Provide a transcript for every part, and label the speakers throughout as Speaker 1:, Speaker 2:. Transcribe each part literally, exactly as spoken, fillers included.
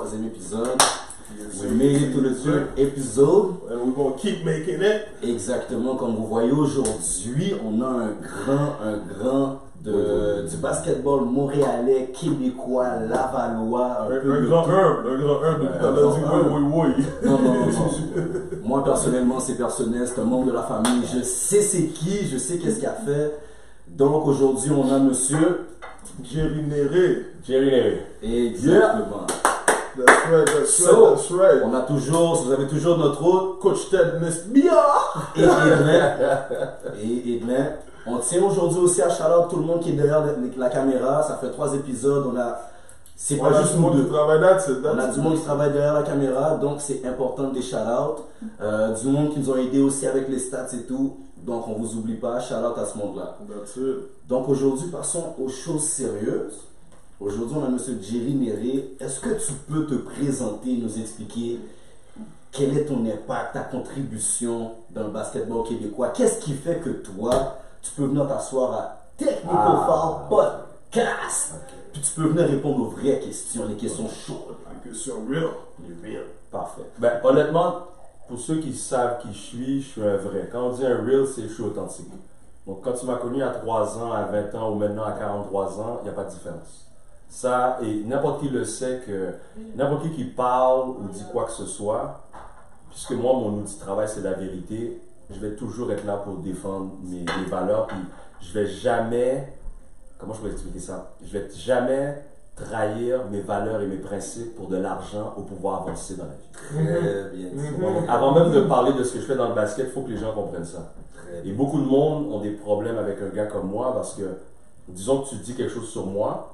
Speaker 1: troisième épisode.
Speaker 2: Yes,
Speaker 1: We made it to the third episode.
Speaker 2: And we're gonna keep making it.
Speaker 1: Exactement, comme vous voyez aujourd'hui, on a un grand, un grand de, du basketball montréalais, québécois, lavallois.
Speaker 2: Un, un, un grand un, un grand un, depuis t'as dit oui, oui, oui.
Speaker 1: Non, non, non, non. Moi, personnellement, c'est personnel, c'est un membre de la famille. Je sais c'est qui, je sais qu'est-ce qu'il a fait. Donc, aujourd'hui, on a monsieur
Speaker 2: Jerry Néré.
Speaker 3: Jerry Néré.
Speaker 1: Exactement.
Speaker 2: That's right, that's
Speaker 1: So,
Speaker 2: right, that's right.
Speaker 1: On a toujours, vous avez toujours notre hôte,
Speaker 2: Coach Ted Nesbia.
Speaker 1: et Edlin. Et Edlin. On tient aujourd'hui aussi à shout-out tout le monde qui est derrière la caméra. Ça fait trois épisodes. On a, c'est
Speaker 2: On
Speaker 1: pas
Speaker 2: a
Speaker 1: juste
Speaker 2: du
Speaker 1: nous
Speaker 2: monde
Speaker 1: deux.
Speaker 2: qui travaille là-dessus.
Speaker 1: On a du monde qui travaille derrière la caméra, donc c'est important des shout-out. Euh, du monde qui nous ont aidés aussi avec les stats et tout. Donc on vous oublie pas, shout-out à ce monde-là.
Speaker 2: That's it.
Speaker 1: Donc aujourd'hui, passons aux choses sérieuses. Aujourd'hui, on a monsieur Jerry Néré. Est-ce que tu peux te présenter, nous expliquer quel est ton impact, ta contribution dans le basketball québécois? Qu'est-ce qui fait que toi, tu peux venir t'asseoir à Technical
Speaker 3: Ah.
Speaker 1: Foul Podcast, puis tu peux venir répondre aux vraies questions, les questions chaudes.
Speaker 2: La question real.
Speaker 1: Les real.
Speaker 3: Parfait. Ben, honnêtement, pour ceux qui savent qui je suis, je suis un vrai. Quand on dit un real, c'est je suis authentique. Donc, quand tu m'as connu à trois ans, à vingt ans ou maintenant à quarante-trois ans, il n'y a pas de différence. Ça, et n'importe qui le sait que n'importe qui qui parle ou dit quoi que ce soit, puisque moi, mon outil de travail, c'est la vérité, je vais toujours être là pour défendre mes, mes valeurs, puis je vais jamais, comment je peux expliquer ça? Je vais jamais trahir mes valeurs et mes principes pour de l'argent ou pouvoir avancer dans la vie.
Speaker 1: Très bien dit.
Speaker 3: Donc, avant même de parler de ce que je fais dans le basket, il faut que les gens comprennent ça.
Speaker 1: Très
Speaker 3: Et
Speaker 1: bien.
Speaker 3: beaucoup de monde ont des problèmes avec un gars comme moi parce que, disons que tu dis quelque chose sur moi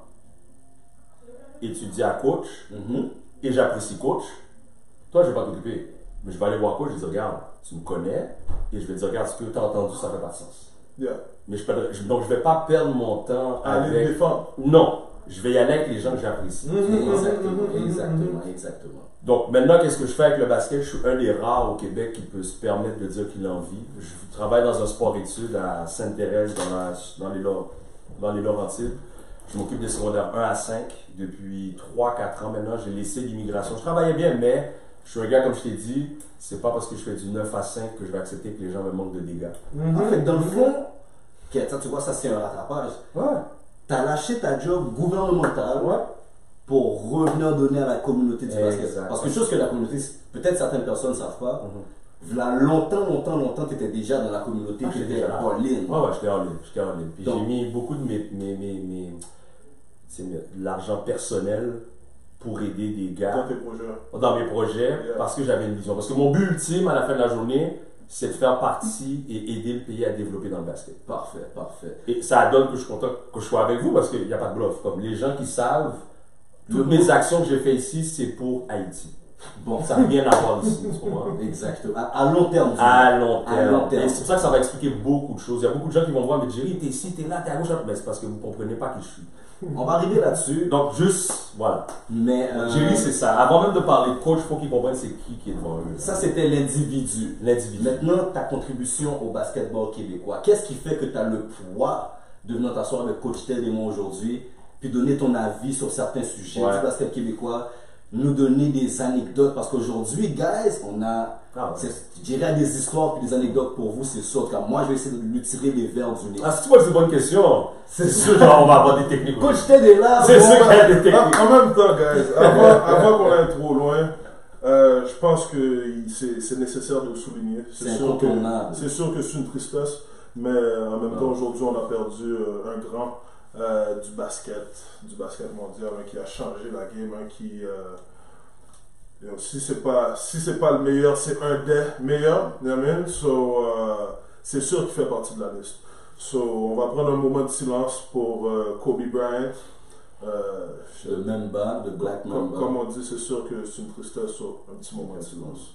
Speaker 3: et tu dis à coach,
Speaker 1: Mhm.
Speaker 3: et j'apprécie coach, toi je vais pas t'occuper. Mais je vais aller voir coach, je vais dire regarde, tu me connais, et je vais dire regarde, ce que tu as entendu, ça fait pas de sens.
Speaker 2: Yeah.
Speaker 3: Mais je perdrai- je- donc je vais pas perdre mon temps
Speaker 2: Aller
Speaker 3: avec.
Speaker 2: défendre.
Speaker 3: Non, je vais y aller avec les gens que j'apprécie.
Speaker 1: Exactement, exactement, exactement.
Speaker 3: Donc maintenant, qu'est-ce que je fais avec le basket? Je suis un des rares au Québec qui peut se permettre de dire qu'il en vit. Je travaille dans un sport-études à Sainte-Thérèse, dans, la- dans, les, Lau- dans les Laurentides. Je m'occupe des secondaires un à cinq depuis trois à quatre ans maintenant. J'ai laissé l'immigration. Je travaillais bien, mais je suis un gars, comme je t'ai dit, c'est pas parce que je fais du neuf à cinq que je vais accepter que les gens me manquent de dégâts.
Speaker 1: En fait, dans le fond, ok, ça, tu vois, ça c'est un rattrapage.
Speaker 3: Ouais.
Speaker 1: Tu as lâché ta job gouvernementale
Speaker 3: Ouais.
Speaker 1: pour revenir donner à la communauté du basket.
Speaker 3: Exact.
Speaker 1: Parce que chose que la communauté, peut-être certaines personnes ne savent pas,
Speaker 3: Mhm.
Speaker 1: là, longtemps, longtemps, longtemps, tu étais déjà dans la communauté,
Speaker 3: Ah,
Speaker 1: tu
Speaker 3: j'étais
Speaker 1: étais
Speaker 3: déjà là.
Speaker 1: en ligne.
Speaker 3: Ouais, ouais, j'étais en ligne. J'étais en ligne. Puis
Speaker 1: Donc-
Speaker 3: j'ai mis beaucoup de mes, mes, mes, mes- tu sais, mes- de l'argent personnel pour aider des
Speaker 2: Dans
Speaker 3: gars
Speaker 2: tes projets.
Speaker 3: dans mes projets
Speaker 2: Yeah.
Speaker 3: parce que j'avais une vision. Parce que mon but ultime à la fin de la journée, c'est de faire partie et aider le pays à développer dans le basket.
Speaker 1: Parfait, parfait.
Speaker 3: Et ça donne que je suis content que je sois avec vous parce qu'il n'y a pas de bluff. Comme les gens qui savent, toutes
Speaker 1: Le
Speaker 3: mes
Speaker 1: monde-
Speaker 3: actions que j'ai faites ici, c'est pour Haïti.
Speaker 1: Bon,
Speaker 3: Ça n'a rien à voir ici, tu comprends?
Speaker 1: exactement. À, à long terme. du
Speaker 3: À
Speaker 1: moins.
Speaker 3: long
Speaker 1: À
Speaker 3: terme.
Speaker 1: long terme.
Speaker 3: Et c'est pour ça que ça va expliquer beaucoup de choses. Il y a beaucoup de gens qui vont me voir, mais Jerry, t'es ici, t'es là, t'es à gauche. Mais c'est parce que vous ne comprenez pas qui je suis.
Speaker 1: On va arriver là-dessus,
Speaker 3: Donc, juste, voilà.
Speaker 1: mais euh,
Speaker 3: Jerry, c'est ça. Avant même de parler de coach, il faut qu'ils comprennent c'est qui qui est devant eux.
Speaker 1: ça c'était l'individu.
Speaker 3: L'individu.
Speaker 1: Maintenant, ta contribution au basketball québécois. Qu'est-ce qui fait que tu as le poids de venir t'asseoir avec Coach Ted et moi aujourd'hui, puis donner ton avis sur certains sujets
Speaker 3: Ouais.
Speaker 1: du basket québécois, nous donner des anecdotes, parce qu'aujourd'hui, guys, on a,
Speaker 3: Ah ouais.
Speaker 1: c'est- je dirais des histoires et des anecdotes pour vous, c'est sûr. Car moi, je vais essayer de lui tirer les verres du nez.
Speaker 3: Ah, si tu vois que c'est une bonne question, c'est sûr genre, on va avoir des techniques.
Speaker 1: Coach Ted est là.
Speaker 3: C'est
Speaker 1: bon,
Speaker 3: sûr
Speaker 1: bah,
Speaker 3: qu'il y a des techniques.
Speaker 2: En en même temps, guys, avant, avant qu'on aille trop loin, euh, je pense que c'est c'est nécessaire de le souligner.
Speaker 1: C'est
Speaker 2: sûr que
Speaker 1: incontournable.
Speaker 2: c'est sûr que c'est une tristesse, mais euh, en même temps, aujourd'hui, on a perdu euh, un grand euh, du basket, du basket mondial, hein, qui a changé la game, hein, qui euh, you know, si c'est pas si c'est pas le meilleur, c'est un des meilleurs, you know what I mean? So, euh, c'est sûr qu'il fait partie de la liste. So, on va prendre un moment de silence pour euh, Kobe Bryant. Euh,
Speaker 1: Le Mamba, le Black
Speaker 2: comme,
Speaker 1: Mamba.
Speaker 2: comme on dit, c'est sûr que c'est une tristesse, so, un petit moment de silence.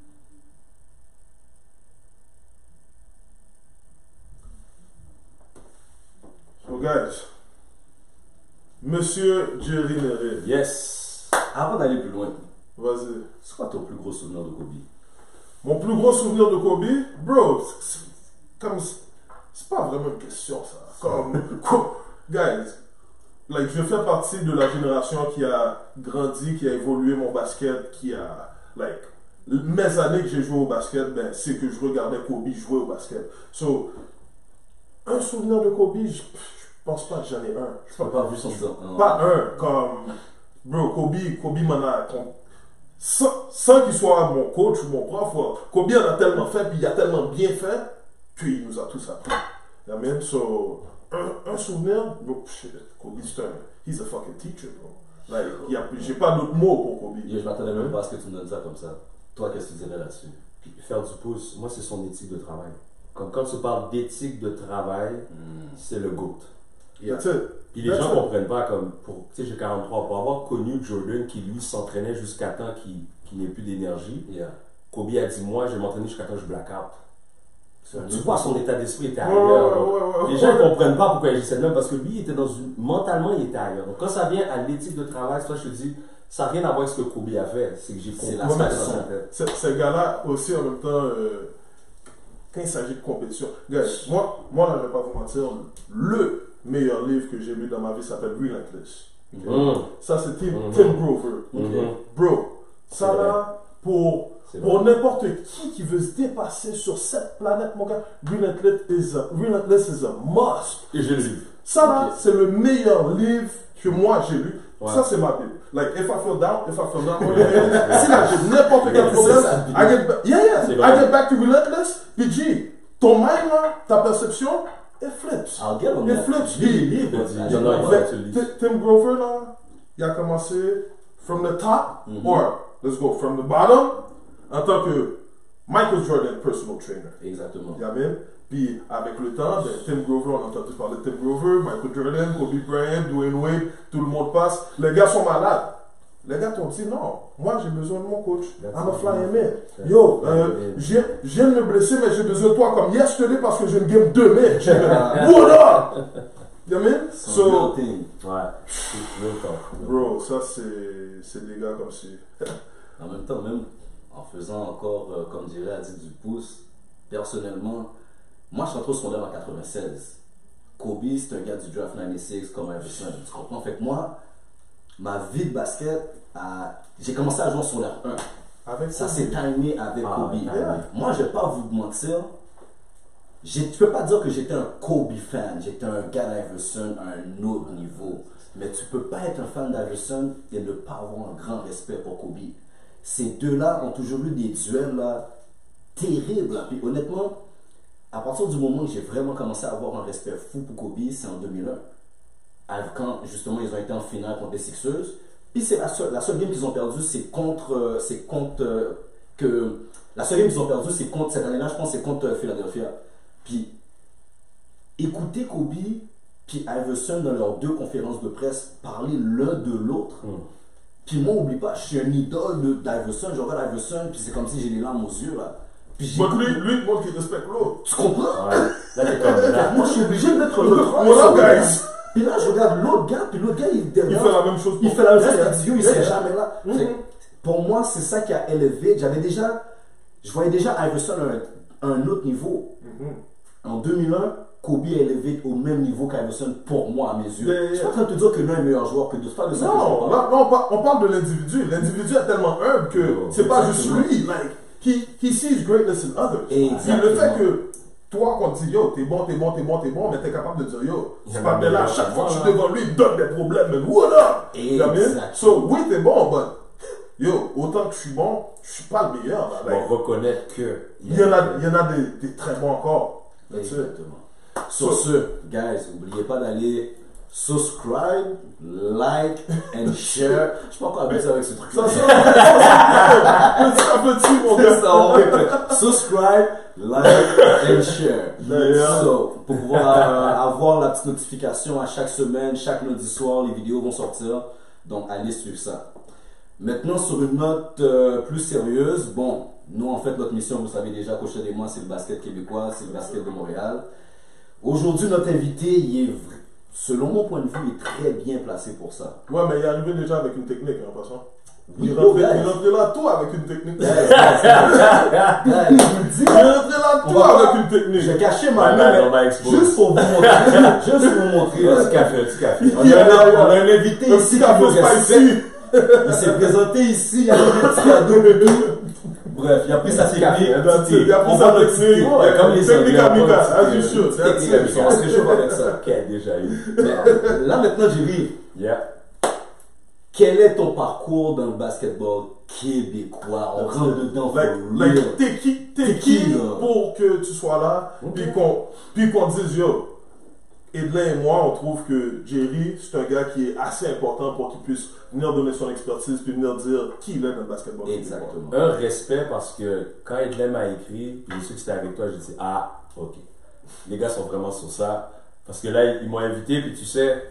Speaker 2: So guys, Monsieur Jerry Néré,
Speaker 3: Yes.
Speaker 1: Avant d'aller plus loin,
Speaker 2: vas-y.
Speaker 1: c'est quoi ton plus gros souvenir de Kobe?
Speaker 2: Mon plus gros souvenir de Kobe, bro, c'est- c'est comme c'est pas vraiment une question ça. Comme, co- guys, like, je fais partie de la génération qui a grandi, qui a évolué mon basket, qui a, like, mes années que j'ai joué au basket, ben, c'est que je regardais Kobe jouer au basket. So, un souvenir de Kobe, je, je pense pas que j'en ai un.
Speaker 1: Je n'ai pas vu son temps.
Speaker 2: Pas un, comme, bro, Kobe, Kobe m'en a, sans, sans qu'il soit mon coach ou mon prof, Kobe en a tellement fait, puis il a tellement bien fait, qu'il nous a tous appris. I mean, so, un, un souvenir, bro, shit, Kobe Stern, he's a fucking teacher, bro. Like, y a, j'ai pas d'autres mots pour Kobe.
Speaker 1: Yo, je m'attendais même pas à ce que tu me donnes ça comme ça. Toi, qu'est-ce que tu dirais là-dessus?
Speaker 3: Puis faire du pouce, moi, c'est son éthique de travail. Comme quand tu parles d'éthique de travail,
Speaker 1: Mm.
Speaker 3: c'est le GOAT.
Speaker 2: That's it.
Speaker 3: Puis les
Speaker 2: That's
Speaker 3: gens
Speaker 2: it.
Speaker 3: ne comprennent pas, comme, pour, tu sais, j'ai quarante-trois, pour avoir connu Jordan qui lui s'entraînait jusqu'à temps qu'il qu'il n'ait plus d'énergie,
Speaker 1: Yeah.
Speaker 3: Kobe a dit, moi, je vais m'entraîner jusqu'à temps que je black out.
Speaker 1: C'est un
Speaker 3: Tu
Speaker 1: autre
Speaker 3: vois,
Speaker 1: façon.
Speaker 3: son état d'esprit était
Speaker 2: Ouais,
Speaker 3: ailleurs.
Speaker 2: ouais, ouais, ouais,
Speaker 3: les
Speaker 2: ouais.
Speaker 3: gens ne comprennent pas pourquoi il agissait de même, parce que lui, il était dans une. Mentalement, il était ailleurs. Donc, quand ça vient à l'éthique de travail, toi, je te dis, ça n'a rien à voir avec ce que Kobe a fait. C'est que j'ai
Speaker 1: C'est
Speaker 3: compris
Speaker 1: la
Speaker 3: ça dans
Speaker 1: façon.
Speaker 3: sa tête.
Speaker 2: Ce, ce gars-là aussi en même temps, euh, quand il s'agit de compétition, guys, moi, moi là, je vais pas vous mentir, le meilleur livre que j'ai lu dans ma vie s'appelle Relentless.
Speaker 3: Mm.
Speaker 2: Ça, c'est Tim,
Speaker 3: Mhm.
Speaker 2: Tim Grover.
Speaker 3: Mhm.
Speaker 2: Bro, ça
Speaker 3: C'est
Speaker 2: là, pour,
Speaker 3: C'est
Speaker 2: pour
Speaker 3: vrai.
Speaker 2: n'importe qui qui veut se dépasser sur cette planète, mon gars, Relentless is a, Relentless is a must.
Speaker 3: Et j'ai le livre.
Speaker 2: Ça là,
Speaker 1: Ok.
Speaker 2: c'est le meilleur livre que moi j'ai lu.
Speaker 3: Ouais.
Speaker 2: Ça, c'est ma Bible. Like, if I feel down, if I feel down, si là j'ai n'importe quel
Speaker 1: C'est
Speaker 2: problème,
Speaker 1: ça,
Speaker 2: I get back, yeah, yeah,
Speaker 3: C'est
Speaker 2: I
Speaker 3: vrai.
Speaker 2: get back to Relentless, puis G, ton mind là, ta perception, it flips.
Speaker 1: I'll get on
Speaker 2: It
Speaker 1: that.
Speaker 2: flips,
Speaker 1: Je lis les
Speaker 2: G.
Speaker 1: livres.
Speaker 3: Vas-y,
Speaker 1: là.
Speaker 3: j'en ai un.
Speaker 2: Fait,
Speaker 3: tu le lis.
Speaker 2: T- Tim Grover là, il a commencé from the top,
Speaker 1: Mhm.
Speaker 2: or let's go from the bottom, en tant que Michael Jordan personal trainer.
Speaker 1: Exactement.
Speaker 2: You know what I mean? Puis avec le temps, ben, Tim Grover, on a entendu parler de Tim Grover, Michael Jordan, Kobe Bryant, Dwayne Wade, tout le monde passe. Les gars sont malades. Les gars t'ont dit non, moi j'ai besoin de mon coach.
Speaker 3: That's
Speaker 2: I'm a
Speaker 3: it.
Speaker 2: flying man.
Speaker 3: That's
Speaker 2: Yo,
Speaker 3: it.
Speaker 2: euh, j'ai- je viens de me blesser, mais j'ai besoin de toi comme yesterday parce que j'ai une game deux matchs.
Speaker 1: Ah.
Speaker 2: What up? You know what I mean?
Speaker 1: Son
Speaker 2: So,
Speaker 1: real thing.
Speaker 3: Ouais. C'est real talk.
Speaker 2: bro, ça c'est c'est des gars comme si.
Speaker 1: En même temps, même en faisant encore, euh, comme dirait Adi du pouce, personnellement, moi je suis rentré au secondaire en quatre-vingt-seize. Kobe, c'est un gars du draft quatre-vingt-six, comme Iverson. Tu comprends? Fait que moi, ma vie de basket, a- j'ai commencé à jouer en secondaire un.
Speaker 2: Avec
Speaker 1: Ça
Speaker 2: Kobe.
Speaker 1: s'est timé avec
Speaker 3: Ah,
Speaker 1: Kobe.
Speaker 3: timé.
Speaker 1: Moi, je vais pas vous mentir. j'ai- Tu peux pas dire que j'étais un Kobe fan. J'étais un gars d'Iverson à un autre niveau. Mais tu peux pas être un fan d'Iverson et ne pas avoir un grand respect pour Kobe. Ces deux-là ont toujours eu des duels là, terribles. Là. Puis honnêtement, à partir du moment où j'ai vraiment commencé à avoir un respect fou pour Kobe, c'est en deux mille un. À- Quand justement ils ont été en finale contre les Sixers. Puis c'est la seule, la seule game qu'ils ont perdue, c'est contre, euh, c'est contre euh, que la seule game qu'ils ont perdue, c'est contre cette année-là, je pense, c'est contre euh, Philadelphia. Puis écouter Kobe puis Iverson dans leurs deux conférences de presse parler l'un de l'autre.
Speaker 3: Mm.
Speaker 1: Puis moi, oublie pas, je suis un idole de- d'Iverson, je regarde Iverson, puis c'est comme si j'ai les larmes aux yeux là. Puis j'ai-
Speaker 2: Moi, lui, lui, moi qui respecte l'autre.
Speaker 1: tu comprends?
Speaker 3: Ouais. Là, t'es comme là.
Speaker 1: Moi, je suis obligé de mettre l'autre.
Speaker 2: What up, guys?
Speaker 1: Puis là, je regarde l'autre gars, puis l'autre gars, il est
Speaker 2: Il
Speaker 1: derrière.
Speaker 2: fait la même chose.
Speaker 1: Il
Speaker 2: pour-
Speaker 1: fait la même chose,
Speaker 2: Yeah,
Speaker 1: il dit yo, il
Speaker 2: yeah,
Speaker 1: serait
Speaker 2: yeah.
Speaker 1: jamais là.
Speaker 2: Mhm.
Speaker 1: Fait que pour moi, c'est ça qui a élevé. J'avais déjà, je voyais déjà Iverson à un, un autre niveau.
Speaker 2: Mhm.
Speaker 1: En deux mille un, Kobe est élevé au même niveau qu'Iverson pour moi, à mes yeux.
Speaker 2: Yeah, yeah.
Speaker 1: Je suis pas en train de te dire que l'un est meilleur joueur que d'autres. C'est pas de ça que je
Speaker 2: Non,
Speaker 1: parle.
Speaker 2: là, non, on par- on parle de l'individu. L'individu est tellement humble que
Speaker 3: Oh,
Speaker 2: c'est pas juste
Speaker 1: exactement.
Speaker 2: lui. Like, he, he sees greatness in others.
Speaker 1: Exactement.
Speaker 2: Puis le fait que toi, quand tu dis yo, t'es bon, t'es bon, t'es bon, t'es bon, mais t'es capable de dire yo,
Speaker 3: Il y
Speaker 2: c'est
Speaker 3: en
Speaker 2: pas
Speaker 3: a
Speaker 2: bien là,
Speaker 3: meilleur
Speaker 2: chaque
Speaker 3: que
Speaker 2: fois que je
Speaker 3: moi,
Speaker 2: suis devant lui, il me donne des problèmes, man. What up? You know what I mean?
Speaker 1: Exactement.
Speaker 2: So, oui, t'es bon, but yo, autant que je suis bon, je suis pas le meilleur. Là. Like,
Speaker 3: On reconnaît que.
Speaker 2: il y en a, il y en a des, des très bons encore. That's it.
Speaker 1: Exactement. Sur ce, guys, n'oubliez pas d'aller subscribe, like and share. Je sais pas encore habitué avec ce truc.
Speaker 2: Ça, ça, ça, petit à petit, mon
Speaker 1: C'est
Speaker 2: gars.
Speaker 1: ça, on répète. Subscribe, like and share.
Speaker 2: Yeah.
Speaker 1: So, pour pouvoir euh, avoir la petite notification à chaque semaine, chaque lundi soir, les vidéos vont sortir. Donc, allez suivre ça. Maintenant, sur une note euh, plus sérieuse, bon, nous, en fait, notre mission, vous savez déjà, Coach et moi, c'est le basket québécois, c'est le basket de Montréal. Aujourd'hui, notre invité, il est, vra- selon mon point de vue, il est très bien placé pour ça.
Speaker 2: Ouais, mais il est arrivé déjà avec une technique, hein, en passant. Il est
Speaker 1: yo,
Speaker 2: rentré,
Speaker 1: guys.
Speaker 2: il est rentré là tout avec une technique.
Speaker 1: Guys, guys, guys, je vous le dis,
Speaker 2: Il est rentré là
Speaker 1: On
Speaker 2: tout
Speaker 1: va
Speaker 2: avec
Speaker 1: pas-
Speaker 2: une technique.
Speaker 1: j'ai caché ma
Speaker 3: Ouais,
Speaker 1: main,
Speaker 3: ouais, on va
Speaker 1: mais
Speaker 3: exposer.
Speaker 1: juste pour vous montrer, juste pour vous montrer.
Speaker 3: Un petit café, un petit café.
Speaker 1: On a, un, on a un invité
Speaker 2: Un
Speaker 1: ici
Speaker 2: petit
Speaker 1: qui
Speaker 2: café
Speaker 1: nous respecte.
Speaker 2: spicy.
Speaker 1: Il s'est présenté ici, il a eu des petits cadeaux et tout. Bref, il a pris sa
Speaker 3: petit
Speaker 1: technique.
Speaker 3: café, un
Speaker 2: That's it. Il a pris
Speaker 1: On
Speaker 2: sa
Speaker 1: va notre
Speaker 2: technique.
Speaker 1: technique.
Speaker 3: Ouais, comme les
Speaker 2: Technique
Speaker 3: Anglais,
Speaker 2: amicale,
Speaker 3: un
Speaker 2: as
Speaker 3: petit,
Speaker 2: you should.
Speaker 3: euh,
Speaker 2: That's
Speaker 1: Technique
Speaker 2: it.
Speaker 1: amicale. On se réchauffe avec ça.
Speaker 3: Qu'il y a déjà eu.
Speaker 1: Mais là maintenant, Jerry,
Speaker 3: Yeah.
Speaker 1: quel est ton parcours dans le basketball québécois? On rentre dedans.
Speaker 2: Like,
Speaker 1: for
Speaker 2: like,
Speaker 1: real.
Speaker 2: t'es qui, t'es
Speaker 1: T'es
Speaker 2: qui
Speaker 1: qui, là?
Speaker 2: pour que tu sois là,
Speaker 3: Ok.
Speaker 2: puis qu'on, puis qu'on dise yo. Edlin et moi, on trouve que Jerry, c'est un gars qui est assez important pour qu'il puisse venir donner son expertise, puis venir dire qui il est dans le basketball.
Speaker 1: Exactement.
Speaker 3: Un respect parce que quand Edlem m'a écrit, puis je sais que c'était avec toi, j'ai dit ah, ok. Les gars sont vraiment sur ça. Parce que là, ils m'ont invité, puis tu sais,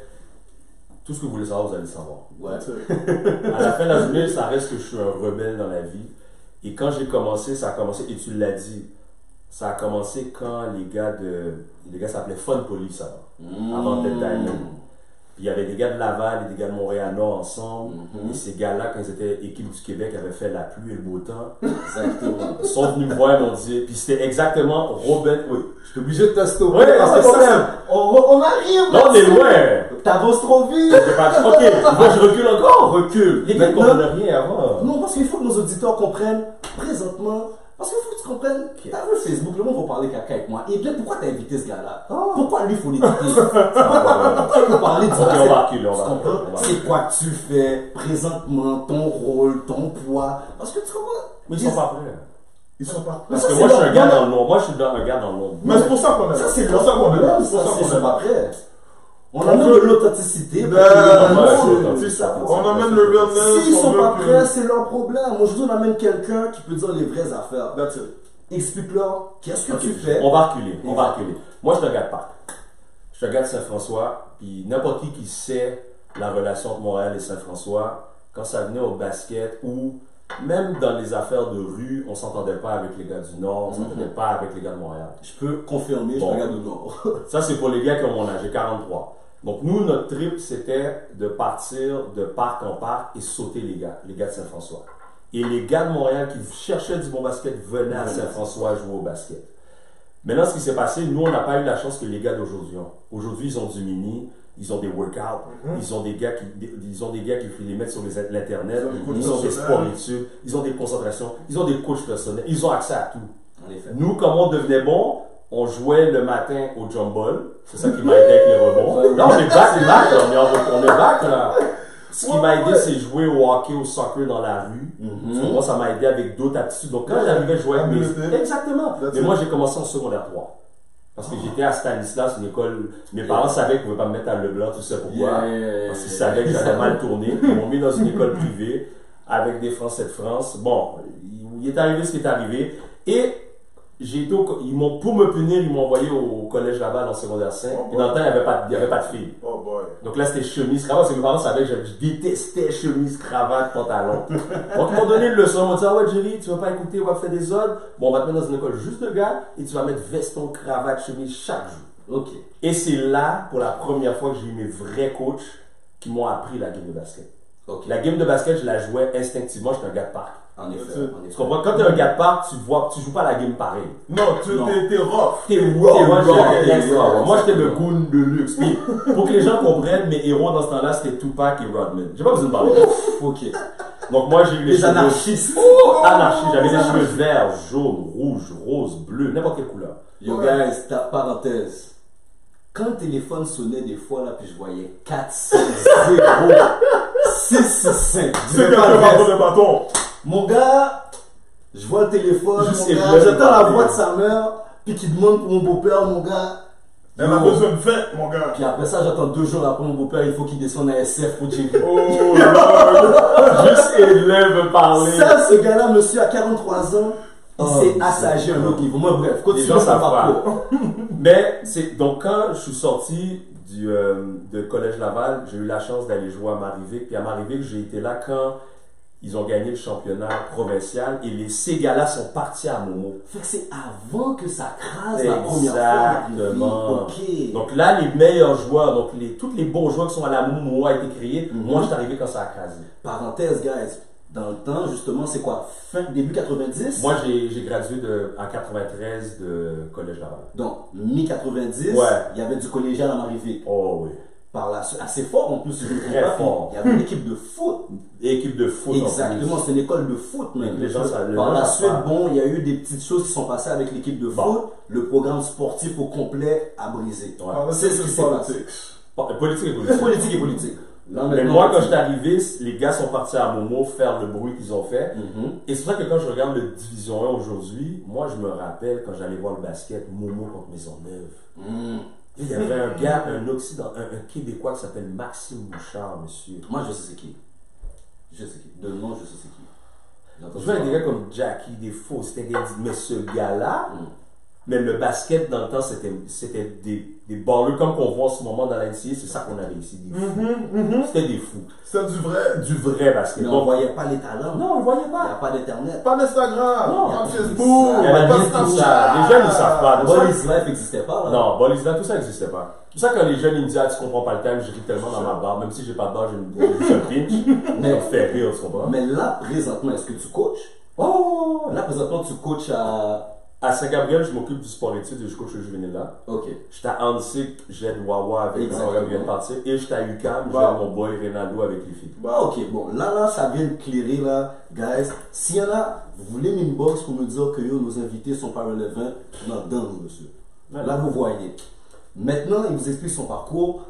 Speaker 3: tout ce que vous voulez savoir, vous allez savoir.
Speaker 1: Ouais.
Speaker 2: That's it.
Speaker 3: À la fin de la journée, ça reste que je suis un rebelle dans la vie. Et quand j'ai commencé, ça a commencé, et tu l'as dit, ça a commencé quand les gars de. Les gars s'appelaient Fun Police avant,
Speaker 1: Mmh.
Speaker 3: avant Dead Diamond. Puis il y avait des gars de Laval et des gars de Montréal-Nord ensemble.
Speaker 1: Mhm.
Speaker 3: Et ces gars-là, quand ils étaient équipe du Québec, avaient fait la pluie et le beau temps.
Speaker 1: Exactement.
Speaker 3: Ils sont venus me voir et m'ont dit. Puis c'était exactement Robin. Oui.
Speaker 1: Je suis obligé de te stopper.
Speaker 3: Ouais,
Speaker 1: parce
Speaker 3: pas
Speaker 1: que
Speaker 3: de
Speaker 1: ça,
Speaker 3: problème.
Speaker 1: c'est- on, on arrive.
Speaker 3: Non, on est
Speaker 1: là-dessus.
Speaker 3: loin.
Speaker 1: T'avances trop vite.
Speaker 3: J'ai pas- Ok, moi je recule encore.
Speaker 1: Recule.
Speaker 3: Les gars ne
Speaker 1: Maintenant-
Speaker 3: comprennent rien avant.
Speaker 1: Non, parce qu'il faut que nos auditeurs comprennent présentement. Parce qu'il faut que tu comprennes. T'as vu Facebook, le monde va parler caca avec moi. Et bien, pourquoi t'as invité ce gars-là? Pourquoi lui, il faut l'éviter? Pourquoi il faut parler du
Speaker 3: Ok, on
Speaker 1: basket?
Speaker 3: va reculer, on
Speaker 1: Tu
Speaker 3: va
Speaker 1: comprends?
Speaker 3: reculer, on va
Speaker 1: C'est quoi que tu fais présentement, ton rôle, ton poids? Parce que tu comprends?
Speaker 3: Mais ils sont pas prêts.
Speaker 2: Ils sont pas.
Speaker 3: Parce
Speaker 1: ça,
Speaker 3: que
Speaker 1: c'est
Speaker 3: moi je suis un
Speaker 1: leur-
Speaker 3: gars dans le nom. Moi je suis dans- un gars dans le nom.
Speaker 2: Mais c'est pour ça qu'on est là.
Speaker 1: Ça, c'est
Speaker 2: pour ça qu'on est là. C'est
Speaker 1: Ça,
Speaker 2: pour ça
Speaker 1: c'est
Speaker 2: qu'on
Speaker 1: ça
Speaker 2: est là.
Speaker 1: après. On amène de l'authenticité.
Speaker 2: Ben,
Speaker 1: parce que le
Speaker 2: non,
Speaker 1: monde,
Speaker 2: c'est
Speaker 1: c'est
Speaker 2: ça.
Speaker 1: ça.
Speaker 2: On amène le realness.
Speaker 1: S'ils
Speaker 2: on
Speaker 1: sont
Speaker 2: veut
Speaker 1: pas
Speaker 2: que-
Speaker 1: prêts, c'est leur problème. Aujourd'hui, on amène quelqu'un qui peut dire les vraies affaires.
Speaker 2: That's it.
Speaker 1: Explique-leur qu'est-ce que
Speaker 3: Ok,
Speaker 1: tu fais.
Speaker 3: On va reculer, on va reculer. Moi, je te regarde pas. Je te regarde Saint-François, puis n'importe qui qui sait la relation entre Montréal et Saint-François, quand ça venait au basket ou même dans les affaires de rue, on s'entendait pas avec les gars du Nord, on s'entendait
Speaker 1: Mhm.
Speaker 3: pas avec les gars de Montréal.
Speaker 1: Je peux confirmer, je
Speaker 3: Bon.
Speaker 1: regarde au nord.
Speaker 3: Ça, c'est pour les gars qui ont mon âge, j'ai quarante-trois. Donc, nous, notre trip, c'était de partir de parc en parc et sauter les gars, les gars de Saint-François. Et les gars de Montréal qui cherchaient du bon basket venaient à Saint-François jouer au basket. Maintenant, ce qui s'est passé, nous, on n'a pas eu la chance que les gars d'aujourd'hui ont. Aujourd'hui, ils ont du mini, ils ont des workouts, ils ont des gars qui, des- ils ont des gars qui les mettent sur les- l'internet,
Speaker 2: Ils ont des coachs
Speaker 3: ils ont des
Speaker 2: personnels.
Speaker 3: sports études, ils ont des concentrations, ils ont des coachs personnels, ils ont accès à tout.
Speaker 1: En effet.
Speaker 3: Nous, comme on devenait bon, on jouait le matin au jump ball. C'est ça qui m'a aidé avec les rebonds. Là, on est back, on est back, là. On est, on est back, là. Ce qui m'a aidé, c'est jouer au hockey, au soccer dans la rue.
Speaker 1: Mhm.
Speaker 3: Tu comprends, ça m'a aidé avec d'autres aptitudes. Donc, quand j'arrivais à jouer avec mes...
Speaker 2: Habileté.
Speaker 3: Exactement.
Speaker 2: That's
Speaker 3: Mais
Speaker 2: it.
Speaker 3: moi, j'ai commencé en secondaire trois. Parce que j'étais à Stanislas, une école... Mes parents savaient qu'ils ne pouvaient pas me mettre à Leblanc, tu sais pourquoi.
Speaker 1: Yeah.
Speaker 3: Parce qu'ils savaient que j'avais mal tourné. Ils m'ont mis dans une école privée avec des Français de France. Bon, il est arrivé ce qui est arrivé. Et j'ai été au, ils m'ont, pour me punir, ils m'ont envoyé au collège Laval en secondaire cinq.
Speaker 2: Oh,
Speaker 3: Et dans le temps, il n'y avait, pas- il y avait pas de filles.
Speaker 2: Oh boy.
Speaker 3: Donc là, c'était chemise, cravate. Parce que mes parents savaient que je, je détestais chemise, cravate, pantalon. Donc ils m'ont donné une leçon. Ils m'ont dit, ah ouais, Jerry, tu vas pas écouter, on va faire des ordres. Bon, on va te mettre dans une école juste de gars et tu vas mettre veston, cravate, chemise chaque jour.
Speaker 1: Ok.
Speaker 3: Et c'est là, pour la première fois, que j'ai eu mes vrais coachs qui m'ont appris la game de basket.
Speaker 1: Ok.
Speaker 3: La game de basket, je la jouais instinctivement. J'étais un gars de parc.
Speaker 1: En effet.
Speaker 2: Tu-
Speaker 1: en effet.
Speaker 3: Tu comprends? Quand t'es un gars de parc, tu vois, tu joues pas la game pareil.
Speaker 2: Non, tu
Speaker 1: Non.
Speaker 2: t'es, t'es rough.
Speaker 3: T'es raw,
Speaker 1: raw,
Speaker 3: moi,
Speaker 1: raw,
Speaker 3: j'étais
Speaker 1: raw,
Speaker 3: gangster.
Speaker 1: raw,
Speaker 3: Moi, j'étais le
Speaker 1: exactement.
Speaker 3: goon de luxe. Puis, pour que les gens comprennent, mes héros dans ce temps-là, c'était Tupac et Rodman. J'ai pas besoin de parler.
Speaker 1: Ok.
Speaker 3: Donc, moi, j'ai eu les,
Speaker 1: Les
Speaker 3: cheveux
Speaker 1: anarchistes.
Speaker 3: anarchistes. J'avais les cheveux verts, jaunes, rouges, roses, bleus, n'importe quelle couleur.
Speaker 1: Yo guys, ta parenthèse. Quand le téléphone sonnait des fois là, puis je voyais quatre six zéro six six cinq.
Speaker 2: C'est quelqu'un va prendre le bâton.
Speaker 1: Mon gars, je vois le téléphone,
Speaker 3: Juste
Speaker 1: mon
Speaker 3: les
Speaker 1: gars,
Speaker 3: bleus,
Speaker 1: j'entends la
Speaker 3: parler.
Speaker 1: voix de sa mère, puis qui demande pour mon beau-père, mon gars.
Speaker 2: Elle a
Speaker 1: Yo.
Speaker 2: besoin de fête, mon gars.
Speaker 1: Puis après ça, j'entends deux jours après mon beau-père, il faut qu'il descende à S F pour Jerry.
Speaker 2: Oh là.
Speaker 3: Juste Hélène veut parler.
Speaker 1: Ça, ce gars-là, monsieur, à quarante-trois ans, il
Speaker 3: Oh,
Speaker 1: s'est
Speaker 3: mais
Speaker 1: assagi à un autre niveau. Moi, bref,
Speaker 3: Les
Speaker 1: continue
Speaker 3: gens
Speaker 1: sa
Speaker 3: savent
Speaker 1: parcours.
Speaker 3: Mais c'est donc quand je suis sorti du euh, de collège Laval, j'ai eu la chance d'aller jouer à Marivic. Puis à Marivic, j'ai été là quand ils ont gagné le championnat provincial et les ces gars-là sont partis à Momo.
Speaker 1: Fait que c'est avant que ça crase la première fois.
Speaker 3: Exactement.
Speaker 1: Ok.
Speaker 3: Donc là, les meilleurs joueurs, donc les, tous les bons joueurs qui sont à la Momo ont été créés.
Speaker 1: Mhm.
Speaker 3: Moi, je suis arrivé quand ça a crasé.
Speaker 1: Parenthèse, guys. Dans le temps, justement, c'est quoi? Fin, début quatre-vingt-dix?
Speaker 3: Moi, j'ai j'ai gradué de, en quatre-vingt-treize de Collège Laval.
Speaker 1: Donc, mi-quatre-vingt-dix,
Speaker 3: Ouais.
Speaker 1: il y avait du collégial à Marieville.
Speaker 3: Oh oui.
Speaker 1: Par là, assez fort en plus, si je ne me
Speaker 3: Très
Speaker 1: trompe pas.
Speaker 3: fort.
Speaker 1: Il y avait une équipe de foot.
Speaker 3: Équipe de foot. en
Speaker 1: Exactement,
Speaker 3: plus.
Speaker 1: c'est une école de foot même.
Speaker 3: Les gens, ça- les
Speaker 1: Par
Speaker 3: gens
Speaker 1: la
Speaker 3: savent
Speaker 1: suite,
Speaker 3: pas.
Speaker 1: bon, il y a eu des petites choses qui sont passées avec l'équipe de
Speaker 3: Bon.
Speaker 1: foot. Le programme sportif au complet a brisé.
Speaker 3: Ouais.
Speaker 1: C'est ce qui s'est passé.
Speaker 2: politics.
Speaker 3: Bon, Politique et politique.
Speaker 1: Politique et politique. Là,
Speaker 3: Mais
Speaker 1: maintenant,
Speaker 3: moi,
Speaker 1: on
Speaker 3: quand
Speaker 1: dit-
Speaker 3: je suis arrivé, les gars sont partis à Momo faire le bruit qu'ils ont fait.
Speaker 1: Mhm.
Speaker 3: Et c'est pour ça que quand je regarde le Division un aujourd'hui, moi, je me rappelle quand j'allais voir le basket, Momo contre Maisonneuve.
Speaker 1: Mhm.
Speaker 3: Il y avait un gars, un Occident, un, un Québécois qui s'appelle Maxime Bouchard, monsieur.
Speaker 1: Moi, je sais c'est qui. Je sais qui. De nom, je sais c'est qui. J'entends
Speaker 3: Je vois
Speaker 1: ça.
Speaker 3: des gars comme Jackie, des faux, c'était des mais ce gars-là,
Speaker 1: Mhm.
Speaker 3: mais le basket dans le temps, c'était c'était des, des ballers comme qu'on voit en ce moment dans la N C A A, c'est ça qu'on a réussi. Des fous.
Speaker 2: Mhm, mhm.
Speaker 3: C'était des fous.
Speaker 2: C'est du vrai.
Speaker 3: Du vrai basket.
Speaker 1: Mais on
Speaker 3: Donc,
Speaker 1: ne voyait pas les talents.
Speaker 3: non, on le voyait
Speaker 1: Il n'y a
Speaker 3: pas.
Speaker 1: pas d'internet.
Speaker 2: Pas d'Instagram,
Speaker 3: Non.
Speaker 2: pas de Facebook,
Speaker 3: Il y avait
Speaker 2: pas de
Speaker 3: rien de tout ça.
Speaker 2: Snapchat.
Speaker 3: Les jeunes, ils savent pas.
Speaker 1: Boys Life n'existait pas. Là.
Speaker 3: Non, bon, les tout ça n'existait pas. C'est pour ça que quand les jeunes ils me disent, ah, tu comprends pas le thème, je ris tellement dans ma barre, même si j'ai pas de barre, j'ai une juste un pinch. Ça me fait rire, tu comprends?
Speaker 1: Mais là, présentement, est-ce que tu coaches?
Speaker 3: Oh!
Speaker 1: Là, présentement, tu coaches à.
Speaker 3: À Saint-Gabriel, je m'occupe du sport-études et je coach le juvénile là.
Speaker 1: Ok.
Speaker 3: J'étais à Hansik, j'aide Wawa avec le
Speaker 1: Exactement.
Speaker 3: programme qui vient de partir. Et j'étais à U Q A M,
Speaker 2: Wow.
Speaker 3: j'aide mon boy Reynaldo avec les filles.
Speaker 1: Ah, ok, bon, là, là, ça vient de clairer, là, guys. S'il y en a, vous voulez une inbox pour me dire que yo, nos invités sont pas relevants, non, dans nous, monsieur.
Speaker 3: Ouais.
Speaker 1: Là, vous voyez. Maintenant, il vous explique son parcours.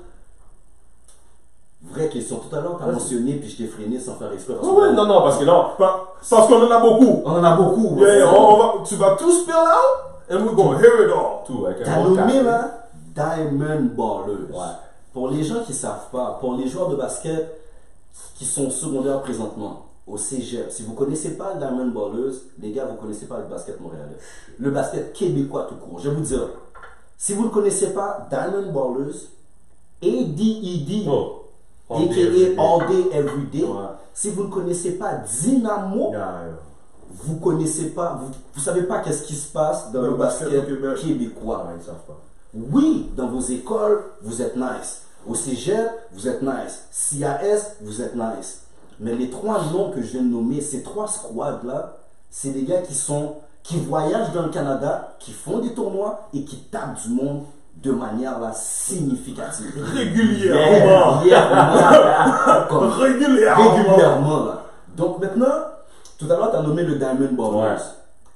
Speaker 1: Vraie question. Tout à l'heure, tu as
Speaker 3: Vas-y.
Speaker 1: mentionné, puis je t'ai freiné sans faire exprès. parce
Speaker 3: Oh,
Speaker 1: que-
Speaker 3: ouais, non, non, parce que là,
Speaker 2: Pa- Parce qu'on en a beaucoup.
Speaker 1: On en a beaucoup.
Speaker 2: Yeah, on, on va, tu vas tout spill out and we're gonna hear it all.
Speaker 3: tout, avec
Speaker 1: T'as
Speaker 3: un bon
Speaker 1: nommé
Speaker 3: café.
Speaker 1: là Diamond Ballers.
Speaker 3: Ouais.
Speaker 1: Pour les gens qui ne savent pas, pour les joueurs de basket qui sont secondaires présentement au Cégep, si vous ne connaissez pas le Diamond Ballers, les gars, vous ne connaissez pas le basket montréalais. Le basket québécois tout court. Je vais vous dire, si vous ne connaissez pas Diamond Ballers, A D E D,
Speaker 3: Oh.
Speaker 1: a k a. All Day Every Day,
Speaker 3: Ouais.
Speaker 1: si vous ne connaissez pas Dynamo,
Speaker 3: Yeah, yeah.
Speaker 1: vous ne connaissez pas, vous ne savez pas qu'est-ce qui se passe dans
Speaker 2: Dans
Speaker 1: le
Speaker 2: le basket
Speaker 1: basket
Speaker 2: au Québec.
Speaker 1: québécois.
Speaker 3: Ouais, ils savent pas.
Speaker 1: Oui, dans vos écoles, vous êtes nice. Au Cégep, vous êtes nice. C A S, vous êtes nice. Mais les trois noms que je viens de nommer, ces trois squads-là, c'est des gars qui sont, qui voyagent dans le Canada, qui font des tournois et qui tapent du monde de manière là, significative.
Speaker 2: Régulièrement.
Speaker 1: Régulièrement. Comme
Speaker 2: Régulièrement.
Speaker 1: régulièrement. Là. Donc maintenant, tout à l'heure, tu as nommé le Diamond Ballers.
Speaker 3: Ouais.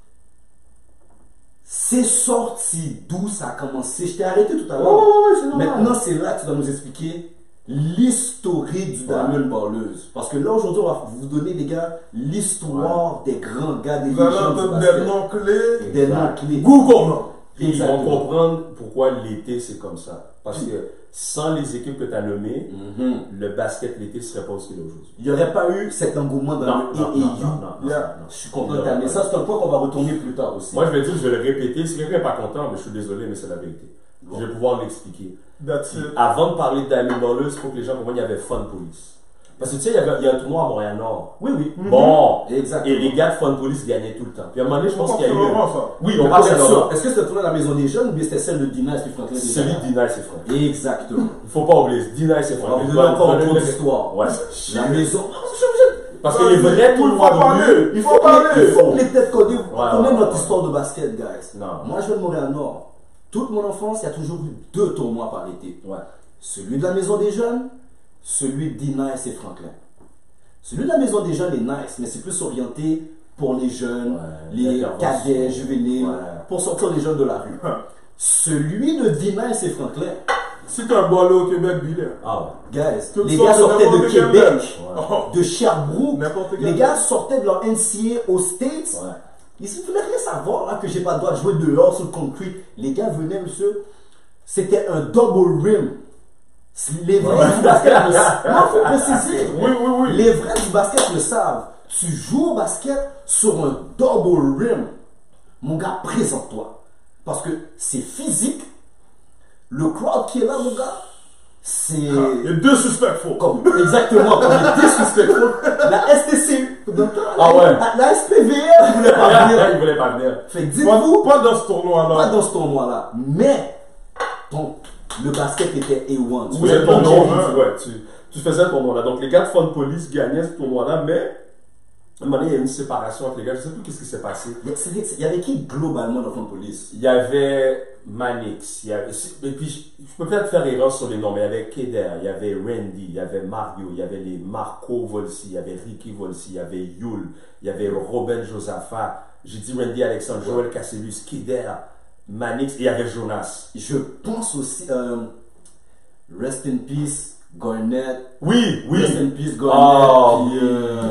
Speaker 1: C'est sorti d'où ça a commencé. Je t'ai arrêté tout à
Speaker 3: Ouais,
Speaker 1: l'heure.
Speaker 3: ouais, ouais, c'est normal.
Speaker 1: Maintenant, c'est là que tu dois nous expliquer l'historique du Diamond Ballers. Parce que là, aujourd'hui, on va vous donner, les gars, l'histoire des grands gars, des
Speaker 2: Vous allez
Speaker 1: légendes du
Speaker 2: entendre
Speaker 1: basket.
Speaker 2: des noms clés.
Speaker 1: Des noms clés.
Speaker 2: Google non.
Speaker 3: Puis ils vont
Speaker 1: Exactement.
Speaker 3: comprendre pourquoi l'été c'est comme ça. Parce que sans les équipes que tu as nommées,
Speaker 1: Mhm.
Speaker 3: le basket l'été ne serait pas ce qu'il est aujourd'hui.
Speaker 1: Il n'y aurait pas eu cet engouement dans
Speaker 3: Non,
Speaker 1: le
Speaker 3: non,
Speaker 1: A A U.
Speaker 3: non, non, non,
Speaker 2: Yeah.
Speaker 3: non.
Speaker 1: Je suis content de t'amener ça. C'est un point qu'on va retourner plus tard aussi.
Speaker 3: Moi, je vais dire, je vais le répéter. Si quelqu'un n'est pas content, mais je suis désolé, mais c'est la vérité.
Speaker 1: Bon.
Speaker 3: Je vais pouvoir l'expliquer.
Speaker 2: That's it.
Speaker 3: Avant de parler de Diamond Ballers, il faut que les gens comprennent qu'il y avait Fun Police. Parce que tu sais, il y, avait, il y a un tournoi à Montréal-Nord.
Speaker 1: Oui, oui.
Speaker 3: Bon.
Speaker 1: Exactement.
Speaker 3: Et les gars de Fun Police gagnaient tout le temps. Puis à un moment donné, je pense
Speaker 2: On
Speaker 3: qu'il y a eu.
Speaker 2: parle vraiment ça.
Speaker 3: Oui,
Speaker 1: Mais
Speaker 3: on parle
Speaker 1: pour
Speaker 3: de
Speaker 1: être
Speaker 3: ça.
Speaker 1: sûr, est-ce que c'était le tournoi de la Maison des Jeunes ou bien c'était celle de Dina et Franklin?
Speaker 3: Celui de Dina et ses frères.
Speaker 1: Exactement.
Speaker 3: Il faut pas oublier, Dina et ses frères.
Speaker 1: On va vous
Speaker 3: Je
Speaker 1: donner
Speaker 3: vais-
Speaker 1: encore
Speaker 3: je
Speaker 1: un
Speaker 3: vais
Speaker 1: cours
Speaker 3: donner-
Speaker 1: d'histoire.
Speaker 3: Ouais.
Speaker 1: La maison.
Speaker 3: Parce que les vrais
Speaker 2: Il faut
Speaker 3: tournois de
Speaker 2: parler.
Speaker 3: rue,
Speaker 2: Il faut parler.
Speaker 1: Il faut que les têtes codées. On
Speaker 3: Ouais,
Speaker 1: connaît
Speaker 3: ouais,
Speaker 1: notre
Speaker 3: ouais.
Speaker 1: histoire de basket, guys.
Speaker 3: Non.
Speaker 1: Moi, je viens de Montréal-Nord. Toute mon enfance, il y a toujours eu deux tournois par été.
Speaker 3: Ouais.
Speaker 1: Celui de la Maison des Jeunes, celui de Dina et Franklin. Celui de la Maison des Jeunes est nice, mais c'est plus orienté pour les jeunes,
Speaker 3: Ouais,
Speaker 1: les
Speaker 3: l'intervention.
Speaker 1: cadets, juvéniles,
Speaker 3: Ouais.
Speaker 1: pour sortir les jeunes de la rue. Celui de Dina et Franklin,
Speaker 2: Si t'es un ballot au Québec, dis-le.
Speaker 3: Ah ouais.
Speaker 1: guys,
Speaker 2: Tout
Speaker 1: les
Speaker 2: sort
Speaker 1: gars
Speaker 2: de
Speaker 1: sortaient de
Speaker 2: n'importe quel
Speaker 1: Québec,
Speaker 2: match. Oh.
Speaker 1: de Sherbrooke,
Speaker 2: N'importe quel
Speaker 1: les gars
Speaker 2: match.
Speaker 1: sortaient de leur N C A A aux States.
Speaker 3: Ouais.
Speaker 1: Ils ne voulaient rien savoir là, que j'ai pas le droit de jouer dehors sur le concrete. Les gars venaient, monsieur, c'était un double rim. Les vrais du basket le savent. Non, faut préciser.
Speaker 2: Oui, oui, oui.
Speaker 1: Les vrais du basket le savent. Tu joues au basket sur un double rim. Mon gars, présente-toi. Parce que c'est physique. Le crowd qui est là, mon gars, c'est...
Speaker 2: Il y a deux suspectful.
Speaker 1: Comme, exactement, comme les disrespectful. La S T C U. Donc,
Speaker 3: Ah ouais.
Speaker 1: La, la S P V R, ils voulaient pas venir.
Speaker 3: Il voulait pas venir.
Speaker 1: Fait que
Speaker 2: Pas,
Speaker 1: dites-vous,
Speaker 2: pas dans ce
Speaker 1: pas
Speaker 2: tournoi-là.
Speaker 1: dans ce tournoi-là. Mais, donc, le basket était A un. Tu
Speaker 3: Oui,
Speaker 1: faisais
Speaker 3: c'est
Speaker 1: ton
Speaker 3: ton
Speaker 1: job.
Speaker 3: nom, tu, ouais, tu, tu faisais ton nom là. Donc les gars de Fun Police gagnaient ce tournoi-là, mais un moment donné, il y a eu une séparation entre les gars. Je ne sais plus qu'est-ce qui s'est passé.
Speaker 1: Il y a- c'était- il y avait qui globalement dans Fun Police?
Speaker 3: Il y avait Manix, il y avait, et puis je, je peux peut-être faire erreur sur les noms, mais il y avait Keder, il y avait Randy, il y avait Mario, il y avait les Marco Volsi, il y avait Ricky Volsi, il y avait Yul, il y avait Robin Josaphat, j'ai dit Randy Alexandre, Joël Cassellus, Keder, Manix, et il y avait Jonas.
Speaker 1: Je pense aussi, euh, Rest in Peace, Garnett.
Speaker 3: Oui, oui.
Speaker 1: Rest in Peace, Garnett.
Speaker 3: Oh,
Speaker 1: puis,
Speaker 3: oui.
Speaker 1: euh,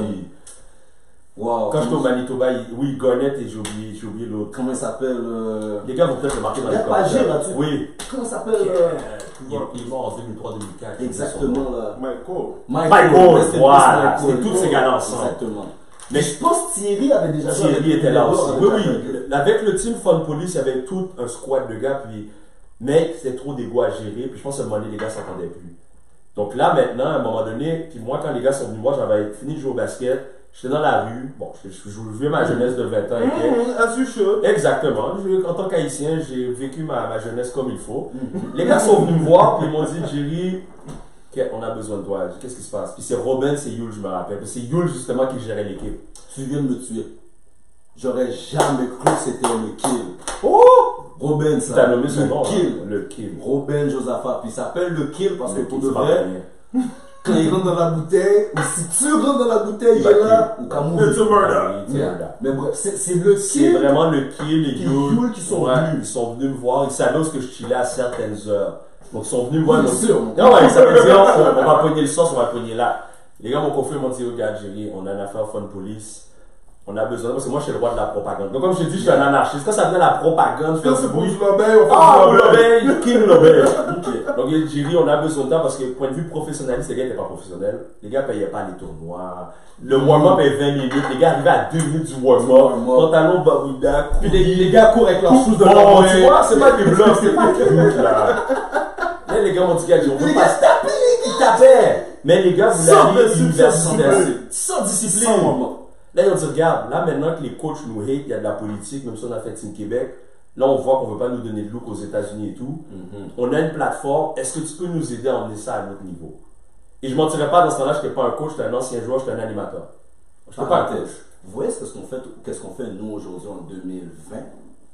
Speaker 1: wow,
Speaker 3: Quand j'étais au
Speaker 1: comment-
Speaker 3: Manitoba, il- oui, Garnett et j'ai oublié, j'ai oublié l'autre.
Speaker 1: Comment il s'appelle euh,
Speaker 3: Les gars vont peut-être le marquer dans
Speaker 1: Il y
Speaker 3: les
Speaker 1: a pas G
Speaker 3: commentaires.
Speaker 1: là-dessus.
Speaker 3: Oui.
Speaker 1: Comment il s'appelle euh,
Speaker 3: Il, il est mort en deux mille trois deux mille quatre.
Speaker 1: Exactement là.
Speaker 2: Michael.
Speaker 3: Michael,
Speaker 1: Rest in Peace,
Speaker 3: voilà,
Speaker 1: Michael.
Speaker 3: c'était tous ces gars-là ensemble.
Speaker 1: Exactement.
Speaker 3: Mais
Speaker 1: Mais je pense que Thierry avait déjà joué.
Speaker 3: Thierry
Speaker 1: avec-
Speaker 3: était là aussi.
Speaker 1: avec-
Speaker 3: Oui,
Speaker 1: avec-
Speaker 3: oui. Avec le team Fun Police, il y avait tout un squad de gars, puis, mais c'était trop d'ego à gérer, puis je pense qu'à un moment donné, les gars s'entendaient plus. Donc là, maintenant, à un moment donné, puis moi, quand les gars sont venus voir, j'avais fini de jouer au basket, j'étais dans la rue, bon, je, je, je jouais ma jeunesse de vingt ans. et quelques.
Speaker 2: Mmh, as you should.
Speaker 3: Exactement. Je- en tant qu'haïtien, j'ai vécu ma, ma jeunesse comme il faut. Les gars sont venus me voir, puis ils m'ont dit, Jerry, ok, on a besoin de toi. Qu'est-ce qui se passe? Puis c'est Robin, c'est Yul, je me rappelle. Puis c'est Yul, justement, qui gérait l'équipe.
Speaker 1: Tu viens de me tuer. J'aurais jamais cru que c'était le kill.
Speaker 3: Oh!
Speaker 1: Robin, ça.
Speaker 3: Tu as nommé son
Speaker 1: le
Speaker 3: nom.
Speaker 1: kill.
Speaker 3: hein? Le kill.
Speaker 1: Robin Josaphat. Puis il s'appelle le kill parce que
Speaker 3: Le
Speaker 1: pour
Speaker 3: kill,
Speaker 1: de
Speaker 3: c'est pas
Speaker 1: vrai,
Speaker 3: rien.
Speaker 1: quand il rentre dans la bouteille, ou si tu rentres dans la bouteille,
Speaker 3: Il
Speaker 1: il
Speaker 3: va
Speaker 1: est là,
Speaker 3: kill.
Speaker 1: ou Kamou.
Speaker 2: It's a murder.
Speaker 3: Oui,
Speaker 1: Yeah.
Speaker 3: c'est
Speaker 1: Mais bref, c'est c'est le
Speaker 3: C'est
Speaker 1: kill.
Speaker 3: vraiment le kill, les
Speaker 1: Puis
Speaker 3: Yul.
Speaker 1: Yul qui sont
Speaker 3: Ouais,
Speaker 1: venus.
Speaker 3: Ils sont venus me voir. Ils savaient où est-ce que je chillais à certaines heures. Donc ils sont venus me voir.
Speaker 1: Bien
Speaker 3: ils m'ont dit-
Speaker 1: sûr.
Speaker 3: Non, ouais, ils savaient dire, on, on va pogner le sens, on va pogner là. Les gars m'ont confié, ils m'ont dit, regarde, Jerry, on a une affaire Fun Police. On a besoin, parce que moi je suis le roi de la propagande. Donc comme je te dis, je suis un anarchiste. Quand ça venait la propagande, je
Speaker 2: Quand
Speaker 3: fais
Speaker 2: c'est
Speaker 3: du
Speaker 2: pour
Speaker 3: bruit.
Speaker 2: du l'obéi, on fait
Speaker 3: Ah,
Speaker 2: du l'obéi.
Speaker 3: l'obéi, King l'obéi. Ok. Donc Jerry, on a besoin de temps parce que point de vue professionnaliste, les gars n'étaient pas professionnels. Les gars payaient pas les tournois. Le warm-up est vingt minutes. Les gars arrivaient à deux minutes du warm-up.
Speaker 1: warm-up.
Speaker 3: Pantalon babouda.
Speaker 1: Puis les, les gars courent avec leurs shoes de
Speaker 3: Bon,
Speaker 1: leur
Speaker 3: tu vois, c'est pas des blancs, c'est pas des blancs là. Là, les gars m'ont dit, gars, on veut
Speaker 1: Les
Speaker 3: pas.
Speaker 1: gars se tapaient, les
Speaker 3: Ils tapaient. Mais les gars voulaient
Speaker 2: Sans
Speaker 3: aller
Speaker 2: discipline,
Speaker 3: universitaire.
Speaker 1: Sans
Speaker 3: Sans
Speaker 1: discipline.
Speaker 3: discipline.
Speaker 1: Sans moment.
Speaker 3: Là, ils ont dit, regarde, là maintenant que les coachs nous hate, il y a de la politique, même si on a fait Team Québec, là on voit qu'on ne veut pas nous donner de look aux États-Unis et tout.
Speaker 1: Mhm.
Speaker 3: On a une plateforme, est-ce que tu peux nous aider à emmener ça à un autre niveau? Et je ne mentirais pas, dans ce temps-là, je n'étais pas un coach, j'étais un ancien joueur, j'étais un animateur. Je n'étais pas un coach.
Speaker 1: Parenthèse. Vous voyez ce qu'on fait, qu'est-ce qu'on fait nous aujourd'hui en deux mille vingt?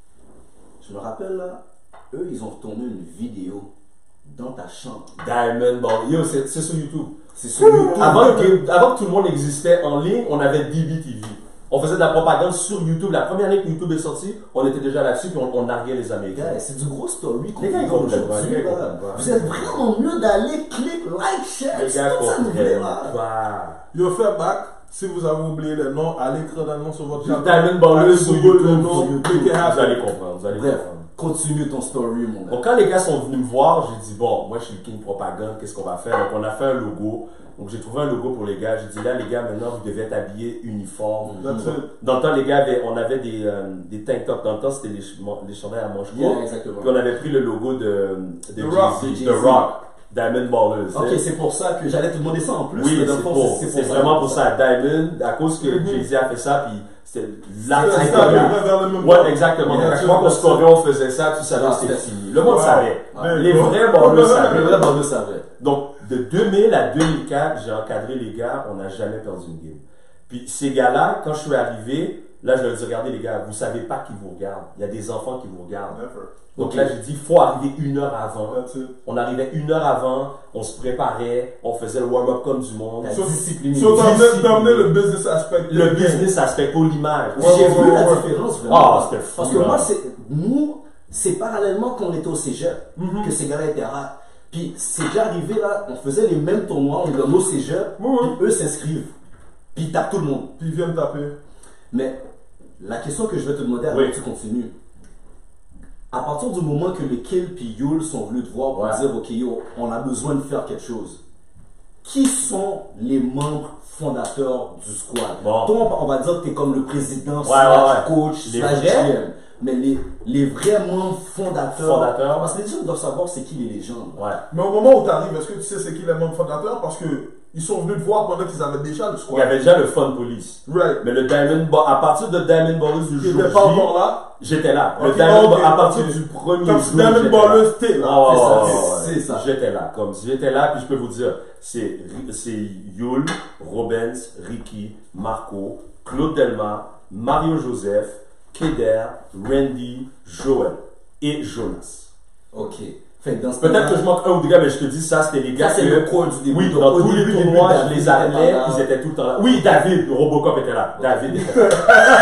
Speaker 1: Je me rappelle là, eux ils ont tourné une vidéo dans ta chambre.
Speaker 3: Diamond Ball, yo, c'est c'est sur YouTube.
Speaker 1: C'est sur YouTube.
Speaker 3: Avant que, avant que tout le monde existait en ligne, on avait D B T V. On faisait de la propagande sur YouTube. La première année que YouTube est sorti, on était déjà là-dessus, puis on, on narguait les Américains.
Speaker 1: Gars, c'est du gros story qu'on
Speaker 3: Les gars,
Speaker 1: vit
Speaker 3: ils comprennent pas,
Speaker 1: aujourd'hui,
Speaker 3: les gars, ils
Speaker 1: là.
Speaker 3: comprennent pas.
Speaker 1: Vous êtes vraiment mieux d'aller click, like, share.
Speaker 3: Les
Speaker 1: C'est
Speaker 3: gars
Speaker 1: tout ça, nous
Speaker 3: comprennent
Speaker 1: là.
Speaker 3: pas.
Speaker 2: Yo, fait back. Si vous avez oublié les noms, allez écrire dans le nom sur votre
Speaker 3: Diamond
Speaker 2: channel.
Speaker 3: Ballers
Speaker 2: Allez
Speaker 3: sur
Speaker 2: Google le
Speaker 3: YouTube,
Speaker 2: nom,
Speaker 3: sur YouTube.
Speaker 2: click it
Speaker 3: Vous
Speaker 2: happen.
Speaker 3: allez comprendre, vous allez
Speaker 1: Bref,
Speaker 3: comprendre.
Speaker 1: continue ton story, mon gars.
Speaker 3: Donc quand les gars sont venus me voir, j'ai dit bon, moi je suis le King Propagande, qu'est-ce qu'on va faire? Donc on a fait un logo. Donc j'ai trouvé un logo pour les gars. J'ai dit là les gars, maintenant vous devez être habillés uniforme.
Speaker 2: That's it.
Speaker 3: Dans le temps, les gars, avaient- on avait des, euh, des tank tops. Dans le temps, c'était les, ch- les chandails à manches
Speaker 1: Yeah,
Speaker 3: courtes.
Speaker 1: exactement.
Speaker 3: Puis on avait pris le logo de, de
Speaker 2: The Rock.
Speaker 3: Jay-Z,
Speaker 1: De
Speaker 3: The
Speaker 1: Jay-Z.
Speaker 3: Rock, Diamond Ballers.
Speaker 1: Ok,
Speaker 3: hein.
Speaker 1: c'est pour ça que j'allais te demander ça en plus.
Speaker 3: Oui,
Speaker 1: mais dans le
Speaker 3: c'est
Speaker 1: fond,
Speaker 3: pour- c'est vraiment pour ça. Diamond, à cause que Jay-Z a fait ça, puis c'était la
Speaker 2: C'est
Speaker 3: type
Speaker 2: ça,
Speaker 3: de gars.
Speaker 2: vers le même
Speaker 3: Ouais,
Speaker 2: temps.
Speaker 3: exactement. Donc,
Speaker 2: Bien
Speaker 3: à chaque
Speaker 2: sûr,
Speaker 3: fois qu'on
Speaker 2: bien sûr.
Speaker 3: scorait, on faisait ça, tu savais
Speaker 1: Ah,
Speaker 3: que c'était
Speaker 1: c'était-
Speaker 3: fini. Le monde
Speaker 2: Wow.
Speaker 3: savait.
Speaker 2: Ouais.
Speaker 3: Les
Speaker 2: Bon.
Speaker 3: vrais ballers
Speaker 1: Le
Speaker 3: savaient.
Speaker 1: vrai balleux savait.
Speaker 3: Donc, de deux mille à deux mille quatre, j'ai encadré les gars, on n'a jamais perdu une game. Puis ces gars-là, quand je suis arrivé, là, je leur ai dit, regardez les gars, vous savez pas qui vous regardent. Il y a des enfants qui vous regardent.
Speaker 2: Never.
Speaker 3: Donc
Speaker 1: Ok.
Speaker 3: là, j'ai dit, il faut arriver une heure avant.
Speaker 2: That's it.
Speaker 3: On arrivait une heure avant, on se préparait, on faisait le warm-up comme du monde.
Speaker 1: La
Speaker 2: So-
Speaker 1: discipline.
Speaker 2: So, t'as amené-
Speaker 3: Discipline.
Speaker 2: t'as amené le business aspect.
Speaker 3: Le business aspect pour l'image.
Speaker 2: Ouais,
Speaker 1: J'ai
Speaker 2: ouais,
Speaker 1: vu
Speaker 2: ouais,
Speaker 1: la
Speaker 2: ouais.
Speaker 1: différence vraiment.
Speaker 3: Ah, c'était fou,
Speaker 1: Parce que
Speaker 3: là.
Speaker 1: moi, c'est nous, c'est parallèlement quand on était au cégep
Speaker 2: Mhm.
Speaker 1: que ces gars-là étaient rares. Puis c'est déjà arrivé là, on faisait les mêmes tournois, on est dans nos cégeps,
Speaker 2: Ouais, ouais.
Speaker 1: puis eux s'inscrivent. Puis ils tapent tout le monde.
Speaker 2: Puis ils viennent taper.
Speaker 1: Mais la question que je vais te demander avant
Speaker 3: Oui.
Speaker 1: que tu continues, à partir du moment que les Kill et Yul sont venus te voir pour
Speaker 3: Ouais.
Speaker 1: dire ok yo, on a besoin de faire quelque chose, qui sont les membres fondateurs du squad?
Speaker 3: Bon.
Speaker 1: Toi, on va dire que tu es comme le président,
Speaker 3: Ouais,
Speaker 1: slash
Speaker 3: ouais,
Speaker 1: coach,
Speaker 3: Les
Speaker 1: slash
Speaker 3: vrais?
Speaker 1: G M. Mais les, les vrais membres fondateurs,
Speaker 3: Fondateurs.
Speaker 1: parce que les gens doivent savoir c'est qui les légendes.
Speaker 3: Ouais.
Speaker 2: Mais au moment où tu arrives, est-ce que tu sais c'est qui les membres fondateurs? Parce que ils sont venus te voir pendant qu'ils avaient déjà le
Speaker 3: Il y
Speaker 2: squad.
Speaker 3: avait déjà le Fun Police.
Speaker 2: Right.
Speaker 3: Mais le Diamond Ball, à partir de Diamond Ballers du
Speaker 2: Ils
Speaker 3: jour
Speaker 2: n'étaient pas
Speaker 3: J,
Speaker 2: encore là.
Speaker 3: j'étais là. Le
Speaker 2: Ok,
Speaker 3: Diamond
Speaker 2: ok,
Speaker 3: Ball, à partir
Speaker 2: ok.
Speaker 3: du premier
Speaker 2: Comme
Speaker 3: jour,
Speaker 2: si Diamond
Speaker 3: j'étais là.
Speaker 2: Ballers, t'es là.
Speaker 3: Ah,
Speaker 2: C'est ça.
Speaker 3: ouais, ouais,
Speaker 1: c'est
Speaker 3: ouais.
Speaker 1: ça.
Speaker 3: J'étais là, comme j'étais là, puis je peux vous dire, c'est c'est Yul, Robens, Ricky, Marco, Claude Delma, Mario Joseph, Keder, Randy, Joël et Jonas.
Speaker 1: Ok. Fait que dans ce
Speaker 3: Peut-être
Speaker 1: temps-là-
Speaker 3: que je manque un ou deux gars, mais je te dis ça, c'était les gars
Speaker 1: Ça, c'est
Speaker 3: que-
Speaker 1: le core du début.
Speaker 3: Oui,
Speaker 1: Donc,
Speaker 3: dans
Speaker 1: au
Speaker 3: tous les
Speaker 1: début,
Speaker 3: tournois,
Speaker 1: début,
Speaker 3: je les
Speaker 1: David
Speaker 3: appelais,
Speaker 1: était là.
Speaker 3: ils étaient tout le temps là. Oui, David, Robocop était là. David était là.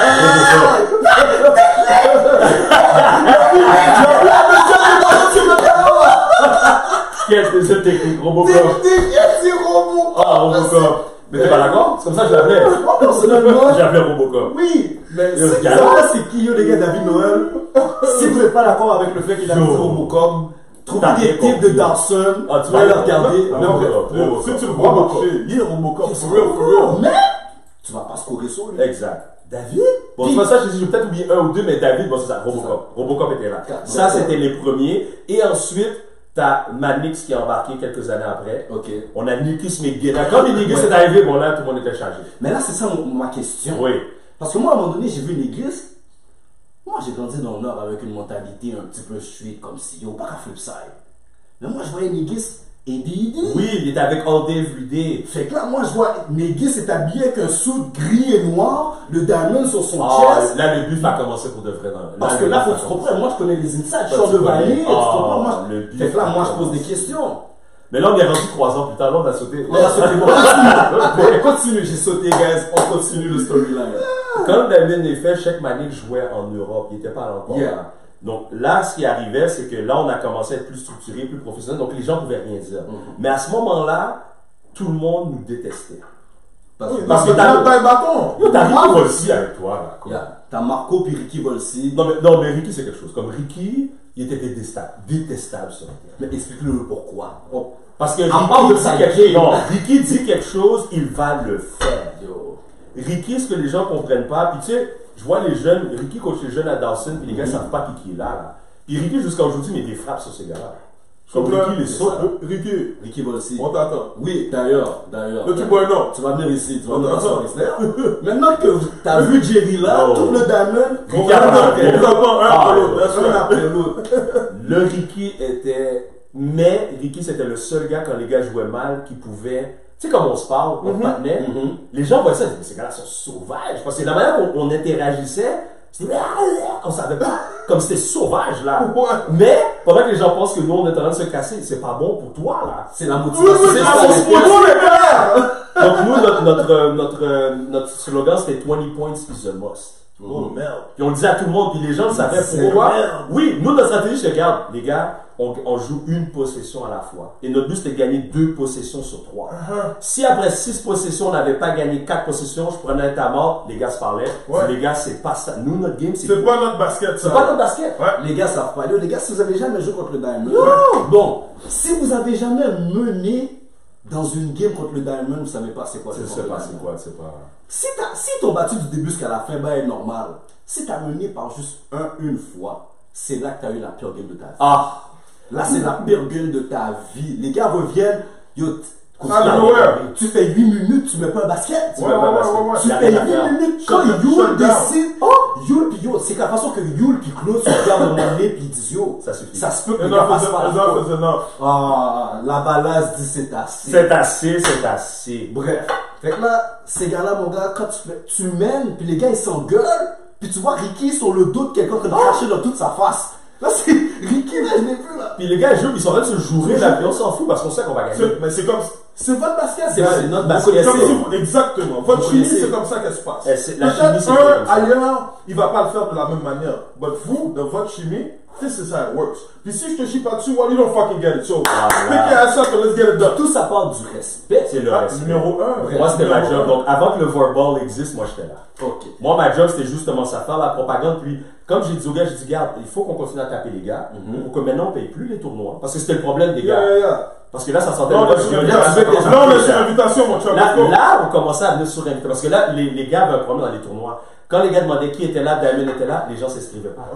Speaker 3: Quel deuxième technique, Robocop.
Speaker 1: C'est robot.
Speaker 3: Ah, Robocop. Mais t'es pas d'accord? C'est comme ça que je l'appelais.
Speaker 1: Personnellement,
Speaker 3: Je l'appelais Robocop.
Speaker 1: oui, mais
Speaker 3: Yo,
Speaker 1: si vous
Speaker 3: gars.
Speaker 1: savez c'est qui, yo, les gars, David Noël, si vous n'êtes pas d'accord avec le fait qu'il a dit
Speaker 3: Yo.
Speaker 1: Robocop, trouvez
Speaker 3: T'as
Speaker 1: des
Speaker 3: rien
Speaker 1: types
Speaker 3: compris.
Speaker 1: de Dawson,
Speaker 3: Ah, tu
Speaker 1: vous allez
Speaker 3: vas
Speaker 1: le regarder.
Speaker 3: Ah,
Speaker 1: Mais
Speaker 3: Robocop.
Speaker 1: bref,
Speaker 2: Yo,
Speaker 3: Robocop.
Speaker 2: Si tu le vois
Speaker 1: Robocop.
Speaker 2: marcher, il est Robocop,
Speaker 1: c'est
Speaker 2: for real, for real.
Speaker 1: mais tu vas pas scorer sur lui.
Speaker 3: Exact. David? Bon, c'est pas ça, je dis, j'ai peut-être oublié un ou deux, mais David, bon, c'est ça, Robocop. Robocop était là.
Speaker 1: Quatre.
Speaker 3: Ça, c'était les premiers. Et ensuite, t'as Manix qui est embarqué quelques années après.
Speaker 1: Ok.
Speaker 3: On a Nikis McGinnis. Quand les Nikis est arrivé, bon là, tout le monde était chargé.
Speaker 1: Mais là, c'est ça mon- ma question.
Speaker 3: Oui.
Speaker 1: Parce que moi, à un moment donné, j'ai vu une église. Moi, j'ai grandi dans le Nord avec une mentalité un petit peu street, comme si, yo, pas qu'à flipside. Mais moi, je voyais une église et des
Speaker 3: Oui, il était avec All Day Everyday.
Speaker 1: Fait que là, moi, je vois Negis est habillé avec un suit gris et noir, le diamond sur son
Speaker 3: Ah,
Speaker 1: chest.
Speaker 3: là, le but a commencé pour de vrai. Dans,
Speaker 1: Parce que
Speaker 3: le
Speaker 1: là,
Speaker 3: buff
Speaker 1: faut
Speaker 3: a
Speaker 1: que tu
Speaker 3: commencé.
Speaker 1: comprennes. Moi, je connais les insides. Je
Speaker 3: Toi,
Speaker 1: sors
Speaker 3: tu
Speaker 1: de Vallée.
Speaker 3: connais.
Speaker 1: Tu comprends?
Speaker 3: Ah,
Speaker 1: Moi, je-
Speaker 3: le but
Speaker 1: fait que là,
Speaker 3: a
Speaker 1: moi, je pose
Speaker 3: commencé.
Speaker 1: des questions.
Speaker 3: Mais là, on est rendu trois ans plus tard, là, on a sauté.
Speaker 1: Mais là, sauté. Bon, continue. Bon, continue. J'ai sauté, guys. On continue le storyline.
Speaker 3: Quand David Neffel, chaque Manic jouait en Europe, il n'était pas encore
Speaker 1: Yeah.
Speaker 3: là. Donc là, ce qui arrivait, c'est que là, on a commencé à être plus structuré, plus professionnel, donc les gens ne pouvaient rien dire.
Speaker 1: Mhm.
Speaker 3: Mais à ce moment-là, tout le monde nous détestait.
Speaker 1: Parce que,
Speaker 3: Parce que
Speaker 2: T'as
Speaker 3: t'as-
Speaker 2: pas un bâton.
Speaker 3: Yo, t'as Ricky
Speaker 1: Ah,
Speaker 3: Volsi avec toi, là. quoi.
Speaker 1: yeah, t'as Marco puis Ricky Volsi.
Speaker 3: Non, mais, non, mais Ricky, c'est quelque chose. Comme Ricky, il était détestable, détestable sur le terrain.
Speaker 1: Mais explique-le pourquoi. Oh,
Speaker 3: Parce que
Speaker 1: En parle
Speaker 3: Ricky
Speaker 1: de
Speaker 3: dit
Speaker 1: sa
Speaker 3: quelque
Speaker 1: game.
Speaker 3: chose. Non, Ricky dit quelque chose, il va le faire.
Speaker 1: yo.
Speaker 3: Ricky, ce que les gens ne comprennent pas, puis tu sais, je vois les jeunes, Ricky coach les jeunes à Dawson, puis les gars ne savent pas qui, qui est là, là. Puis Ricky, jusqu'à aujourd'hui, met des frappes sur ces gars-là. Comme
Speaker 2: Là,
Speaker 3: Ricky, les sauts.
Speaker 2: euh, Ricky,
Speaker 1: Ricky Volsi.
Speaker 2: on t'attend.
Speaker 1: Oui, d'ailleurs, d'ailleurs.
Speaker 2: Là, tu bois un nom.
Speaker 1: Tu vas venir ici, tu vas venir
Speaker 2: Attends,
Speaker 1: asseoir
Speaker 2: attends.
Speaker 1: ici. D'ailleurs, maintenant que t'as vu Jerry là,
Speaker 3: Oh.
Speaker 1: tout le diamond,
Speaker 3: Ricky
Speaker 1: on
Speaker 3: a
Speaker 1: va
Speaker 3: pas
Speaker 1: le
Speaker 3: fait.
Speaker 2: On t'attend un
Speaker 3: Ah,
Speaker 2: après l'autre. That's
Speaker 1: un
Speaker 2: right.
Speaker 1: après l'autre.
Speaker 3: Le Ricky était. Mais Ricky, c'était le seul gars, quand les gars jouaient mal, qui pouvait. Tu sais, comme on se parle, on
Speaker 2: Mhm.
Speaker 3: patinait,
Speaker 1: Mhm.
Speaker 3: les gens voyaient ça, ils disaient, mais ces gars-là sont sauvages. Parce que la manière dont on interagissait, c'était. On savait pas. Comme c'était sauvage, là.
Speaker 2: Ouais.
Speaker 3: Mais, pendant que les gens pensent que nous, on est en train de se casser, c'est pas bon pour toi, là.
Speaker 1: C'est la
Speaker 2: Oui,
Speaker 1: motivation.
Speaker 2: oui,
Speaker 1: C'est
Speaker 2: c'est
Speaker 1: ça,
Speaker 2: la
Speaker 1: les
Speaker 2: motivation, les gars.
Speaker 3: Donc, nous, notre, notre, notre, notre slogan, c'était vingt points is a must.
Speaker 2: Oh merde.
Speaker 3: Puis on le disait à tout le monde, puis les gens le savaient
Speaker 1: C'est
Speaker 3: pourquoi.
Speaker 2: merde.
Speaker 3: Oui, nous, notre stratégie, c'est regarde, les gars, on, on joue une possession à la fois. Et notre but, c'était de gagner deux possessions sur trois.
Speaker 2: Uh-huh.
Speaker 3: Si après six possessions, on n'avait pas gagné quatre possessions, je prenais un ta mort, les gars se parlaient.
Speaker 2: Ouais.
Speaker 3: Les gars, c'est pas ça. Nous, notre game, c'est
Speaker 2: C'est pas notre basket, ça.
Speaker 3: c'est pas notre basket.
Speaker 2: Ouais.
Speaker 1: Les gars savent pas. Yo, les gars, si vous avez jamais joué contre le Diamond,
Speaker 3: Non.
Speaker 1: bon, si vous avez jamais mené dans une game contre le Diamond, vous savez pas c'est quoi.
Speaker 3: Je
Speaker 1: le
Speaker 3: sais pas,
Speaker 1: Diamond.
Speaker 3: c'est quoi, c'est pas.
Speaker 1: Si t'as, si t'ont battu du début jusqu'à la fin, ben, est normal. Si t'as mené par juste un, une fois, c'est là que t'as eu la pire game de ta vie.
Speaker 3: Ah!
Speaker 1: Là, c'est la pire game de ta vie. Les gars reviennent, yo, t-
Speaker 2: Ah,
Speaker 1: tu-
Speaker 2: nowhere.
Speaker 1: tu fais huit minutes, tu mets pas un basket.
Speaker 3: Tu
Speaker 2: Ouais,
Speaker 3: mets pas
Speaker 2: ouais,
Speaker 3: basket.
Speaker 2: ouais, ouais.
Speaker 1: Tu
Speaker 3: Il y a
Speaker 1: fais
Speaker 3: rien à faire.
Speaker 1: huit minutes. Quand
Speaker 2: Shut-
Speaker 1: Yul
Speaker 2: shut down.
Speaker 1: décide, oh, Yul puis yo, c'est qu'à la façon que Yul puis Claude se regardent au moment donné puis ils disent yo,
Speaker 3: Ça suffit.
Speaker 1: ça se peut que les
Speaker 2: Enough
Speaker 1: gars passent
Speaker 2: is
Speaker 1: par la
Speaker 2: enough
Speaker 1: porte.
Speaker 2: is enough.
Speaker 1: Ah, la balasse dit c'est assez.
Speaker 3: C'est assez, c'est assez.
Speaker 1: Bref. Fait que là, ces gars-là, mon gars, quand tu, fais, tu mènes, puis les gars, ils s'engueulent, puis tu vois Ricky sur le dos de quelqu'un en train de cracher dans toute sa face. Là, c'est Ricky, là, je l'ai vu, là.
Speaker 3: Puis les gars, ils jouent, ils sont en train de se jouer là, puis on s'en fout parce qu'on sait qu'on va gagner.
Speaker 2: C'est- Mais c'est comme.
Speaker 1: C'est votre basket, c'est
Speaker 3: Ouais,
Speaker 1: c'est notre
Speaker 3: vous
Speaker 1: basket.
Speaker 3: connaissez.
Speaker 2: comme si vous- Exactement. Votre
Speaker 1: Vous
Speaker 2: chimie,
Speaker 1: connaissez.
Speaker 2: c'est comme ça qu'elle se passe.
Speaker 3: Eh, c'est- la chimie,
Speaker 2: Peut-être
Speaker 3: c'est
Speaker 2: un
Speaker 3: comme ça.
Speaker 2: ailleurs, il va pas le faire de la même manière. But vous, de votre chimie, this is how it works. Puis si je te chie pas dessus, well, you don't fucking get it. So, pick your ass up and let's get it done.
Speaker 1: Tout ça part du respect.
Speaker 3: C'est le
Speaker 2: Ah,
Speaker 3: respect.
Speaker 2: numéro un.
Speaker 3: Moi, c'était ma
Speaker 2: Numéro
Speaker 3: job.
Speaker 2: un.
Speaker 3: Donc, avant que le Vorball existe, moi, j'étais là.
Speaker 1: Ok.
Speaker 3: Moi, ma job, c'était justement ça, faire la propagande. Puis, comme j'ai dit aux gars, j'ai dit, garde, il faut qu'on continue à taper les gars pour que maintenant, on paye plus les tournois. Parce que c'était le problème des
Speaker 2: Yeah,
Speaker 3: gars.
Speaker 2: yeah, yeah.
Speaker 3: Parce que là, ça sentait
Speaker 2: Non,
Speaker 3: le
Speaker 2: mais
Speaker 3: gars,
Speaker 2: c'est
Speaker 3: je
Speaker 2: une
Speaker 3: veux dire, tu veux que les gens
Speaker 2: Non, mais
Speaker 3: payent
Speaker 2: c'est une
Speaker 3: ça.
Speaker 2: invitation, mon chum.
Speaker 3: Là,
Speaker 2: Let's go.
Speaker 3: là, on commençait à venir sur invité. Parce que là, les, les gars avaient un problème dans les tournois. Quand les gars demandaient qui était là, Damien était là, les gens s'inscrivaient pas.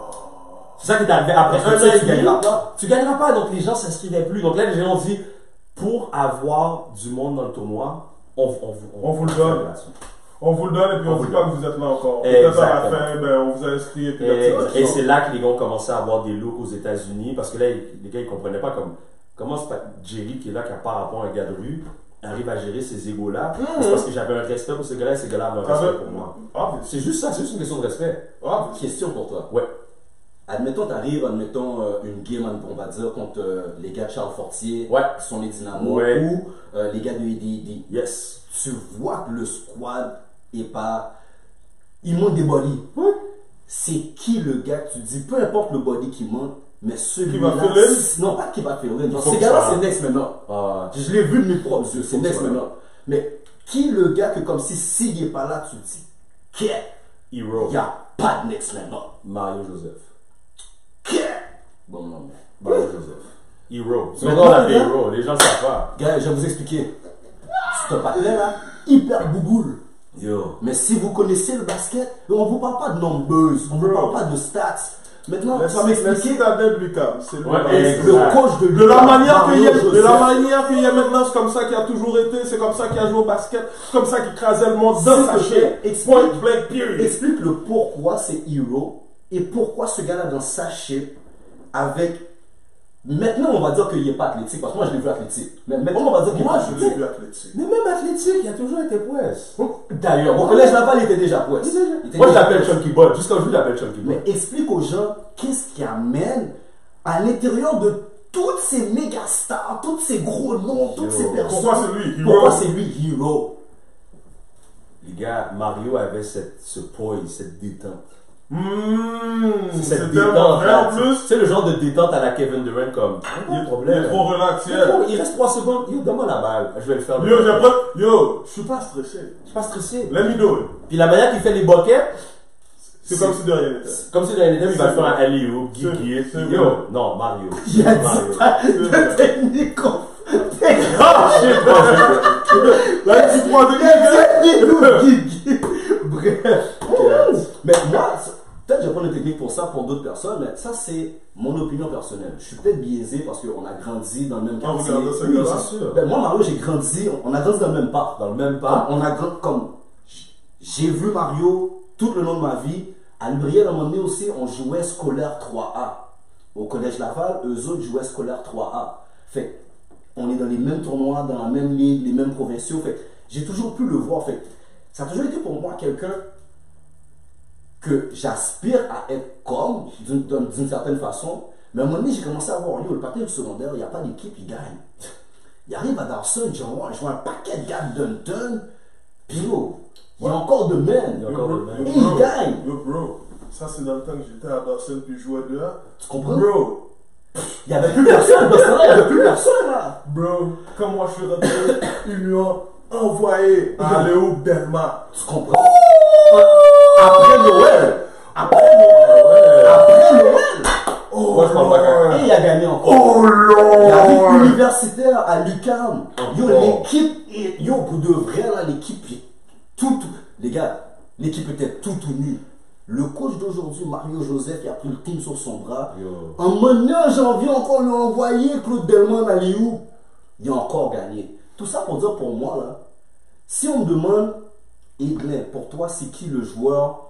Speaker 3: C'est ça qui est arrivé. Après
Speaker 1: Parce que
Speaker 3: un
Speaker 1: tu sais,
Speaker 3: an, tu
Speaker 1: tu
Speaker 3: gagneras
Speaker 1: gagneras
Speaker 3: pas. Tu gagneras pas, donc les gens s'inscrivaient plus. Donc là, les gens ont dit, pour avoir du monde dans le tournoi, on, on, on,
Speaker 2: On vous le donne. On vous le donne et puis on
Speaker 3: On
Speaker 2: ne
Speaker 3: vous
Speaker 2: dit
Speaker 3: le
Speaker 2: pas
Speaker 3: donne.
Speaker 2: que vous êtes là encore. Peut-être à la
Speaker 3: Exactement.
Speaker 2: fin, ben, on vous a inscrit et puis
Speaker 3: Et,
Speaker 2: that's it.
Speaker 3: et c'est là que les gars ont commencé à avoir des looks aux États-Unis parce que là, les gars ils comprenaient pas comme comment c'est pas Jerry qui est là qui a pas rapport à un gars de rue. arrive à gérer ces égos-là, mmh. c'est parce que j'avais un respect pour ces gars-là et ces gars-là avaient un respect pour moi.
Speaker 2: Ah,
Speaker 3: c'est juste ça, c'est juste une question de respect.
Speaker 1: Ah, question pour toi.
Speaker 3: Ouais.
Speaker 1: Admettons, tu arrives, admettons, euh, une game, on va dire, contre euh, les gars de Charles Fortier,
Speaker 3: ouais.
Speaker 1: qui sont les Dynamos,
Speaker 3: ouais.
Speaker 1: ou euh, les gars de E D D.
Speaker 3: Yes.
Speaker 1: Tu vois que le squad est pas. Il manque des bodies.
Speaker 3: Ouais.
Speaker 1: C'est qui le gars que tu dis, peu importe le body qui manque, mais celui-là.
Speaker 2: Qui va faire l'in?
Speaker 1: Non, pas qui va faire l'in. Ces gars-là, c'est next maintenant.
Speaker 3: Ah.
Speaker 1: Je l'ai vu de mes propres yeux, c'est next maintenant. Mais qui le gars que, comme si s'il n'est pas là, tu te dis, qu'est?
Speaker 3: Hero.
Speaker 1: Il n'y a pas de next maintenant.
Speaker 3: Mario Joseph.
Speaker 1: Bon, non, mais.
Speaker 3: Mario Joseph. Hero. C'est maintenant la Hero, les gens ne savent pas.
Speaker 1: Gars, je vais vous expliquer. Ce partenaire là, hyper bouboule.
Speaker 3: Yo.
Speaker 1: Mais si vous connaissez le basket, on ne vous parle pas de numbers, on ne vous parle pas de stats. Maintenant, tu vas m'expliquer.
Speaker 2: C'est le,
Speaker 3: ouais,
Speaker 1: le coach de
Speaker 2: de la manière qu'il y a, de la manière qu'il y a maintenant, c'est comme ça qu'il a toujours été, c'est comme ça qu'il a joué au basket, c'est comme ça qu'il crasait le monde dans sa chair. Point blank period.
Speaker 1: Explique le pourquoi c'est Hero et pourquoi ce gars-là dans sa shape avec. Maintenant, on va dire qu'il n'est pas athlétique, parce que moi je l'ai vu athlétique. Mais maintenant, on va dire qu'il
Speaker 2: moi je l'ai vu athlétique.
Speaker 3: Mais même athlétique, il a toujours été poisse.
Speaker 1: D'ailleurs, au collège Laval, il était déjà poisse.
Speaker 3: Moi je l'appelle Chunky Ball, jusqu'à aujourd'hui je l'appelle Chunky Ball.
Speaker 1: Mais explique aux gens qu'est-ce qui amène à l'intérieur de toutes ces méga stars, tous ces gros noms, toutes ces personnes.
Speaker 2: Pourquoi c'est lui, Hero?
Speaker 1: Pourquoi c'est lui, Hero?
Speaker 3: Les gars, Mario avait cette, ce poise, cette détente.
Speaker 2: Mmh,
Speaker 3: c'est cette détente là. C'est le genre de détente à la Kevin Durant comme.
Speaker 2: Il est problème. Il est trop relax.
Speaker 3: Il, trop, il reste trois secondes. Yo, donne-moi la balle. Je vais le faire.
Speaker 2: Yo, j'ai pas. Yo, je suis pas stressé.
Speaker 3: Je suis pas stressé.
Speaker 2: Let me do it.
Speaker 3: Puis la manière qu'il fait les buckets.
Speaker 2: C'est comme si de rien n'était.
Speaker 3: Comme si de rien n'était, il va faire un alley-oop, Guigui. Yo, non, Mario.
Speaker 1: Il a dit pas de technique.
Speaker 2: Ah, shit, là, tu prends de
Speaker 1: Guigui. Bref. Mais moi, peut-être que je prends une technique pour ça, pour d'autres personnes, mais ça, c'est mon opinion personnelle. Je suis peut-être biaisé parce qu'on a grandi dans le même quartier.
Speaker 2: Oui, c'est sûr.
Speaker 1: Ben, moi, Mario, j'ai grandi, on a grandi dans le même parc.
Speaker 3: Dans le même parc.
Speaker 1: On a grandi comme. J'ai vu Mario tout le long de ma vie. À Lubriel, à un moment donné aussi, on jouait scolaire trois A. Au collège Laval, eux autres jouaient scolaire trois A. Fait on est dans les mêmes tournois, dans la même ligue, les mêmes provinciaux. Fait j'ai toujours pu le voir. Fait ça a toujours été pour moi quelqu'un que j'aspire à être comme, d'une certaine façon. Mais à un moment donné, j'ai commencé à voir, yo, le parti du secondaire, il n'y a pas d'équipe, il gagne. Il arrive à Dawson, je vois, je vois un paquet de gars de Dunton, puis yo, il y a encore de men.
Speaker 3: Il y a encore de men.
Speaker 1: Et il gagne.
Speaker 2: Yo, bro, ça c'est dans le temps que j'étais à Dawson puis je jouais dehors.
Speaker 1: Tu comprends?
Speaker 2: Bro,
Speaker 1: il n'y avait plus personne, dans ce temps-là, il n'y avait plus personne là.
Speaker 2: Bro, quand moi je suis rentré, ils lui ont envoyé à Léo Delma.
Speaker 1: Tu comprends? Après Noël. Après Noël. Après Noël.
Speaker 3: Oh, moi je parle pas.
Speaker 1: Et il a gagné encore.
Speaker 2: Oh là.
Speaker 1: Il a vu universitaire à l'U Q A M. Yo, l'équipe, yo, pour de vrai, là, l'équipe, tout, tout, les gars, l'équipe était tout, tout nue. Le coach d'aujourd'hui, Mario Joseph, qui a pris le team sur son bras. Yo. En menant janvier, encore lui a envoyé Claude Delman à Léo. Il a encore gagné. Tout ça pour dire pour moi, là, si on me demande, Edlin, pour toi, c'est qui le joueur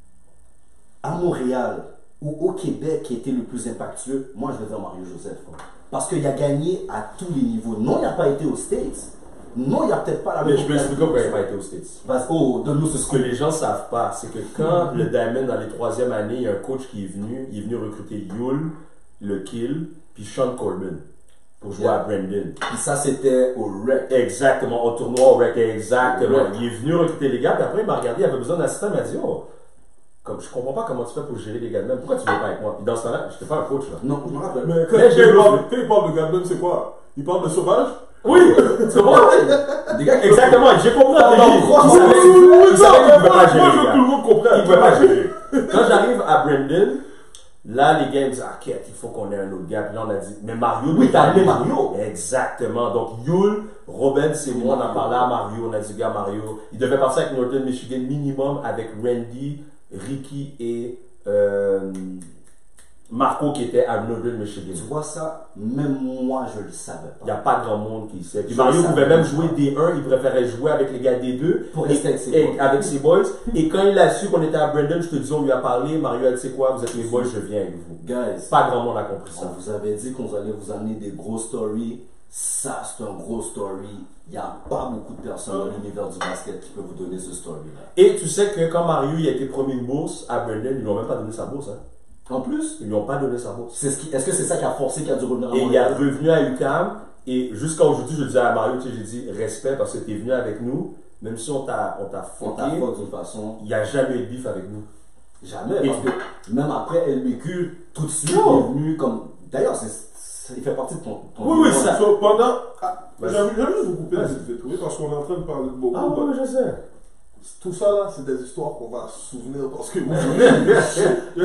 Speaker 1: à Montréal ou au Québec qui a été le plus impactueux? Moi, je vais dire Mario Joseph. Parce qu'il a gagné à tous les niveaux. Non, il n'a pas été aux States. Non, il n'y a peut-être pas la
Speaker 3: même. Mais je peux expliquer pourquoi il n'a pas été aux States.
Speaker 1: Parce, oh, donne-nous ce
Speaker 3: Ce que les gens ne savent pas, c'est que quand le Diamond, dans les troisième années, il y a un coach qui est venu, il est venu recruter Yule, le Kill, puis Sean Corbin pour jouer yeah. à Brandon.
Speaker 1: Puis ça, c'était au Rec.
Speaker 3: Exactement, au tournoi au Rec, exactement. Rec. Il est venu recruter les gars, puis après, il m'a regardé, il avait besoin d'assistant, il m'a dit, oh, comme je comprends pas comment tu fais pour gérer les gars de même. Pourquoi tu ne veux pas avec moi? Puis dans ce temps-là, je n'étais pas un coach là.
Speaker 1: Non, je me rappelle.
Speaker 2: Mais quand, Mais il, parle, quand il parle de gars de même, c'est quoi? Il parle de sauvage?
Speaker 3: Oui, tu comprends? Des gars, exactement, j'ai compris.
Speaker 2: Il savait qu'il ne pouvait pas gérer. Moi, tout le monde comprend.
Speaker 3: Il ne pouvait pas gérer. Quand j'arrive à Brandon, là, les gars me disent, ah, quête, il faut qu'on ait un autre gars. Puis là, on a dit, mais Mario,
Speaker 1: oui, t'as appelé Mario.
Speaker 3: Exactement. Donc, Yule, Robin, c'est moi, on a parlé à Mario. On a dit, gars, Mario, il devait passer avec Northern Michigan minimum avec Randy, Ricky et euh, Marco qui était à Northern Michigan.
Speaker 1: Tu vois ça, même moi je le savais pas.
Speaker 3: Il n'y a pas grand monde qui sait. Puis Mario pouvait même jouer D un, il préférait jouer avec les gars D deux
Speaker 1: pour rester avec ses
Speaker 3: boys. Avec ses boys. Et quand il a su qu'on était à Brandon, je te dis, on lui a parlé, Mario a dit, c'est quoi, vous êtes mes boys, je viens avec vous.
Speaker 1: Guys,
Speaker 3: pas grand monde a compris ça.
Speaker 1: On vous avait dit qu'on allait vous amener des gros stories. ça c'est un gros story. Il n'y a pas beaucoup de personnes dans l'univers du basket qui peuvent vous donner ce story-là.
Speaker 3: Et tu sais que quand Mario il a été promis une bourse à Brandon, ils lui ont même pas donné sa bourse. Hein.
Speaker 1: En plus,
Speaker 3: Ils lui ont pas donné sa bourse.
Speaker 1: c'est ce qui, est-ce que c'est ça qui a forcé qu'il a dû revenir à
Speaker 3: Et il est
Speaker 1: Montréal?
Speaker 3: revenu à U Q A M. Et jusqu'à aujourd'hui, je disais à Mario, tu sais, j'ai dit respect parce que tu es venu avec nous. Même si on t'a on t'a
Speaker 1: On t'a
Speaker 3: fucké,
Speaker 1: pas de toute façon.
Speaker 3: il n'y a jamais eu de bif avec nous.
Speaker 1: Jamais.
Speaker 3: Et
Speaker 1: Parce que même après, L B Q, tout de suite,
Speaker 3: Non.
Speaker 1: est venu comme. D'ailleurs, c'est, c'est- il fait partie de ton. ton
Speaker 2: Oui, oui,
Speaker 1: vivant,
Speaker 2: c'est
Speaker 1: là.
Speaker 2: ça. Pendant. Ah,
Speaker 3: Vas-y.
Speaker 2: J'avais j'avais juste vous couper
Speaker 3: Vas-y.
Speaker 2: vite fait, oui, parce qu'on est en train de parler de beaucoup.
Speaker 3: Ah oui, je sais.
Speaker 2: Tout ça là, c'est des histoires qu'on va se souvenir parce que vous venez.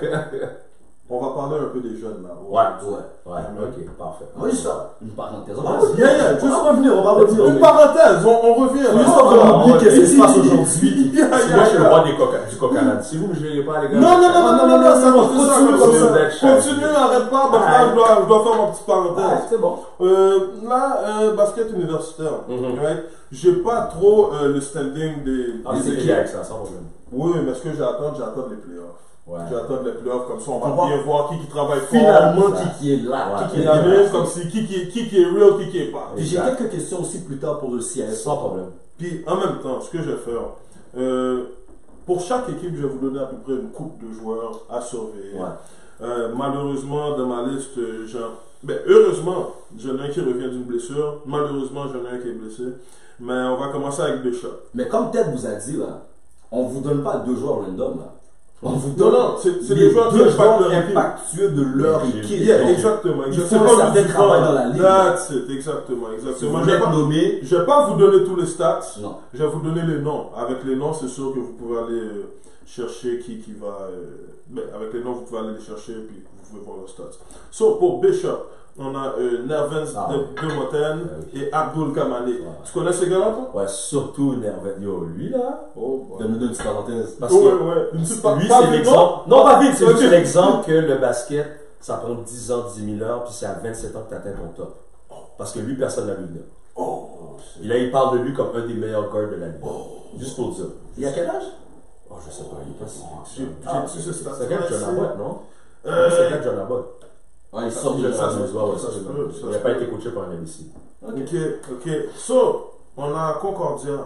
Speaker 2: On va parler un peu des jeunes là.
Speaker 3: Ouais.
Speaker 1: Ouais.
Speaker 3: Ouais, ok, parfait.
Speaker 1: Oui, ça. Une parenthèse. On
Speaker 2: Ah,
Speaker 1: va
Speaker 2: bien, bien,
Speaker 1: on va revenir, on va revenir.
Speaker 2: Une parenthèse, on, on revient là.
Speaker 1: Juste
Speaker 2: Ah,
Speaker 1: on
Speaker 2: ah,
Speaker 1: oublie
Speaker 2: ah,
Speaker 1: qu'est-ce qui se passe
Speaker 2: yeah,
Speaker 1: aujourd'hui.
Speaker 2: yeah,
Speaker 3: Moi, je suis
Speaker 2: yeah.
Speaker 3: le roi des coca- du coca d'âne. Si vous ne gérez pas, les gars.
Speaker 2: Non, non, non, non, non, non, non, ça continue, ça
Speaker 3: Continue
Speaker 2: continue.
Speaker 3: d'être cher.
Speaker 2: Continue, arrête pas, parce que là, je dois, je dois faire ma petite
Speaker 1: Ouais,
Speaker 2: parenthèse.
Speaker 1: c'est bon.
Speaker 2: Euh, là, euh, basket universitaire,
Speaker 3: Mhm.
Speaker 2: right? J'ai pas trop euh, le standing des,
Speaker 3: Ah,
Speaker 2: des
Speaker 3: c'est
Speaker 2: équipes.
Speaker 3: clair avec ça, sans problème.
Speaker 2: Oui, mais ce que j'attends, j'attends les playoffs.
Speaker 3: Ouais.
Speaker 2: J'attends les playoffs, comme ça on va
Speaker 1: On va-
Speaker 2: bien voir qui qui travaille fort.
Speaker 1: Finalement,
Speaker 3: ça.
Speaker 1: qui, qui est là,
Speaker 3: Ouais.
Speaker 1: qui, qui est
Speaker 2: Il y
Speaker 1: là.
Speaker 2: a même comme si qui qui, est- qui qui est real, qui qui est pas.
Speaker 1: Puis j'ai
Speaker 3: Exact.
Speaker 1: quelques questions aussi plus tard pour le C S.
Speaker 3: Sans problème.
Speaker 2: Puis en même temps, ce que je vais faire, euh, pour chaque équipe, je vais vous donner à peu près une coupe de joueurs à surveiller.
Speaker 3: Ouais.
Speaker 2: Euh, malheureusement, dans ma liste, euh, j'en... Ben, heureusement, j'en ai un qui revient d'une blessure. Malheureusement, j'en ai un qui est blessé. Mais on va commencer avec Bishop.
Speaker 1: Mais comme Ted vous a dit, là, on vous donne pas deux joueurs random, là. On vous
Speaker 2: Non,
Speaker 1: donne
Speaker 2: non, c'est c'est
Speaker 1: les
Speaker 2: des joueurs qui
Speaker 1: deux
Speaker 2: impactent
Speaker 1: joueurs
Speaker 2: leur équipe.
Speaker 1: impactueux de leur
Speaker 3: Oui,
Speaker 1: équipe.
Speaker 2: Yeah,
Speaker 1: Donc,
Speaker 2: exactement.
Speaker 1: Ils
Speaker 2: exactement.
Speaker 1: font un
Speaker 2: C'est pas
Speaker 1: certain
Speaker 2: du
Speaker 1: travail
Speaker 2: temps.
Speaker 1: dans la ligue.
Speaker 2: That's it, exactement,
Speaker 1: Si
Speaker 2: exactement.
Speaker 1: vous
Speaker 2: Je vais
Speaker 1: voulez
Speaker 2: pas-
Speaker 1: nommer,
Speaker 2: je vais pas vous donner tous les stats.
Speaker 1: non.
Speaker 2: Je vais vous donner les noms. Avec les noms, c'est sûr que vous pouvez aller euh, chercher qui, qui va. euh, ben, avec les noms, vous pouvez aller les chercher puis vous pouvez voir leurs stats. So, pour Bishop, on a euh, Nervens
Speaker 3: Ah,
Speaker 2: de,
Speaker 3: ouais.
Speaker 2: de Moten
Speaker 3: Ah, oui.
Speaker 2: et Abdul Kamane.
Speaker 3: Ouais.
Speaker 2: Tu connais ces gars-là, toi?
Speaker 3: Ouais, surtout Nervet. Yo, lui là.
Speaker 2: Oh, ouais.
Speaker 1: Donne-nous une petite parenthèse.
Speaker 3: Parce
Speaker 2: ouais,
Speaker 3: que
Speaker 2: ouais. Une petite pa-
Speaker 3: lui,
Speaker 2: pas
Speaker 3: c'est
Speaker 2: vite,
Speaker 3: l'exemple. Non, pas vite, c'est
Speaker 2: Ok.
Speaker 3: juste l'exemple que le basket, ça prend dix ans, dix mille heures, puis c'est à vingt-sept ans que tu atteins ton top. Parce que lui, personne n'a vu venir.
Speaker 2: Oh,
Speaker 3: Et là, il parle de lui comme un des meilleurs guards de la ligue. Juste pour dire.
Speaker 1: Il y a quel âge?
Speaker 3: Oh, je sais pas, il est pas si.
Speaker 2: j'ai
Speaker 3: Ah,
Speaker 2: j'ai su ce stat.
Speaker 3: c'est quelqu'un de John Abbott, non?
Speaker 2: Euh,
Speaker 3: C'est quelqu'un de John Abbott.
Speaker 1: Ouais, il sort
Speaker 3: Je
Speaker 1: de
Speaker 3: le sais,
Speaker 1: là.
Speaker 3: je le sais, ouais,
Speaker 2: ça
Speaker 3: ça,
Speaker 2: se
Speaker 3: je
Speaker 2: peut,
Speaker 3: le-
Speaker 2: ça
Speaker 3: Il
Speaker 2: se
Speaker 3: n'a pas
Speaker 2: peut.
Speaker 3: été coaché par un M C.
Speaker 2: Ok, ok. So, on a Concordia.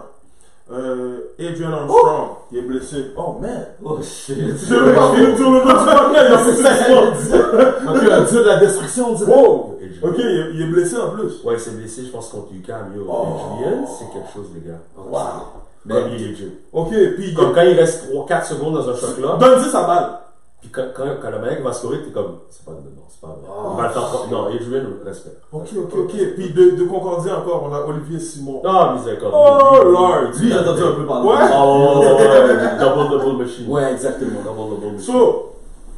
Speaker 2: Euh, Adrian Armstrong, il est blessé. Oh, man.
Speaker 1: Oh shit.
Speaker 2: Je vais pas finir sur le dos du panel, il y a
Speaker 1: C'est ça que j'allais dire. Donc, le dieu de la destruction, on dirait.
Speaker 2: Wow!
Speaker 3: Et je-
Speaker 2: Ok, il est, il est blessé en plus.
Speaker 3: Ouais, il s'est blessé, je pense, contre U Q A M. Yo,
Speaker 2: Oh.
Speaker 3: Adrian, c'est quelque chose, les gars.
Speaker 1: Wow.
Speaker 3: Comme il est legit.
Speaker 2: Ok, puis il
Speaker 3: Comme
Speaker 2: est...
Speaker 3: quand il reste trois quatre secondes dans un shot là,
Speaker 2: Donne-y sa balle.
Speaker 3: puis quand, quand, quand le mec va scorer, t'es comme, c'est pas non, c'est pas vrai.
Speaker 1: Oh,
Speaker 3: Il va le faire trop. Non, Adrian, respect.
Speaker 2: Ok, ok, ok. Puis de, de Concordia encore, on a Olivier Simon.
Speaker 3: Non, miséricorde.
Speaker 2: Oh, Lord.
Speaker 1: Lui, j'ai entendu un peu parler.
Speaker 2: Ouais.
Speaker 3: Oh, ouais, double double machine.
Speaker 1: Ouais, exactement.
Speaker 3: Double double machine.
Speaker 2: So,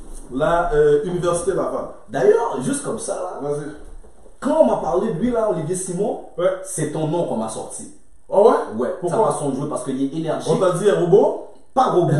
Speaker 2: la euh, Université Laval.
Speaker 1: D'ailleurs, juste comme ça, là,
Speaker 2: Vas-y.
Speaker 1: quand on m'a parlé de lui, là, Olivier Simon,
Speaker 2: Ouais.
Speaker 1: c'est ton nom qu'on m'a sorti.
Speaker 2: Oh ouais?
Speaker 1: Ouais,
Speaker 2: Pourquoi?
Speaker 1: sa façon de jouer parce qu'il est énergique.
Speaker 2: On t'a dit un robot?
Speaker 1: Pas robot.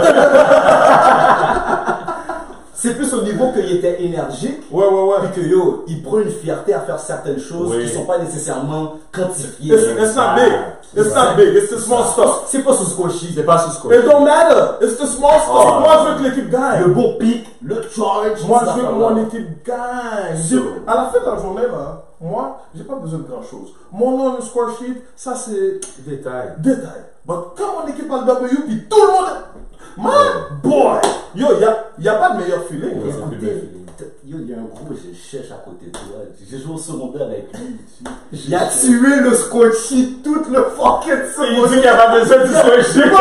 Speaker 1: C'est plus au niveau qu'il était énergique.
Speaker 2: Ouais, ouais, ouais.
Speaker 1: Puis que yo, il prend une fierté à faire certaines choses
Speaker 3: Oui.
Speaker 1: qui sont pas nécessairement quantifiées.
Speaker 2: It's, it's not big. It's not big. It's the small stuff.
Speaker 1: C'est pas sous ce coaching.
Speaker 3: C'est pas sous score.
Speaker 2: It don't matter. It's the small stuff.
Speaker 3: Oh.
Speaker 2: Moi, je veux que l'équipe gagne.
Speaker 1: Le bon pic, le charge.
Speaker 2: Moi,
Speaker 1: ces
Speaker 2: je veux que
Speaker 1: affaires-là.
Speaker 2: mon équipe gagne.
Speaker 1: So-
Speaker 2: J'ai- À la fin de la journée, là, moi, j'ai pas besoin de grand chose. Mon nom, le score sheet, ça c'est
Speaker 3: Détail.
Speaker 2: détail. Mais quand mon équipe a le W, puis tout le monde. Man, boy! Yo, il n'y a, y a pas de meilleur feeling.
Speaker 3: Ouais,
Speaker 2: là.
Speaker 3: c'est plus
Speaker 1: Écoutez,
Speaker 3: belle.
Speaker 1: yo, il y a un gros, je cherche à côté de toi. J'ai joué au secondaire avec lui. Il a tué le score sheet toute le fucking
Speaker 3: Il dit qu'il n'y
Speaker 1: secondaire.
Speaker 3: a pas besoin du score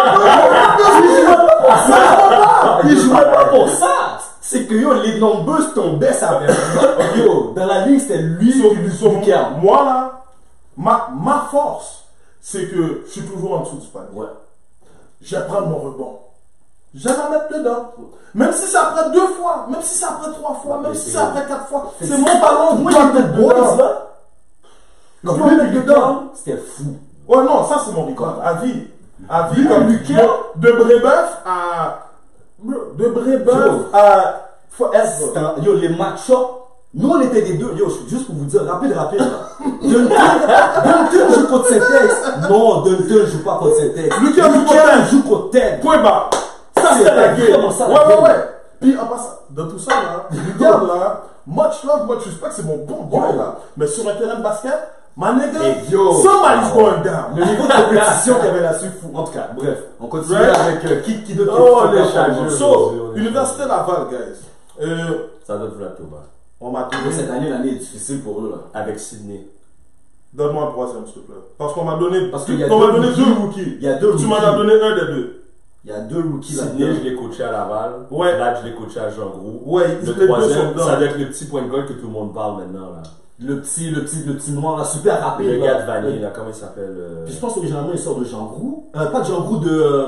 Speaker 1: Il jouait pas pour ça. C'est que yo, les numbers tombaient, ça avait. Yo, dans la ligue, c'était lui
Speaker 2: Sur-
Speaker 1: qui
Speaker 2: sur-
Speaker 1: lui calme.
Speaker 2: moi, là, ma, ma force, c'est que je suis toujours en dessous du panier.
Speaker 1: Ouais.
Speaker 2: Je vais prendre mon rebond. Je vais la mettre dedans. Même si ça prend deux fois, même si ça prend trois fois,
Speaker 1: Bah,
Speaker 2: même
Speaker 1: mais
Speaker 2: si
Speaker 1: c'est-
Speaker 2: ça prend quatre fois,
Speaker 1: c'est-
Speaker 2: c'est mon ballon.
Speaker 1: Moi,
Speaker 2: je dois
Speaker 1: j'étais
Speaker 2: mettre
Speaker 1: boys,
Speaker 2: dedans.
Speaker 1: là. Quand
Speaker 2: Je dois
Speaker 1: lui,
Speaker 2: mettre
Speaker 1: le
Speaker 2: dedans.
Speaker 1: dedans, c'était fou.
Speaker 2: Ouais, non, ça c'est mon record. À vie. À vie,
Speaker 1: Lui,
Speaker 2: comme
Speaker 1: Lucas.
Speaker 2: De Brébeuf à. De Brébeuf
Speaker 1: Yo.
Speaker 2: à. Forever.
Speaker 1: C'était un- Yo, les match-ups, nous on était des deux. Yo, juste pour vous dire, rapide, rapide. là. Duncan, Duncan joue contre Syntex. Non, Duncan joue pas contre Syntex.
Speaker 2: Lucas joue contre
Speaker 1: Lucas
Speaker 2: Ted.
Speaker 1: joue contre Ted.
Speaker 2: Point barre. Ça, c'est
Speaker 1: C'était
Speaker 2: la game.
Speaker 1: vraiment ça, la
Speaker 2: Ouais, ouais,
Speaker 1: game.
Speaker 2: ouais. Puis, en passant, dans tout ça, là, regarde là, Much love, much respect, c'est mon bon gars
Speaker 1: Oh.
Speaker 2: là. Mais sur un terrain de basket, my nigga,
Speaker 1: Hey, yo.
Speaker 2: somebody's
Speaker 1: Oh.
Speaker 2: going down.
Speaker 1: Le niveau de compétition qu'il y avait là-dessus, fou. En tout cas, bref, on continue
Speaker 2: Right.
Speaker 1: avec euh, qui, qui d'autre
Speaker 3: Oh,
Speaker 1: qui
Speaker 3: on est
Speaker 1: fait
Speaker 3: chargé.
Speaker 1: pas
Speaker 2: So,
Speaker 3: on est
Speaker 2: Université Laval, guys. Euh,
Speaker 3: Ça doit être flatto, bah.
Speaker 2: on m'a
Speaker 1: pour cette
Speaker 2: donné.
Speaker 1: année, l'année est difficile pour eux là.
Speaker 3: Avec Sydney.
Speaker 2: Donne-moi le troisième, s'il te plaît. Parce qu'on m'a donné.
Speaker 1: Parce qu'il y a
Speaker 2: on
Speaker 1: deux
Speaker 2: m'a donné
Speaker 1: rookies.
Speaker 2: deux rookies.
Speaker 1: Il y a deux
Speaker 2: Tu m'en
Speaker 1: rookies.
Speaker 2: as donné un des deux.
Speaker 1: Il y a deux rookies
Speaker 3: Sydney,
Speaker 1: là-dedans.
Speaker 3: je l'ai coaché à Laval.
Speaker 2: Ouais.
Speaker 3: Là, je l'ai coaché à Jean Gros.
Speaker 2: Ouais,
Speaker 3: Le
Speaker 2: les deux sont
Speaker 3: troisième,
Speaker 2: dedans.
Speaker 3: ça doit être le petit point de goal que tout le monde parle maintenant, là.
Speaker 1: Le petit, le petit, le petit noir là, super rapide.
Speaker 3: Le
Speaker 1: là.
Speaker 3: gars de Vanier, là, comment il s'appelle euh,
Speaker 1: Puis je pense qu'originalement il sort de Jean Roux. Euh, pas de Jean Roux, de euh,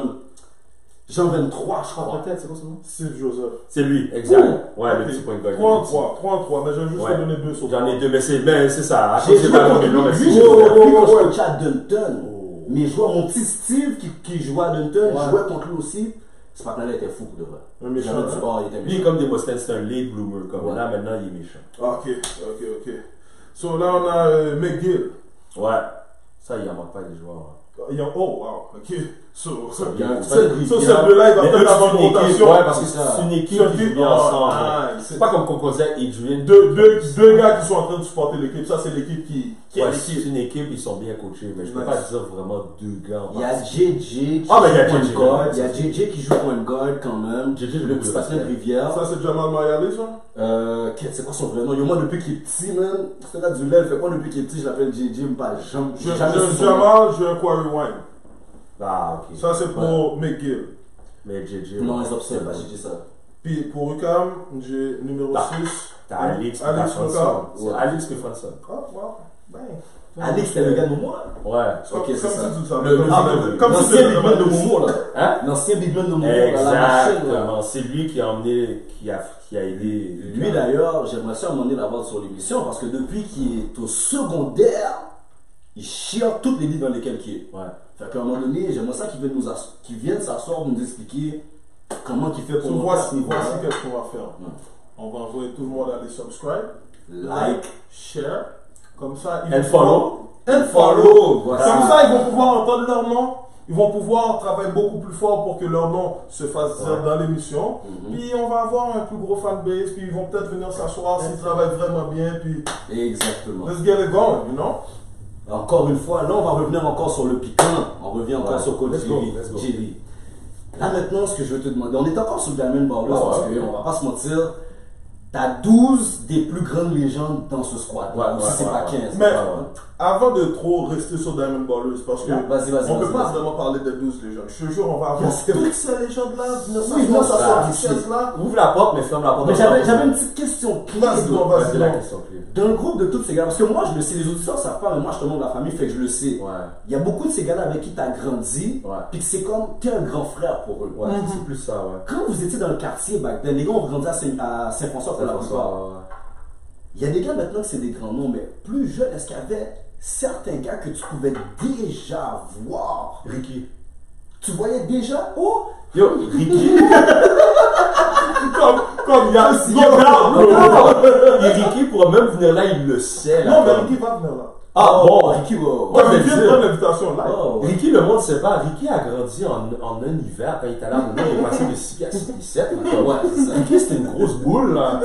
Speaker 1: Jean vingt-trois, je crois. Peut-être, c'est quoi son nom?
Speaker 2: Steve Joseph.
Speaker 3: C'est lui, exact.
Speaker 1: Ouh.
Speaker 3: Ouais, le
Speaker 2: Ok.
Speaker 3: petit point de goal.
Speaker 2: trois en trois, trois en trois, mais j'ai juste
Speaker 3: Ouais.
Speaker 2: te donné deux sur
Speaker 3: J'en ai deux, mais c'est mais c'est ça. À
Speaker 1: J'ai
Speaker 3: cause j'ai
Speaker 1: joué
Speaker 3: pas
Speaker 1: contre
Speaker 3: donné
Speaker 1: lui,
Speaker 3: le nom, mais
Speaker 1: lui,
Speaker 3: c'est
Speaker 1: j'ai
Speaker 2: Oh,
Speaker 1: joué
Speaker 2: oh,
Speaker 1: contre lui quand
Speaker 2: oh,
Speaker 1: je
Speaker 2: oh.
Speaker 1: coachais à Dunton.
Speaker 3: Oh.
Speaker 1: Mes joueurs, mon petit Steve qui, qui jouait à Dunton,
Speaker 2: Ouais.
Speaker 1: jouait contre lui aussi. Ce partenaire était fou pour de vrai.
Speaker 2: Un méchant,
Speaker 1: J'avais du
Speaker 2: hein?
Speaker 1: sport, il était
Speaker 3: Lui,
Speaker 1: méchant.
Speaker 3: comme des Boston, c'est un late bloomer. Comme
Speaker 1: Ouais.
Speaker 3: là, maintenant, il est méchant.
Speaker 2: Ok, ok, ok. So là, on a euh, McGill.
Speaker 3: Ouais. Ça, il en manque pas des joueurs. hein.
Speaker 2: Il y a- Oh, wow, ok. So, so,
Speaker 1: Il y a un
Speaker 2: so,
Speaker 1: seul
Speaker 2: so,
Speaker 1: il y
Speaker 2: ce
Speaker 1: a-
Speaker 2: bleu-là, il va
Speaker 3: Mais
Speaker 2: peut-être
Speaker 3: eux,
Speaker 2: avoir
Speaker 3: c'est
Speaker 2: une
Speaker 3: une équipe,
Speaker 2: rotation.
Speaker 3: ouais, parce que
Speaker 1: C'est ça.
Speaker 3: c'est une équipe
Speaker 2: C'est une
Speaker 3: qui
Speaker 2: équipe-
Speaker 3: vit
Speaker 2: oh,
Speaker 3: ensemble.
Speaker 2: nice.
Speaker 3: C'est pas comme Cocosia et Adrian.
Speaker 2: Deux, deux, deux gars qui sont en train de supporter l'équipe. Ça, c'est l'équipe qui, qui est
Speaker 3: Ouais,
Speaker 2: l'équipe.
Speaker 3: c'est une équipe, ils sont bien coachés, mais je peux
Speaker 2: Nice.
Speaker 3: pas dire vraiment deux gars. en
Speaker 1: Il y a
Speaker 3: particulier.
Speaker 1: J J qui
Speaker 3: Ah, mais il y a
Speaker 1: joue
Speaker 3: J J,
Speaker 1: point guard.
Speaker 3: ouais,
Speaker 1: Il y a
Speaker 3: ça,
Speaker 1: J J qui joue point guard quand même.
Speaker 3: J J joue
Speaker 1: Le
Speaker 3: beaucoup
Speaker 1: petit
Speaker 3: de
Speaker 1: patin de
Speaker 3: basket.
Speaker 1: Rivière.
Speaker 2: Ça, c'est Jamal Mayali, ça?
Speaker 1: Euh, qu'est- c'est quoi son vrai nom? Yo, moi, depuis qu'il est petit, man, ce gars du lait, fait quoi depuis qu'il est petit, je l'appelle J J, mais pas jamais.
Speaker 2: J'ai
Speaker 1: J'ai jamais
Speaker 2: j'ai
Speaker 1: su son nom.
Speaker 2: Jamal, j'ai un Quarry Wine.
Speaker 3: Ah, ok.
Speaker 2: Ça, c'est pour McGill.
Speaker 3: Mais J J.
Speaker 1: Non,
Speaker 3: ouais.
Speaker 1: ils observent pas, j'ai dit ça.
Speaker 2: Puis pour UQAM, j'ai numéro
Speaker 3: Ah.
Speaker 2: six.
Speaker 3: T'as Alex puis
Speaker 2: Alex
Speaker 3: t'as
Speaker 2: Lucas.
Speaker 3: Franson. C'est
Speaker 1: Ouais.
Speaker 3: Alex puis Franson.
Speaker 2: Ah, wow. Ben.
Speaker 1: Alex, c'était le gars de Momo, là?
Speaker 3: Ouais.
Speaker 1: Ok, c'est
Speaker 2: Comme
Speaker 1: ça.
Speaker 2: si tu savais.
Speaker 1: Le-
Speaker 2: Comme
Speaker 1: ah,
Speaker 2: si-
Speaker 1: le-
Speaker 2: comme si
Speaker 1: L'ancien
Speaker 2: tu
Speaker 1: big man de
Speaker 2: savais.
Speaker 1: Momo, là.
Speaker 3: Hein?
Speaker 1: L'ancien big man de Momo, là, la machine, là.
Speaker 3: Exactement. C'est lui qui a emmené, qui a, qui a aidé.
Speaker 1: Lui d'ailleurs, j'aimerais ça demander l'avoir sur l'émission parce que depuis qu'il est au secondaire, il chiale toutes les lits dans lesquelles il est.
Speaker 3: Ouais.
Speaker 1: Fait qu'à un moment donné, j'aimerais ça qu'il vienne nous ass- qu'il vienne s'asseoir nous expliquer comment il fait pour
Speaker 2: So,
Speaker 1: nous
Speaker 2: voici,
Speaker 1: à ce niveau-là.
Speaker 2: voici qu'est-ce qu'on va faire.
Speaker 1: Ouais.
Speaker 2: On va envoyer tout le monde à aller subscribe,
Speaker 1: Like
Speaker 2: share. Comme ça, ils
Speaker 3: And
Speaker 2: vont
Speaker 3: follow.
Speaker 2: And follow.
Speaker 1: Voilà.
Speaker 2: Comme ça, ils vont pouvoir entendre leur nom. Ils vont pouvoir travailler beaucoup plus fort pour que leur nom se fasse dire dans l'émission.
Speaker 1: Mhm.
Speaker 2: Puis on va avoir un plus gros fanbase. Puis ils vont peut-être venir s'asseoir s'ils travaillent vraiment bien. Puis
Speaker 1: Exactement.
Speaker 2: let's get it going, you know?
Speaker 1: Encore une fois, là on va revenir encore sur le piquant. On revient encore
Speaker 3: Ouais.
Speaker 1: sur Coach
Speaker 3: Let's go,
Speaker 1: Jerry.
Speaker 3: let's go.
Speaker 1: Jerry. Là maintenant, ce que je veux te demander, on est encore sur le Diamond Ballers
Speaker 3: Ouais,
Speaker 1: parce
Speaker 3: ouais.
Speaker 1: qu'on va pas se mentir. T'as douze des plus grandes légendes dans ce squad.
Speaker 3: Ouais,
Speaker 1: Ou si
Speaker 3: ouais,
Speaker 1: c'est
Speaker 3: ouais,
Speaker 1: pas
Speaker 3: ouais.
Speaker 1: quinze.
Speaker 2: Mais
Speaker 1: Ouais, ouais.
Speaker 2: avant de trop rester sur Diamond Ballers, parce que
Speaker 1: Ouais, vas-y, vas-y,
Speaker 2: on peut
Speaker 1: vas-y,
Speaker 2: pas
Speaker 1: vas-y.
Speaker 2: vraiment parler des douze légendes. Je te jure, on va avoir
Speaker 1: C'est vrai.
Speaker 2: toutes ces légendes-là,
Speaker 1: Oui, non, ça sort d'ici.
Speaker 2: dix-neuf là.
Speaker 3: Ouvre la porte, mais ferme la porte.
Speaker 1: Mais
Speaker 3: dans
Speaker 1: j'avais
Speaker 3: la
Speaker 1: j'avais
Speaker 3: porte.
Speaker 1: une petite question clé.
Speaker 2: Vas-y, donc, vas-y,
Speaker 3: Vas-y, la
Speaker 2: donc.
Speaker 3: question clé.
Speaker 1: Dans le groupe de tous ces gars, parce que moi je le sais, les auditeurs savent pas, mais moi je te montre la famille, fait que je le sais.
Speaker 3: Ouais.
Speaker 1: Il y a beaucoup de ces gars-là avec qui tu as grandi,
Speaker 3: Ouais.
Speaker 1: puis que c'est comme, t'es un grand frère pour eux.
Speaker 3: Ouais,
Speaker 2: Mhm.
Speaker 3: c'est plus ça, ouais.
Speaker 1: Quand vous étiez dans le quartier, back then, les gars ont grandi à Saint- à Saint-François pour la plupart.
Speaker 3: Ouais.
Speaker 1: Il y a des gars maintenant que c'est des grands noms, mais plus jeunes, est-ce qu'il y avait certains gars que tu pouvais déjà voir?
Speaker 3: Ricky.
Speaker 1: Tu voyais déjà? Oh!
Speaker 3: Yo, Ricky.
Speaker 2: Comme, comme il y a.
Speaker 1: Yo,
Speaker 2: Non,
Speaker 1: yo,
Speaker 2: non,
Speaker 3: Et Ricky pourra même venir là, il le sait. Là,
Speaker 2: non, mais
Speaker 3: comme-
Speaker 2: Ricky va venir là.
Speaker 3: Ah bon,
Speaker 1: Ricky, wow.
Speaker 3: Moi, je
Speaker 2: Ouais,
Speaker 3: vais
Speaker 2: il vient
Speaker 3: le
Speaker 2: de
Speaker 3: dire.
Speaker 2: prendre l'invitation live.
Speaker 1: Oh, ouais.
Speaker 3: Ricky, le monde sait pas. Ricky a grandi en, en un hiver quand il est allé à Montréal. Il est passé de six pieds à six pieds sept.
Speaker 1: Ouais, c'est ça.
Speaker 3: Ricky, c'était une grosse boule, là.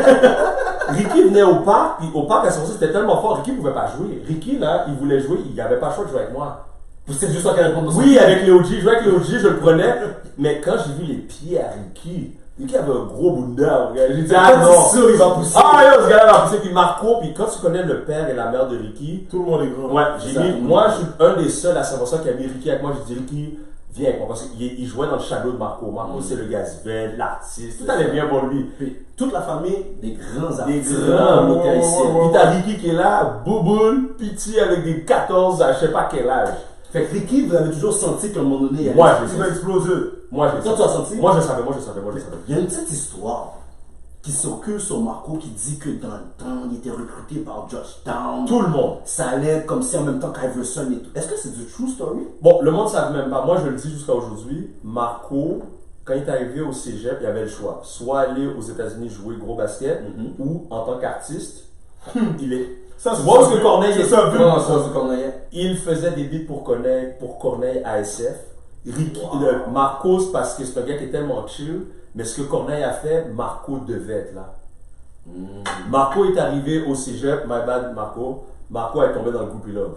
Speaker 3: Ricky venait au parc, puis au parc, à son sens, c'était tellement fort, Ricky pouvait pas jouer. Ricky, là, il voulait jouer, il avait pas le choix de jouer avec moi.
Speaker 1: C'est juste toi qui réponds.
Speaker 3: Oui, avec les O G, je jouais avec les O G, je le prenais. Mais quand j'ai vu les pieds à Ricky, Ricky avait un gros bunda, regarde. J'ai dit, ah
Speaker 1: Quand
Speaker 3: non.
Speaker 1: c'est sûr, il va pousser.
Speaker 3: Ah, yo, ce gars-là va pousser. Puis Marco, puis quand tu connais le père et la mère de Ricky,
Speaker 2: Tout le monde est grand.
Speaker 3: ouais, j'ai
Speaker 1: Ça,
Speaker 3: mis,
Speaker 1: tout le
Speaker 3: moi,
Speaker 1: monde.
Speaker 3: je suis un des seuls à savoir ça qui a mis Ricky avec moi. J'ai dit, Ricky, viens avec moi. Parce qu'il il jouait dans le shadow de Marco. Marco,
Speaker 1: Mm.
Speaker 3: c'est le gazivel, l'artiste. Tout
Speaker 1: C'est
Speaker 3: allait
Speaker 1: ça.
Speaker 3: bien pour lui.
Speaker 1: Puis toute la famille, des grands
Speaker 3: Des
Speaker 1: artistes.
Speaker 3: grands,
Speaker 1: Des
Speaker 2: ouais, ouais,
Speaker 1: haïtiens.
Speaker 2: ouais,
Speaker 3: Puis t'as Ricky qui est là, bouboule, pitié avec des quatorze à je sais pas quel âge.
Speaker 1: Fait que Ricky, vous avez toujours senti qu'à un moment donné, il y avait-
Speaker 3: Moi, je
Speaker 2: Il va
Speaker 3: sais.
Speaker 2: exploser.
Speaker 3: Moi, je
Speaker 1: Toi, tu as senti?
Speaker 3: Moi, je savais, moi, je savais, moi, je savais.
Speaker 1: Il y a une petite histoire qui circule sur Marco qui dit que dans le temps, il était recruté par Georgetown.
Speaker 3: Tout le monde.
Speaker 1: Ça allait comme si en même temps qu'Iverson et tout. Est-ce que c'est du true story?
Speaker 3: Bon, le monde ne savait même pas. Moi, je le dis jusqu'à aujourd'hui. Marco, quand il est arrivé au cégep, il avait le choix. Soit aller aux États-Unis jouer gros basket,
Speaker 1: Mhm.
Speaker 3: ou en tant qu'artiste, il est.
Speaker 2: Ça,
Speaker 3: Tu vois où est-ce que Corneille
Speaker 2: c'est
Speaker 3: est-
Speaker 2: ça, vu.
Speaker 1: Non, ça, c'est Corneille.
Speaker 3: Il faisait des beats pour Corneille, pour Corneille A S F. Ricky,
Speaker 1: Wow.
Speaker 3: le- Marco, c'est parce que c'est un gars qui est tellement chill, mais ce que Corneille a fait, Marco devait être là. Mm. Marco est arrivé au cégep, my bad Marco. Marco est tombé dans le Goupy Love.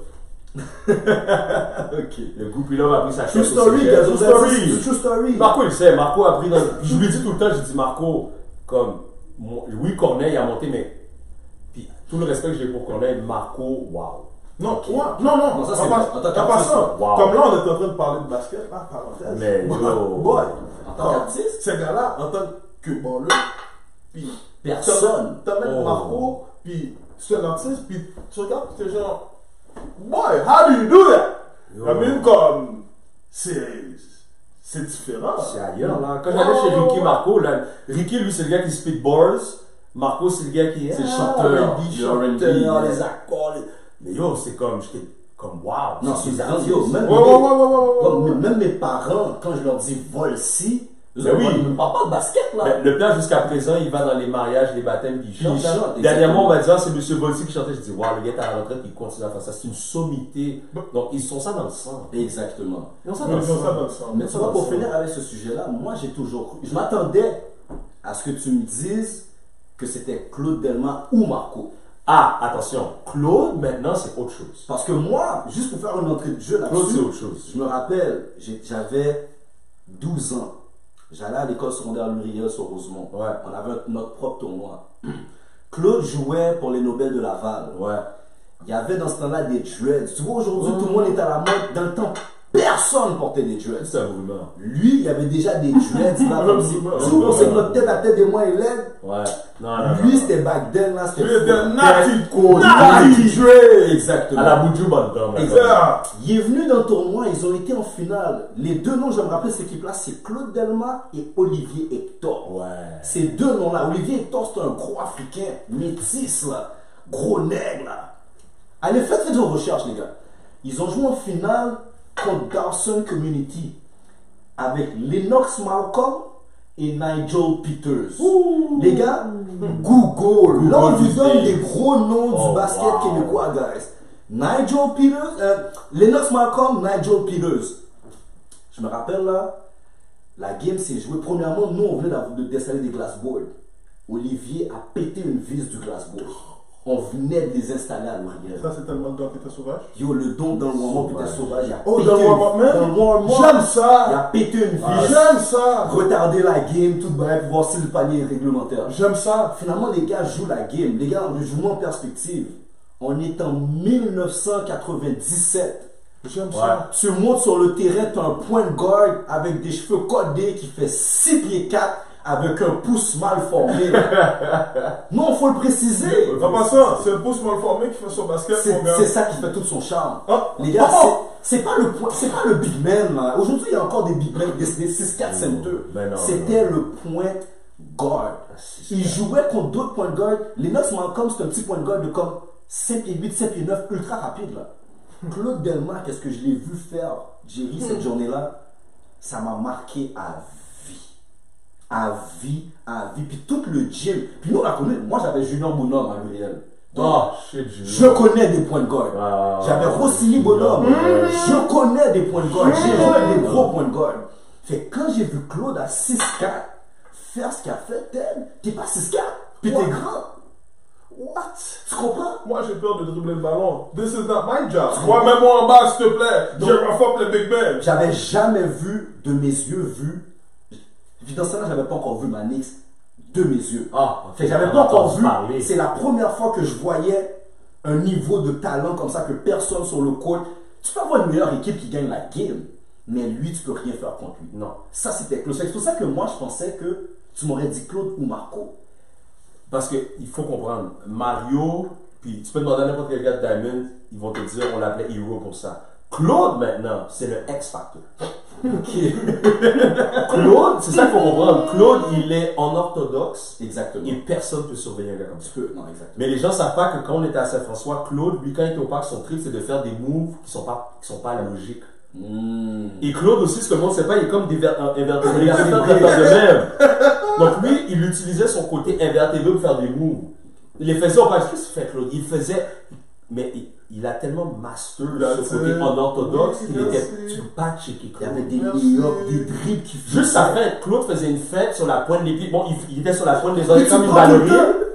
Speaker 1: Ok.
Speaker 3: Le Goupy Love a pris sa
Speaker 1: True
Speaker 3: chaise au
Speaker 1: story,
Speaker 3: cégep.
Speaker 1: guys.
Speaker 3: True
Speaker 1: True
Speaker 3: story.
Speaker 1: story. True story.
Speaker 3: Marco, il sait. Marco a pris dans. Je lui dis tout le temps, je dis Marco, comme. Oui, Corneille a monté, mais. Puis tout le respect que j'ai pour Corneille, Marco, waouh.
Speaker 2: Non,
Speaker 1: Ok.
Speaker 2: ouais, non, non,
Speaker 1: Non, ça,
Speaker 2: ça
Speaker 1: c'est
Speaker 2: passe.
Speaker 1: vrai. En tant
Speaker 2: Ça passe
Speaker 1: qu'artiste,
Speaker 2: ça.
Speaker 3: wow.
Speaker 2: Comme là, on est en train de parler de basket, là, parenthèse.
Speaker 3: Mais yo.
Speaker 2: Boy,
Speaker 1: En tant qu'artiste,
Speaker 2: ces gars-là, en tant que baller, puis
Speaker 1: personne.
Speaker 2: t'amènes
Speaker 3: Oh.
Speaker 2: Marco, puis tu es un artiste, puis tu regardes, puis t'es genre, boy, how do you do that?
Speaker 3: Yo.
Speaker 2: I mean, comme, c'est, c'est différent.
Speaker 3: C'est ailleurs, là. Quand
Speaker 2: Ouais,
Speaker 3: j'allais chez
Speaker 2: ouais,
Speaker 3: Ricky
Speaker 2: ouais.
Speaker 3: Marco, là, Ricky, lui, c'est le gars qui speak bars. Marco, c'est le gars qui
Speaker 1: C'est le
Speaker 3: ah,
Speaker 1: chanteur,
Speaker 3: R and B,
Speaker 1: le R and B,
Speaker 3: chanteur,
Speaker 1: yeah.
Speaker 3: les accords. les- Mais yo, c'est comme, j'étais comme, wow.
Speaker 1: Non, c'est grandiose. Même,
Speaker 2: Ouais, ouais, ouais, ouais, ouais, ouais.
Speaker 1: Comme même mes parents, quand je leur dis vol-ci, ils
Speaker 3: Ben
Speaker 1: ont
Speaker 3: oui.
Speaker 1: dit, ne parle pas de basket là.
Speaker 3: Ben, le plan jusqu'à présent, il va dans les mariages, les baptêmes, puis il
Speaker 1: Puis il
Speaker 3: chante.
Speaker 1: chante,
Speaker 3: hein. Dernièrement, on
Speaker 1: exactement.
Speaker 3: m'a dit, ah, c'est M. Volsi qui chantait. Je dis, waouh, le gars est à la retraite, puis il continue à faire ça. C'est une sommité. Donc, ils sont ça dans le sang.
Speaker 1: Exactement.
Speaker 3: Ils ont ça
Speaker 2: Mais
Speaker 3: dans le
Speaker 2: ils ont ça
Speaker 3: sang.
Speaker 2: dans le sang.
Speaker 1: Mais tu vois, pour finir avec ce sujet-là, moi j'ai toujours cru. Je m'attendais à ce que tu me dises que c'était Claude Delma ou Marco.
Speaker 3: Ah, attention, Claude, maintenant, c'est autre chose.
Speaker 1: Parce que moi, juste pour faire une entrée de jeu
Speaker 3: Claude,
Speaker 1: là-dessus,
Speaker 3: c'est autre chose.
Speaker 1: je me rappelle, j'ai- j'avais douze ans. J'allais à l'école secondaire Luriel sur Rosemont.
Speaker 3: Ouais.
Speaker 1: On avait notre propre tournoi. Claude jouait pour les Nobel de Laval.
Speaker 3: Ouais.
Speaker 1: Il y avait dans ce temps-là des dreads. Tu vois, aujourd'hui,
Speaker 3: Ouais.
Speaker 1: tout le monde est à la mode. Dans le temps, personne portait des dreads.
Speaker 3: C'est un mouvement.
Speaker 1: Lui, il y avait déjà des dreads là. Comme si,
Speaker 2: Ouais.
Speaker 1: tu vois, on sait que notre tête, la tête des moins élèves.
Speaker 3: Ouais. Non, non, non.
Speaker 1: Lui,
Speaker 3: non.
Speaker 1: c'était back then là. C'était
Speaker 2: Lui, il était
Speaker 1: fou.
Speaker 2: natty
Speaker 1: Cool.
Speaker 2: natty.
Speaker 1: Natty Dre. Exactement.
Speaker 3: À la Boudjou Bandam. là.
Speaker 1: Exact.
Speaker 2: Yeah.
Speaker 1: Il est venu dans le tournoi, ils ont été en finale. Les deux noms, je vais me rappeler cette équipe-là, c'est Claude Delma et Olivier Hector.
Speaker 3: Ouais.
Speaker 1: Ces deux noms-là, Olivier Hector, c'est un gros africain, métis, là, gros nègre, là. Allez, faites, faites vos recherches, les gars. Ils ont joué en finale contre Dawson Community avec Lennox Malcolm et Nigel Peters. Les gars, Google. Là, on vous
Speaker 3: these
Speaker 1: donne
Speaker 3: days.
Speaker 1: des gros noms
Speaker 3: Oh,
Speaker 1: du basket
Speaker 3: wow.
Speaker 1: québécois, guys. Nigel Peters, euh, Lennox Malcolm, Nigel Peters. Je me rappelle là, la game s'est jouée. Premièrement, nous, on venait d'av- de d'installer des glassboards. Olivier a pété une vis du glassboard. On venait de les installer à l'Oriel.
Speaker 2: Ça, c'est tellement de gars qui étaient sauvages.
Speaker 1: Yo, le don dans le warm-up était sauvage. Il a
Speaker 2: Oh,
Speaker 1: pété
Speaker 2: dans le
Speaker 1: une-
Speaker 2: warm-up, man.
Speaker 1: dans le warm-up.
Speaker 2: J'aime
Speaker 1: Il
Speaker 2: ça.
Speaker 1: a pété une vis.
Speaker 2: J'aime ça.
Speaker 1: Retarder la game, tout bref, voir si le panier est réglementaire.
Speaker 2: J'aime ça.
Speaker 1: Finalement, les gars jouent la game. Les gars, le jouement en perspective. On est en mille neuf cent quatre-vingt-dix-sept.
Speaker 2: J'aime ça.
Speaker 1: Tu montes sur le terrain, tu as un point de guard avec des cheveux codés qui fait six pieds quatre avec un pouce mal formé. Non, faut le préciser.
Speaker 2: En passant, c'est le pouce mal formé qui fait son basket,
Speaker 1: C'est
Speaker 2: mon gars.
Speaker 1: c'est ça qui fait tout son charme.
Speaker 2: Ah.
Speaker 1: Les gars,
Speaker 2: Oh.
Speaker 1: c'est c'est pas le point, c'est pas le big man là. Aujourd'hui, il y a encore des big men, des, des six quatre centers.
Speaker 3: Mais non,
Speaker 1: C'était le point guard.
Speaker 3: six
Speaker 1: Il jouait contre d'autres points de guard. Lennox Malcolm, c'est un petit point de guard de comme cinq pieds huit, cinq pieds neuf, ultra rapide là. Claude Delma, qu'est-ce que je l'ai vu faire, Jerry, cette journée-là, ça m'a marqué à vie. À vie, à vie. Puis tout le gym. Puis nous, on a connu. Moi, j'avais Junior Bonhomme à l'Uriel.
Speaker 3: Oh, shit, Julien.
Speaker 1: Je connais des points de guard.
Speaker 3: Ah,
Speaker 1: J'avais Rossini Bonhomme. Je connais des points de guard. J'ai joué des gros points de guard. Fait que quand j'ai vu Claude à six quatre faire ce qu'il a fait, Ted, t'es pas six quatre, puis t'es
Speaker 2: Ouais.
Speaker 1: grand.
Speaker 2: What?
Speaker 1: Tu comprends?
Speaker 2: Moi, j'ai peur de dribbler le ballon. This is not my job. Moi, mets-moi en bas, s'il te plaît.
Speaker 1: Donc-
Speaker 2: Je reffuck le Big Ben.
Speaker 1: J'avais jamais vu de mes yeux vu. Puis dans ce temps-là, j'avais pas encore vu Manix de mes yeux.
Speaker 3: Ah,
Speaker 1: Fait que j'avais
Speaker 3: on
Speaker 1: pas
Speaker 3: a
Speaker 1: encore
Speaker 3: entendu
Speaker 1: vu.
Speaker 3: parler.
Speaker 1: C'est la première fois que je voyais un niveau de talent comme ça que personne sur le court. Tu peux avoir une meilleure équipe qui gagne la game, mais lui, tu peux rien faire contre lui.
Speaker 3: Non.
Speaker 1: Ça, c'était Claude. C'est pour ça que moi, je pensais que tu m'aurais dit Claude ou Marco.
Speaker 3: Parce qu'il faut comprendre, Mario, puis tu peux demander à n'importe quel gars de Diamond, ils vont te dire on l'appelait Hero pour ça. Claude maintenant, c'est le X-Factor. Claude, c'est ça qu'il faut comprendre. Claude, il est en orthodoxe
Speaker 1: Exactement.
Speaker 3: et personne ne peut surveiller un gars comme ça.
Speaker 1: Tu peux, non, exactement.
Speaker 3: Mais les gens ne savent pas que quand on était à Saint-François, Claude, lui, quand il était au parc, son trip, c'est de faire des moves qui ne sont pas, qui sont pas logiques.
Speaker 1: Mmh.
Speaker 3: Et Claude aussi, ce que le monde ne sait pas, il est comme des ver- un- invertébré. Il a fait de même. Donc lui, il utilisait son côté invertébré pour faire des moves. Il les faisait au parc. Qu'est-ce qu'il fait, Claude? Il faisait. Mais il, il a tellement master
Speaker 2: That's
Speaker 3: ce côté
Speaker 2: it.
Speaker 3: en orthodoxe
Speaker 2: Oui,
Speaker 3: qu'il était.
Speaker 2: merci.
Speaker 3: Tu peux pas checker
Speaker 1: Il y avait
Speaker 3: Claude.
Speaker 1: des
Speaker 2: Merci.
Speaker 1: lay-ups, des dribbles qui faisaient.
Speaker 3: Juste sa fête, Claude faisait une fête sur la pointe des pieds. Bon, il, il était sur la pointe des oreilles
Speaker 1: Mais
Speaker 3: comme
Speaker 1: tu
Speaker 3: une
Speaker 1: parles tout le
Speaker 3: ballerine.
Speaker 1: temps.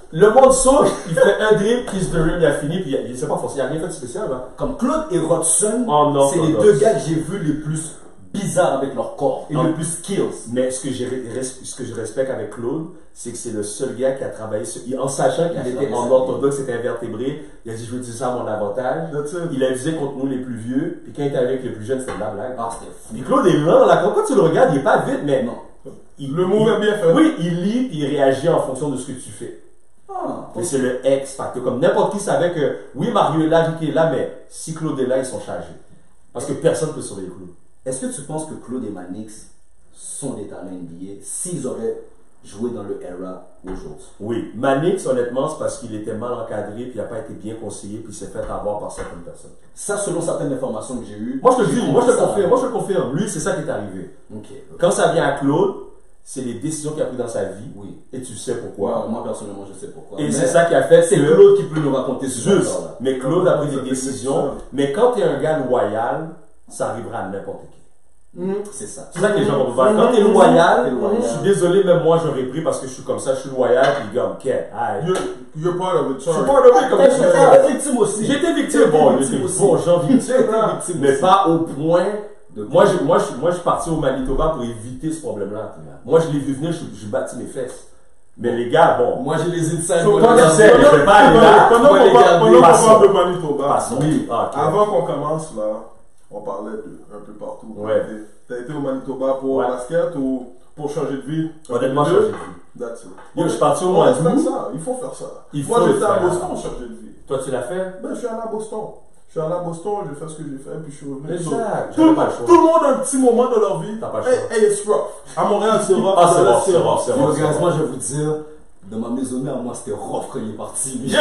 Speaker 3: Le monde saute, il fait un dribble, kiss the rim, il a fini, puis il, il c'est pas forcément, il n'y a rien fait de spécial là.
Speaker 1: Comme Claude et Rodson,
Speaker 3: Oh non,
Speaker 1: c'est
Speaker 3: non,
Speaker 1: les
Speaker 3: non.
Speaker 1: deux gars que j'ai vus les plus bizarres avec leur corps et
Speaker 3: Non.
Speaker 1: les plus skills.
Speaker 3: Mais ce que, j'ai, ce que je respecte avec Claude, c'est que c'est le seul gars qui a travaillé sur, en sachant qu'il était en orthodoxe, c'était invertébré, il a dit je veux utiliser ça à mon avantage.
Speaker 2: That's it.
Speaker 3: Il a utilisé contre nous les plus vieux, puis quand il était avec les plus jeunes, c'était de la blague.
Speaker 1: Ah, c'était fou.
Speaker 3: Puis Claude est lent, là, quand tu le regardes, il est pas vite, mais
Speaker 1: Non.
Speaker 3: il,
Speaker 2: Le move
Speaker 3: il-
Speaker 2: est bien fait.
Speaker 3: Oui, il lit puis il réagit en fonction de ce que tu fais.
Speaker 1: Ah,
Speaker 3: Mais c'est le X factor. Comme n'importe qui savait que oui, Mario est là, Ricky est là, mais si Claude est là, ils sont chargés. Parce que personne ne peut surveiller Claude.
Speaker 1: est-ce que tu penses que Claude et Manix sont des talents N B A s'ils auraient joué dans le era aujourd'hui?
Speaker 3: Oui, Manix, honnêtement, c'est parce qu'il était mal encadré, puis il n'a pas été bien conseillé, puis il s'est fait avoir par certaines personnes.
Speaker 1: Ça, selon certaines informations que j'ai eues.
Speaker 3: Moi, je te le
Speaker 1: j'ai
Speaker 3: dis, moi, je te
Speaker 1: compris ça.
Speaker 3: confirme, moi, je te confirme. Lui, c'est ça qui est arrivé.
Speaker 1: Ok.
Speaker 3: Quand ça vient à Claude, c'est les décisions qu'il a prises dans sa vie,
Speaker 1: Oui.
Speaker 3: et tu sais
Speaker 1: Ouais,
Speaker 3: pourquoi.
Speaker 1: moi, personnellement, je sais pourquoi.
Speaker 3: Et
Speaker 1: Mais
Speaker 3: c'est ça qui a fait
Speaker 1: c'est
Speaker 3: que-
Speaker 1: Claude qui peut nous raconter ce
Speaker 3: Juste,
Speaker 1: là.
Speaker 3: mais Claude a pris
Speaker 2: Ça
Speaker 3: des
Speaker 2: fait
Speaker 3: décisions.
Speaker 2: ça.
Speaker 3: Mais quand tu es un gars loyal, ça arrivera à n'importe qui.
Speaker 1: C'est ça.
Speaker 3: C'est ça que les gens vont voir. Quand tu es loyal,
Speaker 1: T'es loyal.
Speaker 3: je suis désolé, même moi j'aurais pris parce que je suis comme ça, je suis loyal, puis les gars me quittent. Aïe.
Speaker 2: You're, you're part of it,
Speaker 3: Je suis
Speaker 2: sorry.
Speaker 3: pas le comme
Speaker 1: T'as
Speaker 3: ça.
Speaker 1: été victime aussi.
Speaker 3: J'ai été victime.
Speaker 1: T'as été
Speaker 3: Bon,
Speaker 1: victime
Speaker 3: j'étais
Speaker 1: aussi.
Speaker 3: bon, j'en victime,
Speaker 1: T'as été
Speaker 3: là.
Speaker 1: victime
Speaker 3: Mais
Speaker 1: aussi.
Speaker 3: pas au point.
Speaker 1: De
Speaker 3: Moi,
Speaker 1: quoi?
Speaker 3: je, moi, je, moi, je suis parti au Manitoba pour éviter ce problème-là. Moi, je l'ai vu venir, je- j'ai battu mes fesses. Mais les gars, bon.
Speaker 1: Moi, j'ai les insides.
Speaker 2: So,
Speaker 1: moi,
Speaker 3: toi,
Speaker 1: les
Speaker 3: tu sais,
Speaker 1: gars,
Speaker 3: je vais pas aller là.
Speaker 2: Pendant
Speaker 1: tu vas
Speaker 2: qu'on
Speaker 1: les
Speaker 2: parle
Speaker 1: garder.
Speaker 2: pendant qu'on
Speaker 3: Passons.
Speaker 2: parle de Manitoba,
Speaker 3: Passons.
Speaker 1: Oui.
Speaker 3: Ah, ok.
Speaker 2: avant qu'on commence là, on parlait de un peu partout.
Speaker 3: Ouais.
Speaker 2: T'as été au Manitoba pour
Speaker 3: Ouais.
Speaker 2: basket ou pour changer de vie?
Speaker 3: Honnêtement,
Speaker 2: Les
Speaker 3: changer de
Speaker 2: deux?
Speaker 3: vie.
Speaker 2: That's it.
Speaker 3: Yo, je suis parti au
Speaker 2: On
Speaker 3: mois
Speaker 2: respecte
Speaker 3: d'août.
Speaker 2: ça, il faut faire ça.
Speaker 3: Il
Speaker 2: Moi
Speaker 3: faut le
Speaker 2: j'étais à
Speaker 3: faire.
Speaker 2: Boston, changer de vie.
Speaker 3: Toi, tu l'as fait?
Speaker 2: Ben, je suis allé à Boston. Je suis allé à Boston, j'ai fait ce que j'ai fait, puis je suis revenu.
Speaker 3: Exact.
Speaker 2: So,
Speaker 3: J'avais
Speaker 2: tout,
Speaker 3: pas le choix.
Speaker 2: tout le monde a un petit moment de leur vie.
Speaker 3: T'as pas le
Speaker 2: Hey,
Speaker 3: choix.
Speaker 2: hey, it's rough. À Montréal, c'est rough.
Speaker 3: Ah, c'est
Speaker 2: Là,
Speaker 3: rough, c'est rough, c'est
Speaker 1: Yo,
Speaker 3: rough.
Speaker 1: guys, moi, je vais vous dire, de ma maisonnée à moi, c'était rough quand il est parti. lui.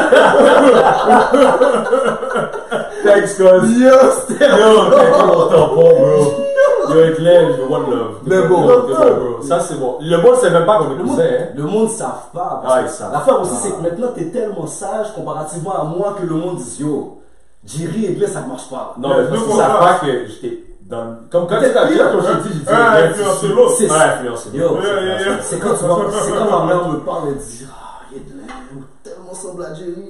Speaker 3: Thanks, cuz.
Speaker 1: Yo, c'était
Speaker 3: Yo, t'es mon tampon, bro. Yo, Éclair, je one love.
Speaker 1: Mais bon.
Speaker 3: T'es bon, bro. Ça, c'est bon. Le monde sait même pas qu'on est
Speaker 1: Le monde,
Speaker 3: cousins, hein.
Speaker 1: le monde ne savent pas.
Speaker 3: Ah,
Speaker 1: parce
Speaker 3: ils
Speaker 1: que
Speaker 3: savent.
Speaker 1: L'affaire aussi,
Speaker 3: Ah.
Speaker 1: c'est que maintenant, tu es tellement sage comparativement à moi que le monde dit yo, Jerry et Glenn, ça marche pas.
Speaker 3: Non,
Speaker 2: Mais
Speaker 3: mais
Speaker 2: deux
Speaker 3: parce qu'ils
Speaker 2: fois
Speaker 3: savent
Speaker 2: pas.
Speaker 3: pas que j'étais dans le- Comme quand
Speaker 1: Peut-être
Speaker 3: tu as dit,
Speaker 1: pire,
Speaker 3: quand je t'ai dit, j'ai dit,
Speaker 2: un
Speaker 3: Éclair,
Speaker 2: influencé
Speaker 3: tu-
Speaker 2: l'autre.
Speaker 1: C'est
Speaker 3: Ouais,
Speaker 1: ça.
Speaker 3: influencé
Speaker 1: Yo,
Speaker 3: l'autre.
Speaker 2: Yeah, yeah, yeah.
Speaker 1: c'est quand, tu vois- c'est quand ma mère me parle et dit ah, il est tellement semble à Jerry.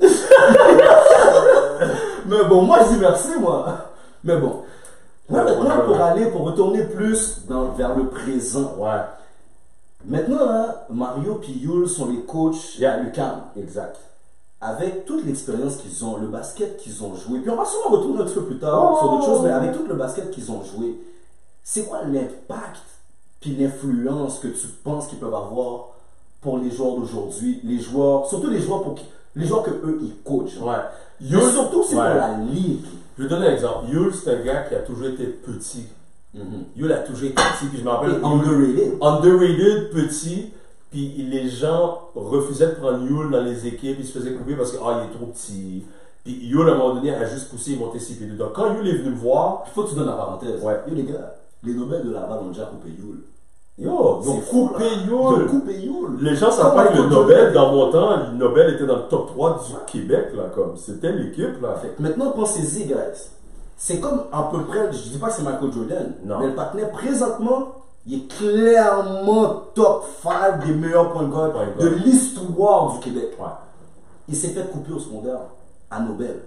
Speaker 1: Mais bon, moi, je dis merci, moi. Mais bon. Là,
Speaker 3: Ouais,
Speaker 1: maintenant,
Speaker 3: ouais,
Speaker 1: pour
Speaker 3: ouais.
Speaker 1: aller, pour retourner plus dans, vers le présent.
Speaker 3: Ouais,
Speaker 1: Maintenant, hein, Mario et Yul sont les coachs
Speaker 3: Yeah.
Speaker 1: à l'U Q A M.
Speaker 3: exact.
Speaker 1: Avec toute l'expérience qu'ils ont, le basket qu'ils ont joué, puis on va sûrement retourner un petit peu plus tard
Speaker 3: Oh.
Speaker 1: sur d'autres choses, mais avec tout le basket qu'ils ont joué, c'est quoi l'impact puis l'influence que tu penses qu'ils peuvent avoir pour les joueurs d'aujourd'hui, les joueurs, surtout les joueurs pour qui, les joueurs que eux ils coachent.
Speaker 3: Ouais.
Speaker 1: Mais
Speaker 3: Yul,
Speaker 1: surtout c'est
Speaker 3: ouais.
Speaker 1: pour la ligue.
Speaker 3: Je vais te donner un exemple. Yul, c'est un gars qui a toujours été petit. Yul a toujours été petit, puis je me rappelle.
Speaker 1: Et
Speaker 3: Yul-
Speaker 1: underrated.
Speaker 3: underrated, petit, puis les gens refusaient de prendre Yul dans les équipes, ils se faisaient couper parce que ah, il est trop petit. Puis Yul, à un moment donné, a juste poussé, il montait six pieds deux. Donc quand Yul est venu me voir,
Speaker 1: Il faut que tu donnes la parenthèse.
Speaker 3: Ouais.
Speaker 1: Yo les gars, les Nobel de Laval ont déjà coupé Yul.
Speaker 3: yo, ils ont
Speaker 1: C'est fou,
Speaker 3: coupé
Speaker 1: là. Ils ont
Speaker 3: Yul.
Speaker 1: coupé Yul.
Speaker 3: Les gens savent
Speaker 1: Comment
Speaker 3: pas que le
Speaker 1: on
Speaker 3: Nobel,
Speaker 1: Jordan?
Speaker 3: dans mon temps, le Nobel était dans le top trois du Québec, là, comme. C'était l'équipe, là.
Speaker 1: Fait que maintenant, pensez-y, guys. C'est comme à peu près, je dis pas que c'est Michael Jordan,
Speaker 3: Non.
Speaker 1: mais le partenaire, présentement, il est clairement top cinq des meilleurs point guard
Speaker 3: Point
Speaker 1: de
Speaker 3: guard.
Speaker 1: l'histoire du Québec.
Speaker 3: Ouais.
Speaker 1: Il s'est fait couper au secondaire à Nobel.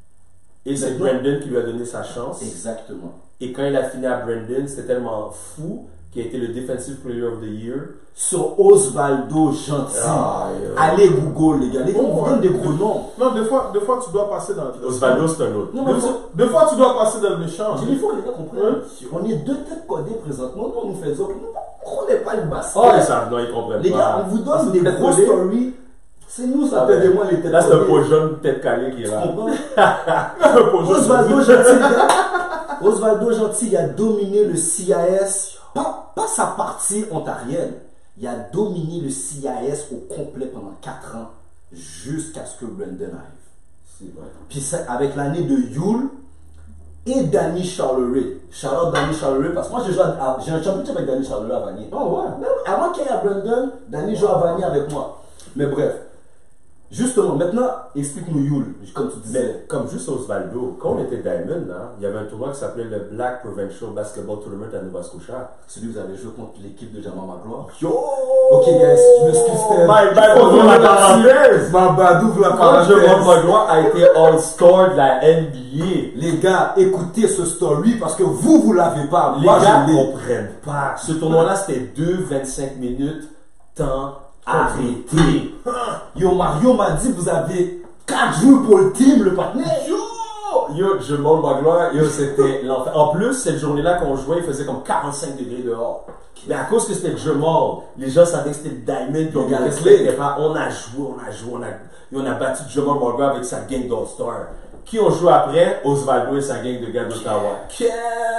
Speaker 3: Et c'est
Speaker 1: Maintenant-
Speaker 3: Brandon qui lui a donné sa chance.
Speaker 1: Exactement.
Speaker 3: Et quand il a fini à Brandon, c'était tellement fou qu'il a été le Defensive Player of the Year.
Speaker 1: Sur Osvaldo Gentil.
Speaker 3: Ah, yo.
Speaker 1: Allez Google, les gars. Les gars, on vous
Speaker 2: Ouais.
Speaker 1: donne des gros noms.
Speaker 2: Non, des fois, des fois tu dois passer dans le.
Speaker 3: Osvaldo, c'est un autre.
Speaker 1: Non, mais
Speaker 2: Des
Speaker 1: faut-
Speaker 2: fois, des fois, tu dois passer dans le méchant.
Speaker 1: il faut que les gars comprennent. On est deux têtes codées présentement. Nous, on nous fait ça. Nous, on n'est pas le basket.
Speaker 3: Oh, ils savent, non, ils comprennent
Speaker 1: Les
Speaker 3: pas.
Speaker 1: gars, on vous
Speaker 3: Ah,
Speaker 1: donne
Speaker 3: c'est
Speaker 1: des
Speaker 3: tête
Speaker 1: grosses
Speaker 3: collée.
Speaker 1: stories. C'est nous, ça
Speaker 3: Ah,
Speaker 1: fait
Speaker 3: ben,
Speaker 1: des mois les têtes
Speaker 3: Là, c'est un
Speaker 1: collées.
Speaker 3: beau jeune tête calée qui est
Speaker 1: Tu
Speaker 3: là.
Speaker 1: comprends? Osvaldo Gentil, gars. Osvaldo Gentil, il a dominé le C I S, pas, pas sa partie ontarienne. Il a dominé le C I S au complet pendant quatre ans, jusqu'à ce que Brandon arrive.
Speaker 3: C'est vrai.
Speaker 1: Puis c'est avec l'année de Yul et Danny Charleray. Charlotte Danny Charleray, parce que moi j'ai joué à- j'ai un championship avec Danny Charleray à Vanier.
Speaker 3: Oh, ouais.
Speaker 1: Même avant qu'il y ait à Brandon, Danny joue à Vanier avec moi. Mais bref, Justement, maintenant, explique-nous Yul, comme tu disais.
Speaker 3: Mais comme juste Osvaldo, quand on était Diamond, hein, il y avait un tournoi qui s'appelait le Black Provincial Basketball Tournament à Nova Scotia.
Speaker 1: Celui que vous avez joué contre l'équipe de Jamal Magloire.
Speaker 3: Yo!
Speaker 1: Ok, guys, je m'excuse.
Speaker 3: My bad, ouvre la parenthèse!
Speaker 1: Ma bad, ouvre la
Speaker 3: Quand Jamal
Speaker 1: parenthèse.
Speaker 3: Magloire a été All-Star de la N B A.
Speaker 1: Les gars, écoutez ce story parce que vous, vous l'avez pas.
Speaker 3: Les
Speaker 1: Moi,
Speaker 3: gars
Speaker 1: je l'ai.
Speaker 3: comprennent pas. Ce tournoi-là, c'était deux vingt-cinq minutes, temps arrêté.
Speaker 1: Yo, Mario m'a dit, vous avez quatre jours pour le team, le partenaire.
Speaker 3: Yo! Yo, Jamal Magloire, yo, c'était l'enfer. En plus, cette journée-là qu'on jouait, il faisait comme quarante-cinq degrés dehors. Mais à cause que c'était Jamal, les gens savaient que c'était le Diamond, puis on
Speaker 1: Yeah,
Speaker 3: respectait pas. On a joué, on a joué, on a, et on a battu Jamal Magloire avec sa gang d'All-Star. Qui ont joué après? Osvaldo et sa gang de gars d'Ottawa. Qu'est-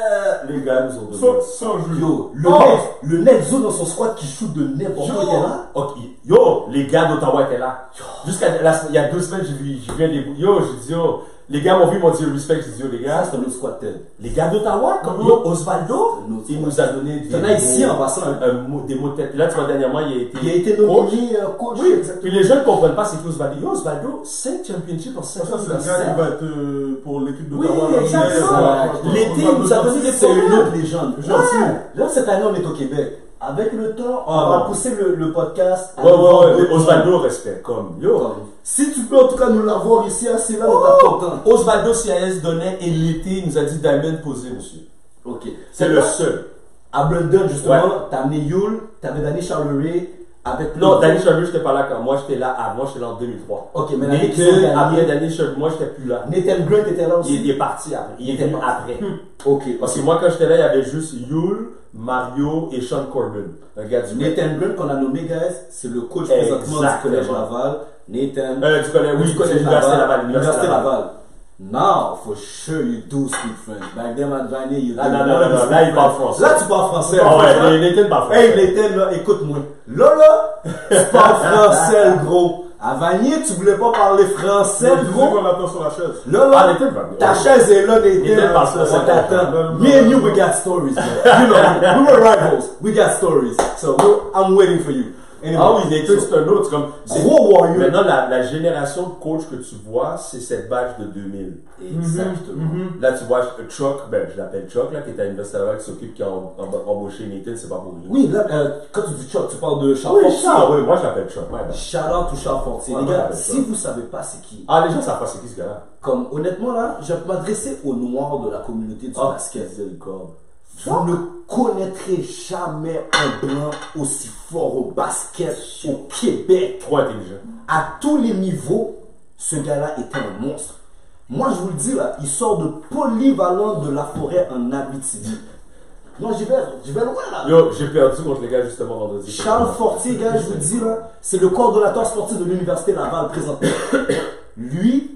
Speaker 3: Les gars nous ont donné.
Speaker 2: Sans, sans jeu.
Speaker 1: Yo, le
Speaker 3: Oh.
Speaker 1: mec, le mec Zo dans son squad qui shoot de n'importe quoi, il est là.
Speaker 3: Ok, yo, les gars d'Ottawa étaient là. Jusqu'à la- il y a deux semaines, j'ai vu, j'ai vu des bouts. Yo, j'ai dit, yo, les gars m'ont vu, ils m'ont dit respect. J'ai dit, yo, les
Speaker 1: Ça,
Speaker 3: gars,
Speaker 1: c'est un autre squad tel.
Speaker 3: les gars d'Ottawa, comme
Speaker 1: Mhm.
Speaker 3: yo, Osvaldo,
Speaker 1: C'est un autre
Speaker 3: il
Speaker 1: squad.
Speaker 3: nous a donné des
Speaker 1: T'en as ici
Speaker 3: mots-
Speaker 1: en passant. hein.
Speaker 3: un mot- des mots de tête. Puis là, tu vois, dernièrement, il a été.
Speaker 1: Il a été
Speaker 3: coach.
Speaker 1: nominé euh, coach.
Speaker 3: Oui, puis les jeunes ne comprennent pas c'est qui Osvaldo. Yo, Osvaldo, cinq championships en cinq
Speaker 2: Ça,
Speaker 3: ans.
Speaker 2: c'est le gars qui va être euh, pour l'équipe
Speaker 3: Oui,
Speaker 2: d'Ottawa. là.
Speaker 3: exactement.
Speaker 2: Ouais,
Speaker 3: L'été,
Speaker 2: on va
Speaker 3: il nous a
Speaker 2: besoin
Speaker 3: donné
Speaker 2: de-
Speaker 3: des
Speaker 1: C'est une
Speaker 3: programmes.
Speaker 1: autre légende.
Speaker 3: Ouais.
Speaker 1: Genre, si- là, cette année, on est au Québec. Avec le temps, on
Speaker 3: Ah,
Speaker 1: va
Speaker 3: non.
Speaker 1: pousser le, le podcast. à
Speaker 3: Ouais,
Speaker 1: avoir
Speaker 3: ouais, ouais.
Speaker 1: d'autres
Speaker 3: mais Osvaldo, respect. Comme, yo.
Speaker 1: Comme, si tu peux en tout cas nous l'avoir ici, assis là, on est content.
Speaker 3: Osvaldo C I S donnait et l'été, il nous a dit Diamond posé, monsieur.
Speaker 1: Ok.
Speaker 3: C'est le seul.
Speaker 1: À Brandon, justement,
Speaker 3: Ouais.
Speaker 1: t'as amené Yul, t'avais Danny Charleray avec.
Speaker 3: Non, Danny Sherwood, j'étais pas là quand moi j'étais là avant, j'étais là en deux mille trois.
Speaker 1: Ok, mais l'année qu'ils ont
Speaker 3: Nathan,
Speaker 1: gagné,
Speaker 3: après Danny Sherwood, moi j'étais plus là.
Speaker 1: Nathan Grant était là aussi.
Speaker 3: Il, il est parti après. Il est
Speaker 1: était
Speaker 3: venu
Speaker 1: parti.
Speaker 3: après.
Speaker 1: Ok.
Speaker 3: Parce que moi quand j'étais là, il y avait juste Yul, Mario et Sean Corbin. Un gars du
Speaker 1: Nathan Grant qu'on a nommé, guys, c'est le coach présentement du
Speaker 3: Exactement.
Speaker 1: collège Laval. Nathan.
Speaker 3: Euh, tu connais, oui,
Speaker 1: du
Speaker 3: c'est
Speaker 1: collège
Speaker 3: l'Université
Speaker 1: Laval.
Speaker 3: Laval.
Speaker 1: L'Université Laval. Now, for sure, you do speak French. Back then, at Vanier, you
Speaker 3: Ah,
Speaker 1: did
Speaker 3: non,
Speaker 1: not
Speaker 3: non, non, non,
Speaker 1: speak
Speaker 3: là, il parle
Speaker 1: French.
Speaker 3: français.
Speaker 1: Là, tu parles français.
Speaker 3: Ah
Speaker 1: en fait,
Speaker 3: ouais,
Speaker 1: hein.
Speaker 3: mais Nathan parle français.
Speaker 1: Hey, Nathan, là, écoute-moi. Là, là, tu parles français, le gros. À Vanier, tu voulais pas parler français,
Speaker 2: C'est
Speaker 1: le
Speaker 2: le
Speaker 1: gros.
Speaker 2: qu'on attend sur la chaise.
Speaker 1: Là,
Speaker 3: Ah,
Speaker 1: là,
Speaker 3: Nathan parle.
Speaker 1: ta chaise est là,
Speaker 3: Nathan
Speaker 1: Nathan.
Speaker 3: parle français.
Speaker 1: On t'attend.
Speaker 2: Non, non,
Speaker 1: Me and you,
Speaker 2: non.
Speaker 1: we got stories, man. You know, we were rivals. We got stories. So, we're- I'm waiting for you. Anyway,
Speaker 3: Ah oui, Nathan,
Speaker 1: so,
Speaker 3: c'est un autre. C'est comme, c'est-
Speaker 1: gros warrior.
Speaker 3: Maintenant, la, la génération de coach que tu vois, c'est cette batch de deux mille.
Speaker 1: Exactement.
Speaker 3: Là, tu vois Chuck, ben, je l'appelle Chuck, là, qui est à l'Université Laval, qui s'occupe, qui a em- em- embauché Nathan, c'est pas pour rien.
Speaker 1: Oui, là, euh, quand tu dis Chuck, tu parles de Charles
Speaker 3: oui,
Speaker 1: Fortier.
Speaker 3: ça, oui, moi je l'appelle Chuck. Ouais, ben.
Speaker 1: Shout out to Charles Fortier.
Speaker 3: Ouais,
Speaker 1: Les gars,
Speaker 3: ouais,
Speaker 1: si
Speaker 3: ouais.
Speaker 1: vous savez pas c'est qui,
Speaker 3: Ah, les gens savent pas c'est qui ce gars-là.
Speaker 1: comme honnêtement là, je vais m'adresser aux noirs de la communauté du
Speaker 3: Ah,
Speaker 1: basket.
Speaker 3: c'est le corps.
Speaker 1: Vous ne connaîtrez jamais un blanc aussi fort au basket au Québec.
Speaker 3: Trop intelligent.
Speaker 1: À tous les niveaux, ce gars-là était un monstre. Moi, je vous le dis là, il sort de Polyvalent de la forêt en Abitibi. Non, j'y vais, j'y vais loin là.
Speaker 3: Yo, j'ai perdu contre les gars justement vendredi.
Speaker 1: Charles Fortier, gars, je vous dis là, c'est le coordonnateur sportif de l'Université Laval présentement. Lui,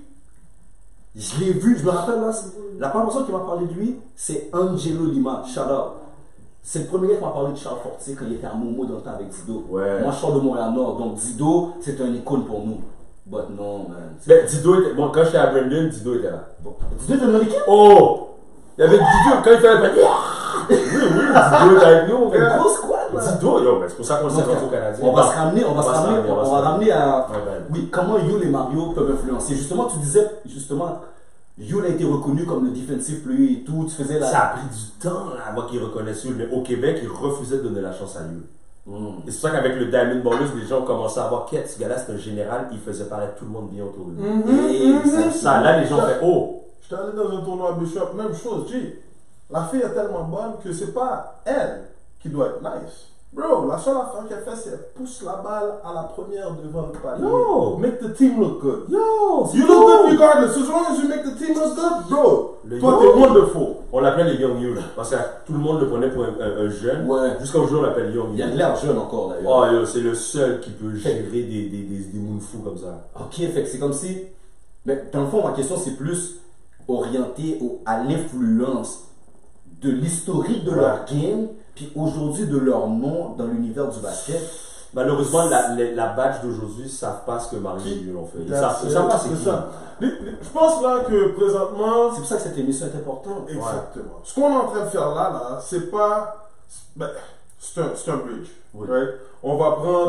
Speaker 1: je l'ai vu, je me rappelle là, la première personne qui m'a parlé de lui, c'est Angelo Lima. Shout out. C'est le premier gars qui m'a parlé de Charles Fortier quand il était à Momo dans le temps avec Dido.
Speaker 3: Ouais.
Speaker 1: Moi, je sors de Montréal-Nord, donc Dido, c'est un icône pour nous. But non, man.
Speaker 3: Ben, Dido était. Bon, quand j'étais à Brandon, Dido était là.
Speaker 1: Bon. Dido était dans l'équipe?
Speaker 3: Oh! Il y avait Dido, quand il fait la peine. Oui, oui, Dido était avec nous.
Speaker 1: Mais
Speaker 3: gars.
Speaker 1: gros squad, là.
Speaker 3: Dido, yo, mais c'est pour ça qu'on s'est rendu au Canadien.
Speaker 1: On va se ramener, on va se ramener, on va ramener à.
Speaker 3: Ouais, ouais.
Speaker 1: Oui, comment Yul et Mario peuvent influencer. Justement, tu disais, justement, Yul a été reconnu comme le defensive player et tout. Tu faisais la.
Speaker 3: Ça a pris du temps là, avant qu'ils reconnaissent Yul, mais au Québec, ils refusaient de donner la chance à Yul.
Speaker 1: Mm.
Speaker 3: Et c'est pour ça qu'avec le Diamond Ballers, les gens ont commencé à voir qu'est-ce gars-là, c'est un général, il faisait paraître tout le monde bien autour de lui.
Speaker 1: Et
Speaker 3: C'est ça, là, les gens ont fait oh!
Speaker 2: J'étais allé dans un tournoi à Bishop, même chose, G. La fille est tellement bonne que c'est pas elle qui doit être nice. Bro, la seule affaire qu'elle fait, c'est qu'elle pousse la balle à la première devant le panier.
Speaker 3: Yo!
Speaker 2: Make the team look good.
Speaker 3: Yo!
Speaker 2: You look good regardless. As long as you make the team look good, bro.
Speaker 3: Le
Speaker 2: Toi,
Speaker 3: yo.
Speaker 2: t'es wonderful.
Speaker 3: On l'appelait les Young Yul, parce que tout le monde le prenait pour un, un- un jeune.
Speaker 1: Ouais.
Speaker 3: Jusqu'à aujourd'hui, on l'appelle Young
Speaker 1: Il y a
Speaker 3: Yul.
Speaker 1: de l'air jeune encore d'ailleurs.
Speaker 3: Oh, yo, c'est le seul qui peut gérer des, des, des, des moons fous comme ça.
Speaker 1: Ok, fait que c'est comme si. Mais dans le fond, ma question, c'est plus orienté au, à l'influence de l'historique de leur game, puis aujourd'hui de leur nom dans l'univers du basket.
Speaker 3: Malheureusement, la, la, la batch d'aujourd'hui ne savent pas ce que Mario et Yul ont fait. Ils savent,
Speaker 2: C'est
Speaker 3: ils savent pas c'est
Speaker 2: c'est
Speaker 3: qui.
Speaker 2: ça. Les- les- Je pense là que présentement,
Speaker 1: C'est pour ça que cette émission est importante.
Speaker 2: exactement. Ce qu'on est en train de faire là, là, c'est pas. Ben, c'est un, c'est un bridge.
Speaker 3: Oui.
Speaker 2: Right? On va prendre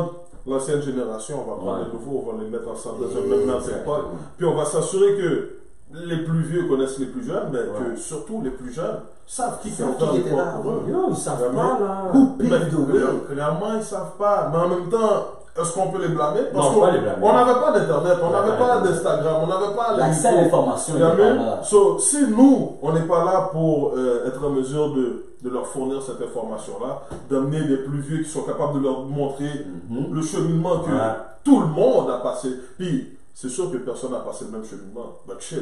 Speaker 2: l'ancienne génération, on va prendre
Speaker 3: Ouais.
Speaker 2: les nouveaux, on va les mettre ensemble dans un même melting pot. Puis on va s'assurer que les plus vieux connaissent les plus jeunes, mais
Speaker 3: Ouais.
Speaker 2: que surtout les plus jeunes savent qui
Speaker 1: Savent
Speaker 2: est
Speaker 1: qui était là
Speaker 2: pour eux.
Speaker 3: Yo, ils savent
Speaker 2: Vraiment.
Speaker 3: pas là.
Speaker 1: Who
Speaker 2: Mais
Speaker 1: paved the way?
Speaker 2: clairement, ils savent pas. Mais en même temps, est-ce qu'on peut les blâmer? Parce
Speaker 3: Non,
Speaker 2: qu'on
Speaker 3: pas les blâmer.
Speaker 2: on n'avait pas d'internet, on
Speaker 3: Ouais,
Speaker 2: n'avait
Speaker 3: ouais,
Speaker 2: pas
Speaker 3: ouais.
Speaker 2: d'Instagram, on n'avait pas
Speaker 1: L'accès à
Speaker 2: YouTube.
Speaker 1: l'information
Speaker 2: You know
Speaker 1: n'est
Speaker 2: what I
Speaker 1: pas
Speaker 2: mean?
Speaker 1: là.
Speaker 2: So, si nous, on n'est pas là pour euh, être en mesure de, de leur fournir cette information-là, d'amener les plus vieux qui sont capables de leur montrer
Speaker 1: Mhm.
Speaker 2: le cheminement que
Speaker 3: Ouais.
Speaker 2: tout le monde a passé. Puis, c'est sûr que personne n'a passé le même cheminement. But shit.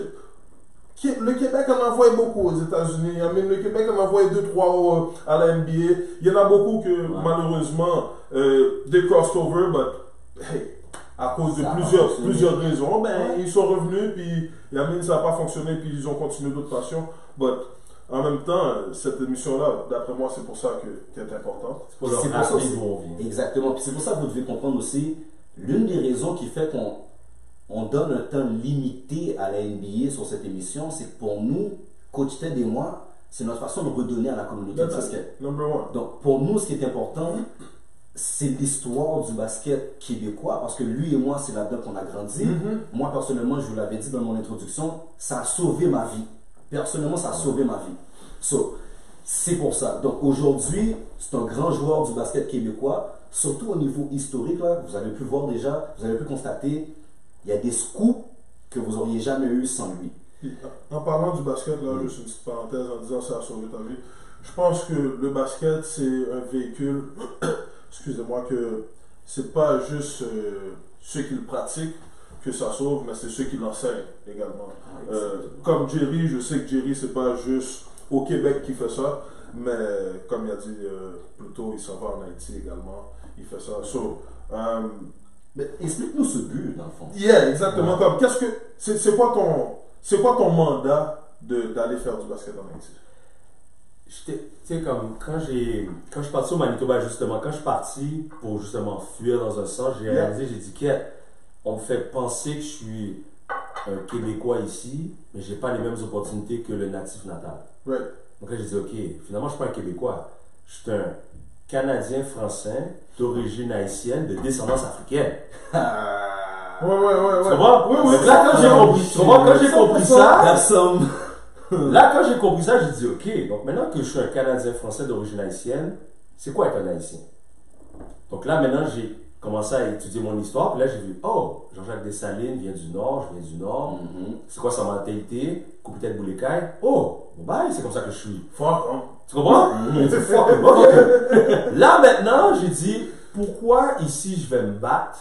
Speaker 2: Qui- Le Québec en envoie beaucoup aux États-Unis. I mean, le Québec en envoie deux, trois au- à la N B A. Il y en a beaucoup que, malheureusement, euh, des crossed over, but hey, à cause de
Speaker 1: Ça a
Speaker 2: plusieurs,
Speaker 1: fonctionné.
Speaker 2: plusieurs raisons, ben, ils sont revenus, puis I mean, ça n'a pas fonctionné, puis ils ont continué d'autres passions. But en même temps, cette émission-là, d'après moi, c'est pour ça que- qu'elle est importante.
Speaker 3: Pour leur
Speaker 1: C'est pour ça
Speaker 3: rappeler
Speaker 1: aussi.
Speaker 3: d'où on vient.
Speaker 1: Exactement. Puis c'est pour ça que vous devez comprendre aussi, l'une des raisons qui fait qu'on on donne un temps limité à la N B A sur cette émission, c'est que pour nous, Coach Ted et moi, c'est notre façon de redonner à la communauté de
Speaker 2: That's
Speaker 1: basket.
Speaker 2: it. Number one.
Speaker 1: Donc pour nous, ce qui est important, c'est l'histoire du basket québécois, parce que lui et moi, c'est là-dedans qu'on a grandi.
Speaker 2: Mhm.
Speaker 1: Moi, personnellement, je vous l'avais dit dans mon introduction, ça a sauvé ma vie. Personnellement, ça a sauvé ma vie. So, c'est pour ça. Donc aujourd'hui, c'est un grand joueur du basket québécois, surtout au niveau historique. Là, vous avez pu voir déjà, vous avez pu constater, il y a des scoops que vous n'auriez jamais eu sans lui.
Speaker 2: Puis, en parlant du basket, là, juste une petite parenthèse en disant ça a sauvé ta vie. Je pense que le basket, c'est un véhicule, excusez-moi, que c'est pas juste euh, ceux qui le pratiquent que ça sauve, mais c'est ceux qui l'enseignent également. Euh, comme Jerry, je sais que Jerry, c'est pas juste au Québec qui fait ça, mais comme il a dit euh, plus tôt, il s'en va en Haïti également. Il fait ça. So, euh,
Speaker 1: Mais explique-nous ce but, dans le fond.
Speaker 2: Yeah, exactement. Comme, qu'est-ce que, c'est, c'est quoi ton, c'est quoi ton mandat de, d'aller faire du basket en Haïti?
Speaker 3: J'étais- Tu sais, comme quand j'ai quand je suis parti au Manitoba, justement, quand je suis parti pour justement fuir dans un sens, j'ai
Speaker 2: Yeah.
Speaker 3: réalisé, j'ai dit, Quête, on me fait penser que je suis un Québécois ici, mais j'ai pas les mêmes opportunités que le natif natal.
Speaker 2: Right.
Speaker 3: Donc là, j'ai dit, ok, finalement, je suis pas un Québécois. Je suis un Canadien français d'origine haïtienne, de descendance africaine.
Speaker 2: Ouais, ouais, ouais, ouais.
Speaker 3: Tu comprends?
Speaker 2: Oui, oui.
Speaker 3: Donc là, quand j'ai compris, tu comprends? Quand j'ai compris ça,
Speaker 1: That's some-
Speaker 3: là, quand j'ai compris ça, j'ai dit, ok, donc maintenant que je suis un Canadien français d'origine haïtienne, c'est quoi être un haïtien? Donc là, maintenant, j'ai commencé à étudier mon histoire, puis là, j'ai vu, oh, Jean-Jacques Dessalines vient du Nord, je viens du Nord.
Speaker 1: Mhm.
Speaker 3: C'est quoi sa mentalité? Coupe-tête Boulécaille. Oh, bon, bye, c'est comme ça que je suis.
Speaker 2: Fuck, hein.
Speaker 3: Tu comprends?
Speaker 1: Mhm.
Speaker 3: C'est fucking bon. Là, maintenant, j'ai dit, pourquoi ici je vais me battre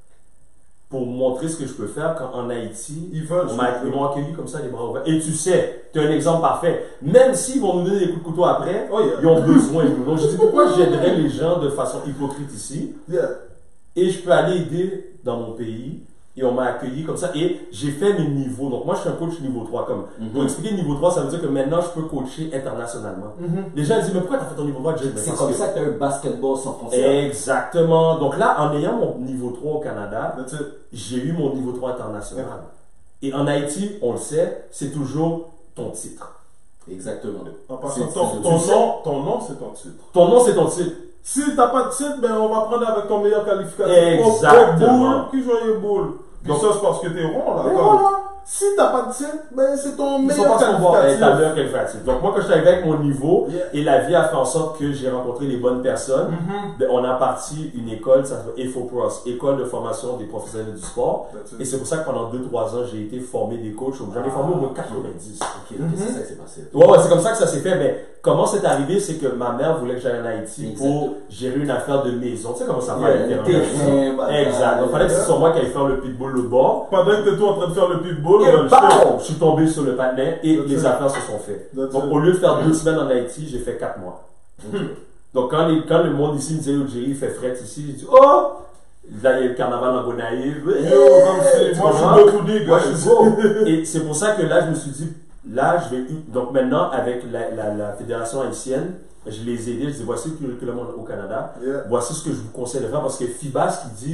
Speaker 3: pour montrer ce que je peux faire quand en Haïti,
Speaker 2: Ils veulent.
Speaker 3: on m'a- ils m'ont accueilli comme ça, les bras ouverts. Et tu sais, tu es un exemple parfait. Même s'ils vont nous donner des coups de couteau après,
Speaker 2: Oh, yeah.
Speaker 3: ils ont besoin de nous. Donc, je dis, pourquoi j'aiderais les gens de façon hypocrite ici?
Speaker 2: Yeah.
Speaker 3: Et je peux aller aider dans mon pays. Et on m'a accueilli comme ça. Et j'ai fait mes niveaux. Donc, moi, je suis un coach niveau trois. Comme,
Speaker 1: Mhm.
Speaker 3: Pour expliquer niveau trois, ça veut dire que maintenant, je peux coacher internationalement.
Speaker 2: Mhm.
Speaker 3: Les gens disent, mais pourquoi tu as fait ton niveau trois? Je dis, mais
Speaker 1: C'est
Speaker 3: parce
Speaker 1: comme
Speaker 3: que-
Speaker 1: ça que tu as un basketball sans frontières.
Speaker 3: Exactement. Donc là, en ayant mon niveau trois au Canada,
Speaker 2: That's it.
Speaker 3: j'ai eu mon niveau trois international. Et en Haïti, on le sait, c'est toujours ton titre.
Speaker 1: Exactement.
Speaker 2: En passant,
Speaker 1: C'est-
Speaker 2: ton,
Speaker 1: c'est-
Speaker 2: ton
Speaker 1: tu
Speaker 2: nom, ton nom, c'est ton titre.
Speaker 3: Ton nom, c'est ton titre.
Speaker 2: Si t'as pas de titre, ben on va prendre avec ton meilleur qualificatif.
Speaker 3: Exactement.
Speaker 2: Au boule, qui joue boule. Puis
Speaker 3: Donc-
Speaker 2: ça, c'est parce que t'es rond, là.
Speaker 3: Et
Speaker 2: Comme,
Speaker 3: voilà.
Speaker 2: Si t'as pas de titre, ben c'est ton
Speaker 3: Ils sont
Speaker 2: meilleur
Speaker 3: pas ce qu'on voit. Eh,
Speaker 2: qualificatif.
Speaker 3: t'as meilleur qualificatif. Donc moi, quand je suis arrivé avec mon niveau,
Speaker 2: Yeah.
Speaker 3: et la vie a fait en sorte que j'ai rencontré les bonnes personnes,
Speaker 2: Mhm.
Speaker 3: ben, on a parti une école, ça s'appelle EFOPROS, École de formation des professionnels du sport.
Speaker 2: That's it.
Speaker 3: Et c'est pour ça que pendant deux trois ans, j'ai été formé des coachs. J'en ai formé au moins quatre-vingt-dix.
Speaker 1: Ok, ok, c'est ça qui s'est passé.
Speaker 3: Ouais, ouais, c'est comme ça que ça s'est fait. Mais comment c'est arrivé, c'est que ma mère voulait que j'aille en Haïti
Speaker 1: Exact.
Speaker 3: pour gérer une affaire de maison. Tu sais comment ça va
Speaker 1: Yeah,
Speaker 3: les terrains.
Speaker 1: terrain, bataille.
Speaker 3: Exact. Donc, il fallait que ce soit moi qui aille faire le pitbull l'autre bord.
Speaker 2: Pendant que t'es toi en train de faire le pitbull,
Speaker 3: Et
Speaker 2: on va le
Speaker 3: bam!
Speaker 2: jeter.
Speaker 3: Je suis tombé sur le patinet et
Speaker 2: That's
Speaker 3: les
Speaker 2: it.
Speaker 3: affaires se sont faites.
Speaker 2: That's
Speaker 3: Donc,
Speaker 2: it.
Speaker 3: au lieu de faire deux semaines en Haïti, j'ai fait quatre mois. Donc, quand, les, quand le monde ici me disait, oh, Jerry, il fait fret ici, j'ai dit, oh! Là, il y a le carnaval en Gonaïve.
Speaker 2: Yo, comme si-
Speaker 3: Tu
Speaker 2: moi je
Speaker 3: comprends?
Speaker 2: suis deux coups
Speaker 3: Moi, je suis beau. Et c'est pour ça que là, je me suis dit, là, je vais. Donc maintenant, avec la, la, la fédération haïtienne, je les ai aidés. Je dis, voici le curriculum au Canada.
Speaker 2: Yeah.
Speaker 3: Voici ce que je vous conseille de faire. Parce que FIBA, ce qu'ils disent,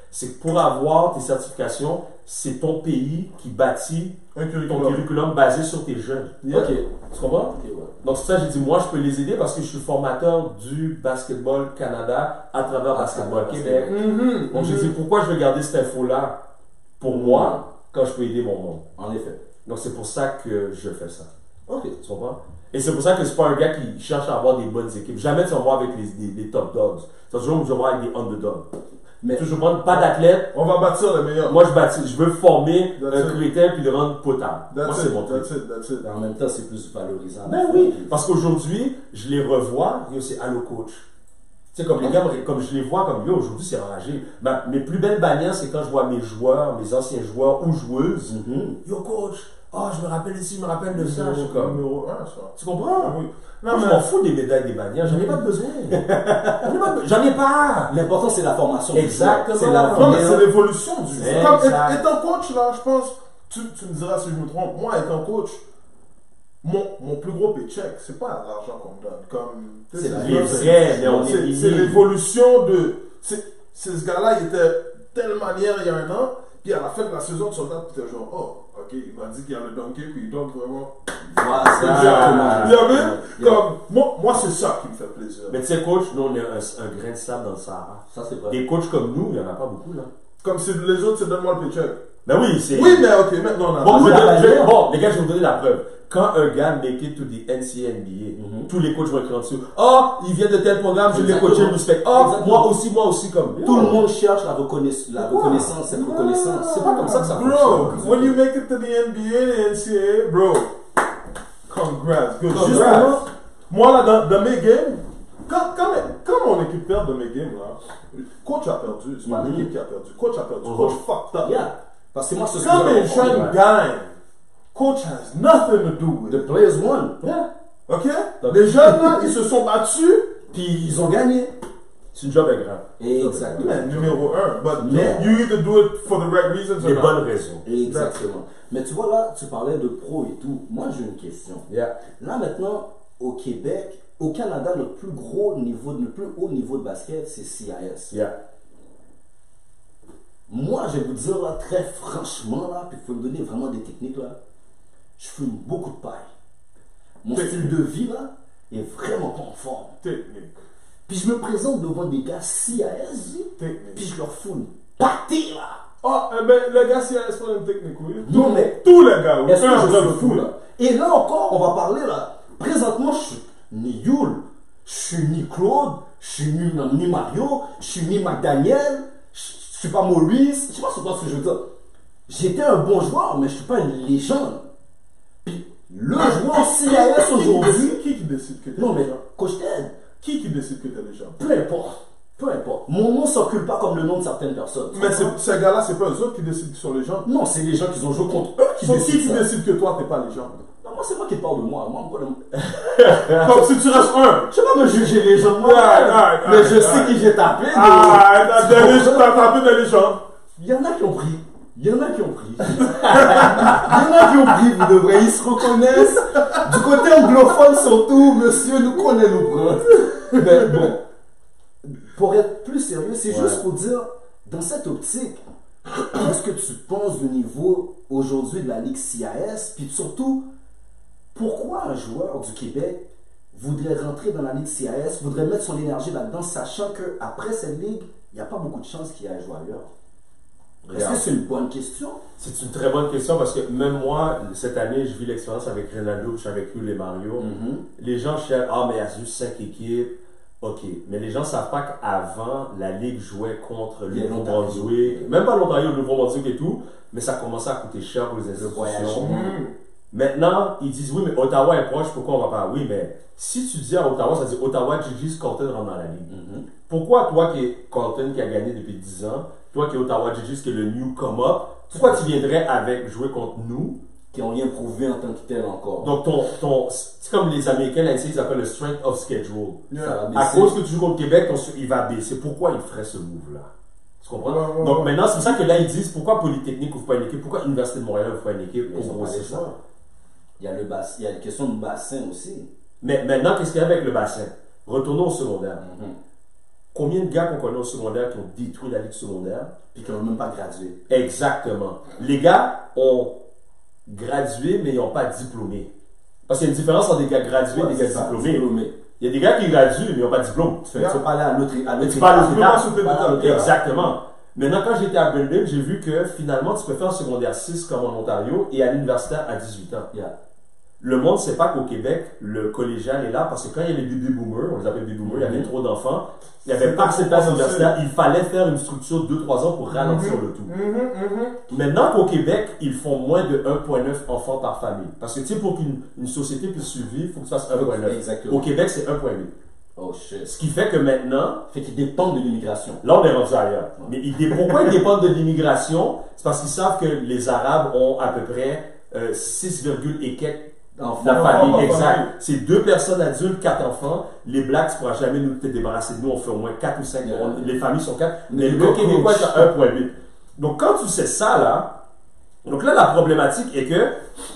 Speaker 3: C'est que pour avoir tes certifications, c'est ton pays qui bâtit
Speaker 2: Un
Speaker 3: ton
Speaker 2: curriculum.
Speaker 3: curriculum basé sur tes jeunes.
Speaker 2: Yeah.
Speaker 1: Ok.
Speaker 3: Tu comprends?
Speaker 1: Ok, ouais.
Speaker 3: Donc, c'est ça, j'ai dit, moi, je peux les aider parce que je suis formateur du Basketball Canada à travers
Speaker 1: À
Speaker 3: Basketball
Speaker 1: travers
Speaker 3: Québec.
Speaker 2: Mhm,
Speaker 3: Donc, j'ai
Speaker 2: mhm.
Speaker 3: dit, pourquoi je veux garder cette info-là pour moi quand je peux aider mon monde?
Speaker 1: En effet.
Speaker 3: Donc, c'est pour ça que je fais ça.
Speaker 1: Ok.
Speaker 3: Tu comprends? Et c'est pour ça que c'est pas un gars qui cherche à avoir des bonnes équipes. Jamais tu vas voir avec les, les, les top dogs. Tu vas toujours me voir avec des underdogs.
Speaker 1: Mais
Speaker 3: Toujours prendre pas d'athlète.
Speaker 2: On va bâtir le meilleur.
Speaker 3: Moi, je bâtis, je veux former
Speaker 2: That's
Speaker 3: un
Speaker 2: it.
Speaker 3: critère puis le rendre potable. Moi,
Speaker 2: That's
Speaker 3: c'est
Speaker 2: it,
Speaker 3: mon truc.
Speaker 2: that's it, that's it.
Speaker 1: en même temps, c'est plus valorisant.
Speaker 3: Ben oui, parce qu'aujourd'hui, je les revois, yo, c'est Allo Coach. Tu sais, comme les gars, comme je les vois, comme yo, aujourd'hui, c'est enragé. Ma- mes plus belles bannières, c'est quand je vois mes joueurs, mes anciens joueurs ou joueuses.
Speaker 1: Mhm.
Speaker 3: Yo, coach, ah, je me rappelle ici, je me rappelle de ça. Je suis
Speaker 2: Numéro,
Speaker 3: comme,
Speaker 2: numéro un, ça.
Speaker 3: tu comprends?
Speaker 2: Ah oui.
Speaker 3: Non,
Speaker 2: Non,
Speaker 3: je
Speaker 2: mais
Speaker 3: m'en fous des médailles des bannières, j'en ai pas besoin. J'en ai pas be- J'en ai pas.
Speaker 1: L'important, c'est la formation.
Speaker 3: Exactement.
Speaker 1: C'est la
Speaker 2: non, mais c'est
Speaker 1: première.
Speaker 2: l'évolution du jeu.
Speaker 3: Exact.
Speaker 2: Comme étant étant coach, là, je pense, tu, tu me diras si je me trompe, moi, étant coach, mon, mon plus gros paycheck, c'est pas l'argent qu'on me donne. Comme, tu sais,
Speaker 1: C'est la
Speaker 3: Les
Speaker 2: c'est-
Speaker 3: vrais, mais on est
Speaker 2: c'est-
Speaker 3: minime.
Speaker 2: c'est l'évolution de. C'est c'est ce gars-là, il était de telle manière il y a un an, puis à la fin de la saison, tu regardes, tu es genre, oh, ok, il m'a dit qu'il y a le donkey, puis il donne vraiment.
Speaker 1: Voilà, c'est
Speaker 3: Ah.
Speaker 1: exactement.
Speaker 2: Tu as vu?
Speaker 1: Yeah.
Speaker 2: Comme, moi, moi c'est ça qui me fait plaisir.
Speaker 3: Mais tu sais, coach, nous, on est un, un grain de sable dans le Sahara.
Speaker 1: Ça, c'est vrai.
Speaker 3: Des coachs comme nous, il n'y en a pas beaucoup, là.
Speaker 2: Comme si les autres, c'est donne-moi le paycheck.
Speaker 3: Ben oui, c'est.
Speaker 2: Oui, mais ok, maintenant on a.
Speaker 3: Bon, je vais
Speaker 1: la
Speaker 3: donner- je vais-
Speaker 1: bannière.
Speaker 3: bon, les gars, je vais vous donner la preuve. Quand un gars make it to the N C A A N B A,
Speaker 1: Mhm.
Speaker 3: tous les coachs vont écrire en dessous. Oh, il vient de tel programme, je l'ai
Speaker 1: Exactement.
Speaker 3: coaché, je le respecte. Oh,
Speaker 1: Exactement.
Speaker 3: moi aussi, moi aussi, comme.
Speaker 1: Tout le monde cherche la, reconnaissance, la reconnaissance, cette reconnaissance. C'est pas comme ça que ça
Speaker 2: Bro,
Speaker 1: fonctionne.
Speaker 2: when you make it to the N B A, the N C A A, bro, congrats. Good.
Speaker 3: Congrats.
Speaker 2: Justement, moi là, dans, dans mes games, quand, quand, quand mon équipe perd de mes games là, coach a perdu. C'est pas
Speaker 1: Mhm.
Speaker 2: l'équipe qui a perdu. Coach a perdu.
Speaker 3: Mhm.
Speaker 2: Coach fucked up.
Speaker 1: Yeah. Parce que moi, c'est ce
Speaker 2: Quand
Speaker 1: que
Speaker 2: les
Speaker 1: je
Speaker 2: jeunes
Speaker 1: ouais.
Speaker 2: gagnent, coach has nothing to do with
Speaker 1: The
Speaker 2: it.
Speaker 1: players won.
Speaker 3: Yeah.
Speaker 2: Ok? Les jeunes là, ils se sont battus.
Speaker 1: Puis ils ont gagné.
Speaker 3: C'est une job grave.
Speaker 1: Exactement.
Speaker 2: Man, numéro un. But
Speaker 1: Mais-
Speaker 2: you either do it for the right reasons or
Speaker 3: Les
Speaker 2: not.
Speaker 3: bonnes raisons.
Speaker 1: Exactement. Mais tu vois là, tu parlais de pro et tout. Moi, j'ai une question.
Speaker 3: Yeah.
Speaker 1: Là maintenant, au Québec, au Canada, notre plus gros niveau, notre plus haut niveau de basket, c'est C I S.
Speaker 3: Yeah.
Speaker 1: Moi, je vais vous dire là, très franchement là, puis il faut me donner vraiment des techniques là. Je fume beaucoup de paille. Mon
Speaker 2: Technique.
Speaker 1: style de vie là est vraiment pas en forme.
Speaker 2: Technique.
Speaker 1: Puis je me présente devant des gars C I S,
Speaker 2: Technique.
Speaker 1: puis je leur fous une pâtée là.
Speaker 2: Ah, eh ben, le gars, s'il a pas une technique, oui.
Speaker 1: Non, mais
Speaker 2: Tous les gars, oui.
Speaker 1: est-ce
Speaker 2: Un
Speaker 1: que je
Speaker 2: job
Speaker 1: suis fou
Speaker 2: oui.
Speaker 1: là? Et là encore, on va parler là. Présentement, je suis ni Yul, je suis ni Claude, je suis ni, ni Mario, je suis ni McDaniel, je je suis pas Maurice. Je sais pas sur quoi ce que je veux dire. J'étais un bon joueur, mais je suis pas une légende. Puis le joueur C I S aujourd'hui.
Speaker 2: Qui qui décide que t'es
Speaker 1: Non mais
Speaker 2: légende?
Speaker 1: Coach Ted,
Speaker 2: Qui qui décide que t'es légende?
Speaker 1: peu importe. Peu importe. Mon nom s'occupe pas comme le nom de certaines personnes. Tu
Speaker 2: Mais
Speaker 1: comprends?
Speaker 2: c'est- ces gars-là, c'est pas eux autres qui décident qu'ils sont légendes.
Speaker 1: Non, c'est les gens qui ont joué contre eux qui
Speaker 2: Sont qui
Speaker 1: décident
Speaker 2: qui
Speaker 1: ça.
Speaker 2: décide que toi, t'es pas légende?
Speaker 1: Non, moi, c'est moi qui parle de moi. Moi, moi, le-
Speaker 2: Comme si tu restes un.
Speaker 1: Je sais pas me juger les gens, moi,
Speaker 2: Ouais, ouais,
Speaker 1: mais
Speaker 2: ouais,
Speaker 1: je
Speaker 2: ouais.
Speaker 1: sais qui j'ai tapé. donc-
Speaker 2: Ah, t'as des légendes, t'as tapé des légendes.
Speaker 1: Il y en a qui ont pris. Il y en a qui ont pris. Il y en a qui ont pris, vous devrez, ils se reconnaissent. Du côté anglophone surtout, monsieur nous connaît, nous prend. Mais bon, pour être plus sérieux, c'est
Speaker 3: Ouais.
Speaker 1: juste pour dire, dans cette optique, qu'est-ce que tu penses du niveau aujourd'hui de la Ligue C I S? Puis surtout, pourquoi un joueur du Québec voudrait rentrer dans la Ligue C I S, voudrait mettre son énergie là-dedans, sachant qu'après cette ligue, il n'y a pas beaucoup de chances qu'il aille jouer ailleurs? Est-ce
Speaker 3: Regarde.
Speaker 1: que c'est une bonne question?
Speaker 3: C'est une très bonne question parce que même moi, cette année, je vis l'expérience avec Ronaldo, je suis avec lui, les Mario. Les gens cherchent, ah, mais il y a juste cinq équipes. Ok, mais les gens ne savent pas qu'avant, la Ligue jouait contre le
Speaker 1: Il y a
Speaker 3: Nouveau-Brunswick, même pas l'Ontario, le Nouveau-Brunswick et tout, mais ça commençait à coûter cher pour les
Speaker 1: voyage.
Speaker 3: institutions.
Speaker 2: Mmh.
Speaker 3: Maintenant, ils disent, oui, mais Ottawa est proche, pourquoi on va pas? Oui, mais si tu dis à Ottawa, ça dit Ottawa, Gigi, Colton rentre dans la Ligue.
Speaker 1: Mhm.
Speaker 3: Pourquoi toi qui es Colton qui a gagné depuis dix ans, toi qui es Ottawa Gigi qui est le new come up, pourquoi tu viendrais avec jouer contre nous?
Speaker 1: Qui n'ont rien prouvé en tant que tel encore.
Speaker 3: Donc ton, ton c'est comme les Américains, là, ici, ils appellent le strength of schedule.
Speaker 1: Ça va
Speaker 3: À
Speaker 1: baisser.
Speaker 3: cause que tu joues contre Québec, ton, il va baisser. Pourquoi il ferait ce move-là? Tu comprends?
Speaker 2: Ouais, ouais,
Speaker 3: Donc
Speaker 2: ouais.
Speaker 3: maintenant, c'est pour ça que là, ils disent pourquoi Polytechnique ouvre pas une équipe, pourquoi Université de Montréal ouvre pas une équipe
Speaker 1: Ils
Speaker 3: pour
Speaker 1: ont pas
Speaker 3: grossir
Speaker 1: les
Speaker 3: ça.
Speaker 1: choix. Il y a le bas- il y a la question du bassin aussi.
Speaker 3: Mais maintenant, qu'est-ce qu'il y a avec le bassin? Retournons au secondaire.
Speaker 1: Mhm.
Speaker 3: Combien de gars qu'on connaît au secondaire qui ont détruit la ligue secondaire?
Speaker 1: Puis qui n'ont même pas gradué.
Speaker 3: Exactement. Les gars ont gradué, mais ils n'ont pas diplômé. Parce qu'il y a une différence entre des gars gradués
Speaker 1: Ouais,
Speaker 3: et des gars
Speaker 1: c'est ça,
Speaker 3: diplômés.
Speaker 1: diplômé.
Speaker 3: Il y a des gars qui graduent, mais ils n'ont pas de diplôme.
Speaker 1: Tu fais, tu vas pas aller à l'autre à l'autre
Speaker 3: Tu parles aux
Speaker 1: étape.
Speaker 3: étapes.
Speaker 1: Voilà, ok,
Speaker 3: Exactement. Maintenant, quand j'étais à Brandon, j'ai vu que finalement, tu peux faire un secondaire six comme en Ontario et à l'universitaire à dix-huit ans.
Speaker 1: Yeah.
Speaker 3: Le monde ne sait pas qu'au Québec, le collégial est là parce que quand il y a les baby boomers, on les appelle baby boomers, il y avait trop d'enfants, il n'y avait pas assez de place universitaire, il fallait faire une structure de deux trois ans pour ralentir
Speaker 2: Mhm.
Speaker 3: le tout.
Speaker 2: Mhm, mhm.
Speaker 3: Maintenant qu'au Québec, ils font moins de un virgule neuf enfants par famille. Parce que tu sais, pour qu'une une société puisse survivre, il faut que tu fasses un virgule neuf.
Speaker 1: Exactement.
Speaker 3: Au Québec, c'est un virgule huit.
Speaker 1: Oh shit.
Speaker 3: Ce qui fait que maintenant,
Speaker 1: Fait qu'ils dépendent de l'immigration.
Speaker 3: là, on est rendu ailleurs. Mais ils, dé- pourquoi ils dépendent de l'immigration? C'est parce qu'ils savent que les Arabes ont à peu près euh, six virgule et quelques
Speaker 1: Enfants.
Speaker 3: la
Speaker 2: Enfants
Speaker 3: famille,
Speaker 2: par
Speaker 3: exact.
Speaker 2: famille.
Speaker 3: C'est deux personnes adultes, quatre enfants. Les Blacks, tu ne pourras jamais nous te débarrasser de nous. On fait au moins quatre ou cinq.
Speaker 1: Yeah.
Speaker 3: On- les familles sont quatre.
Speaker 1: Mais
Speaker 3: Mais
Speaker 1: le
Speaker 3: le
Speaker 1: coach-
Speaker 3: Québécois est à un virgule huit. Donc, quand tu sais ça, là, donc là, la problématique est que,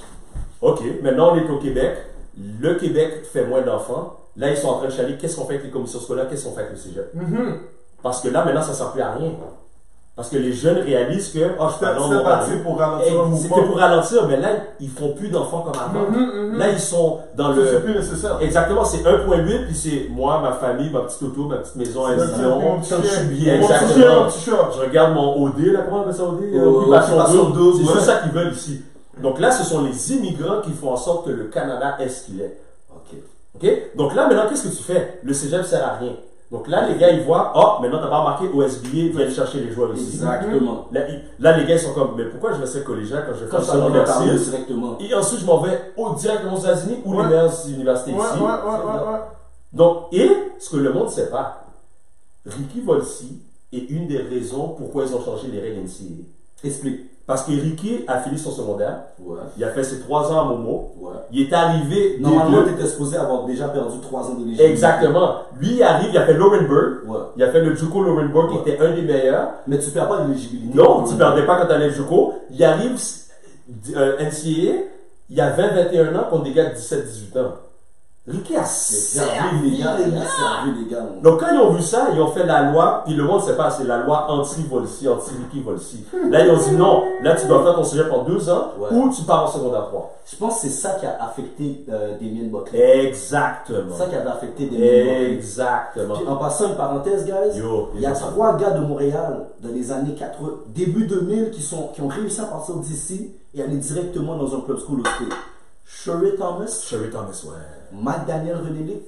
Speaker 3: OK, maintenant on est au Québec. Le Québec fait moins d'enfants. Là, ils sont en train de chialer. Qu'est-ce qu'on fait avec les commissions scolaires? Qu'est-ce qu'on fait avec le cégep?
Speaker 2: Mhm.
Speaker 3: Parce que là, maintenant, ça ne sert plus à rien. Parce que les jeunes réalisent que, oh, je
Speaker 2: C'était
Speaker 3: parle
Speaker 2: c'était parti pour ralentir un
Speaker 3: Eh, C'était
Speaker 2: mouvement.
Speaker 3: pour ralentir, mais là, ils font plus d'enfants comme avant.
Speaker 2: Mhm, mhm.
Speaker 3: Là, ils sont dans
Speaker 2: C'est
Speaker 3: le.
Speaker 2: plus nécessaire.
Speaker 3: Exactement, c'est un virgule huit, puis c'est moi, ma famille, ma petite auto, ma petite maison à
Speaker 2: C'est ça,
Speaker 3: Lyon.
Speaker 2: mon petit
Speaker 3: Quand je
Speaker 2: chien.
Speaker 3: suis bien,
Speaker 2: Mon petit chien,
Speaker 3: exactement.
Speaker 2: mon petit chat.
Speaker 3: Je regarde mon O D, là, comment on appelle ça O D?
Speaker 1: Euh,
Speaker 3: Occupation
Speaker 1: occupation
Speaker 3: double.
Speaker 1: double,
Speaker 3: C'est
Speaker 1: ouais.
Speaker 3: juste ça qu'ils veulent ici. Donc là, ce sont les immigrants qui font en sorte que le Canada est ce qu'il est.
Speaker 1: Ok.
Speaker 3: OK? Donc là, maintenant, qu'est-ce que tu fais? Le cégep sert à rien. Donc là, les gars, ils voient, oh, maintenant, t'as pas remarqué, O S B A vient chercher les joueurs ici.
Speaker 1: Exactement.
Speaker 3: Là, ils- là, les gars, ils sont comme, mais pourquoi je vais ser collégial quand je fais
Speaker 1: Quand
Speaker 3: un
Speaker 1: ça va
Speaker 3: secondaire
Speaker 1: parler
Speaker 3: six?
Speaker 1: directement.
Speaker 3: Et ensuite, je m'en vais au, directement aux États-Unis ou
Speaker 2: Ouais.
Speaker 3: les meilleures universités
Speaker 2: Ouais,
Speaker 3: ici.
Speaker 2: ouais, ouais, ouais, ouais.
Speaker 3: Donc, et ce que le monde ne sait pas, Ricky Volsi est une des raisons pourquoi ils ont changé les règles N C A A.
Speaker 1: Explique.
Speaker 3: Parce que Ricky a fini son secondaire,
Speaker 1: Ouais.
Speaker 3: il a fait ses trois ans à Momo,
Speaker 1: Ouais.
Speaker 3: il est arrivé. des
Speaker 1: Normalement,
Speaker 3: deux-
Speaker 1: tu étais supposé avoir déjà perdu trois ans d'éligibilité.
Speaker 3: Exactement. Lui, il arrive, il a fait Laurenburg,
Speaker 1: Ouais.
Speaker 3: il a fait le Juco Laurenburg qui
Speaker 1: Ouais.
Speaker 3: était un des meilleurs.
Speaker 1: Mais tu perds pas l'éligibilité.
Speaker 3: Non, tu ne perdais pas quand tu allais le Juco. Il arrive euh, N C A A, il y a vingt vingt et un ans contre des gars de dix-sept dix-huit ans. Ricky a
Speaker 1: Il a
Speaker 3: servi
Speaker 1: servi les gars. Il
Speaker 3: les
Speaker 1: a
Speaker 3: gars.
Speaker 1: servi les gars. mon.
Speaker 3: Donc quand ils ont vu ça, ils ont fait la loi, puis le monde ne sait pas, c'est la loi anti-Volsi, anti-Ricky Volsi. Là, ils ont dit non, là tu dois faire ton cégep en deux ans,
Speaker 1: Ouais.
Speaker 3: ou tu pars en secondaire trois.
Speaker 1: Je pense que c'est ça qui a affecté euh, Damien Buckley.
Speaker 3: Exactement.
Speaker 1: C'est ça qui avait affecté Damien Buckley.
Speaker 3: Exactement.
Speaker 1: Puis, en passant une parenthèse, guys,
Speaker 3: Yo,
Speaker 1: il y a trois gars de Montréal dans les années quatre-vingts, début deux mille, qui, sont, qui ont réussi à partir d'ici et aller directement dans un club school au States. Sherry Thomas,
Speaker 3: Sherry Thomas, ouais.
Speaker 1: McDaniel Renelic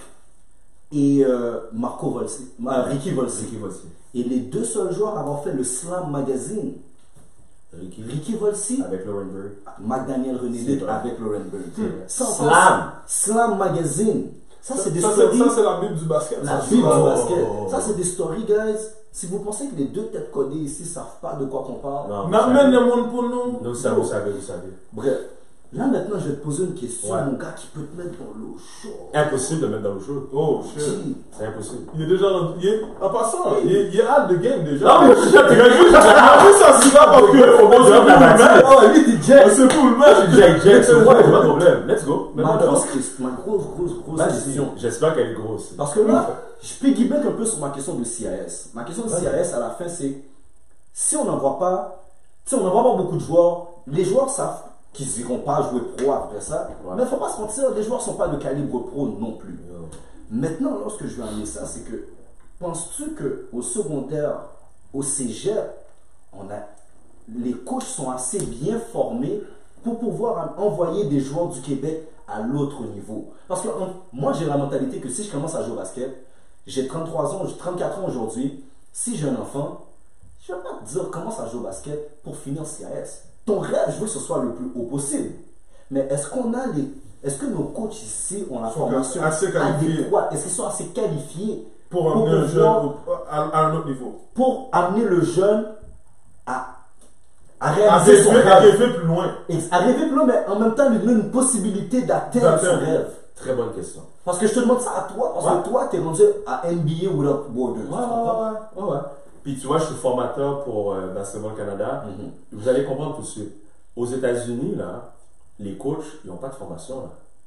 Speaker 1: et euh, Marco Volsi, euh, Ricky Volsi.
Speaker 3: Ricky Volsi.
Speaker 1: Et les deux seuls joueurs à avoir fait le Slam Magazine,
Speaker 3: Ricky.
Speaker 1: Ricky Volsi,
Speaker 3: Avec Laurenburg.
Speaker 1: McDaniel Renelic
Speaker 3: C'est vrai.
Speaker 1: avec Lauren Bird.
Speaker 3: Hmm.
Speaker 1: Ça, on
Speaker 3: Slam.
Speaker 1: pense- Slam Magazine. Ça, c'est des
Speaker 2: Ça,
Speaker 1: stories.
Speaker 2: c'est ça, c'est la Bible du basket.
Speaker 1: La
Speaker 2: ça.
Speaker 1: vie du
Speaker 3: Oh.
Speaker 1: basket. Ça, c'est des stories, guys. Si vous pensez que les deux têtes codées ici savent pas de quoi qu'on parle,
Speaker 3: Non, vous
Speaker 2: N'amène
Speaker 3: savez.
Speaker 2: le monde pour nous.
Speaker 3: Nous, ça, vous savez, vous savez.
Speaker 1: bref. Là, maintenant, je vais te poser une question,
Speaker 3: Ouais.
Speaker 1: mon gars, qui peut te mettre dans l'eau chaude.
Speaker 3: Impossible de mettre dans le show.
Speaker 2: Oh shit.
Speaker 1: Qui?
Speaker 3: C'est impossible.
Speaker 2: Il est déjà rendu. Il est, en passant, il est, il est hâte de game déjà.
Speaker 3: Non, mais je
Speaker 2: Il a vu, il a vu ça si là parce que.
Speaker 3: Au moins,
Speaker 2: C'est
Speaker 3: tu
Speaker 2: pour
Speaker 3: vas
Speaker 2: le
Speaker 3: la
Speaker 2: match.
Speaker 1: Oh, lui, t'es Jack.
Speaker 2: C'est pour le match.
Speaker 3: Jack, Jack, c'est moi, il n'y a pas de problème. Let's go.
Speaker 1: Ma
Speaker 3: Maintenant,
Speaker 1: grosse question, ma grosse, grosse, grosse
Speaker 3: Vas-y.
Speaker 1: question.
Speaker 3: J'espère qu'elle est grosse.
Speaker 1: Parce que là, je peux guider un peu sur ma question de C I S. Ma question de C I S à la fin, c'est si on n'envoie pas, si on n'envoie pas beaucoup de joueurs, les joueurs savent qu'ils n'iront pas jouer pro après ça.
Speaker 3: Ouais.
Speaker 1: Mais il ne faut pas se mentir, les joueurs ne sont pas de calibre pro non plus.
Speaker 3: Yo.
Speaker 1: Maintenant, lorsque je vais amener ça, c'est que penses-tu qu'au secondaire, au cégep, on a, les coachs sont assez bien formés pour pouvoir envoyer des joueurs du Québec à l'autre niveau? Parce que on- moi, j'ai la mentalité que si je commence à jouer au basket, j'ai trente-trois ans, j'ai trente-quatre ans aujourd'hui, si j'ai un enfant, je ne vais pas te dire commence à jouer au basket pour finir C I S. Ton rêve, je veux que ce soit le plus haut possible. Mais est-ce qu'on a les... Est-ce que nos coachs ici ont la
Speaker 2: Sont
Speaker 1: formation
Speaker 2: assez qualifiés.
Speaker 1: adéquate? Est-ce qu'ils sont assez qualifiés
Speaker 2: Pour
Speaker 1: Pour
Speaker 2: amener un jeune
Speaker 1: pouvoir-
Speaker 2: au- à, à un autre niveau.
Speaker 1: pour amener le jeune à, à
Speaker 2: À
Speaker 1: réaliser son
Speaker 2: rêver, à
Speaker 1: rêve?
Speaker 2: rêver plus loin.
Speaker 1: Et à rêver plus loin, mais en même temps lui donner une possibilité d'atteindre son
Speaker 2: D'atteindre.
Speaker 1: rêve.
Speaker 3: Très bonne question.
Speaker 1: Parce que je te demande ça à toi, parce
Speaker 3: Ouais.
Speaker 1: que toi, tu es rendu à N B A Without Borders.
Speaker 3: Ouais, ouais, ouais, ouais, ouais. Puis tu vois, je suis formateur pour euh, Basketball Canada.
Speaker 1: Mhm.
Speaker 3: Vous allez comprendre tout de suite. Aux États-Unis, là, les coachs, ils n'ont pas de formation. Là.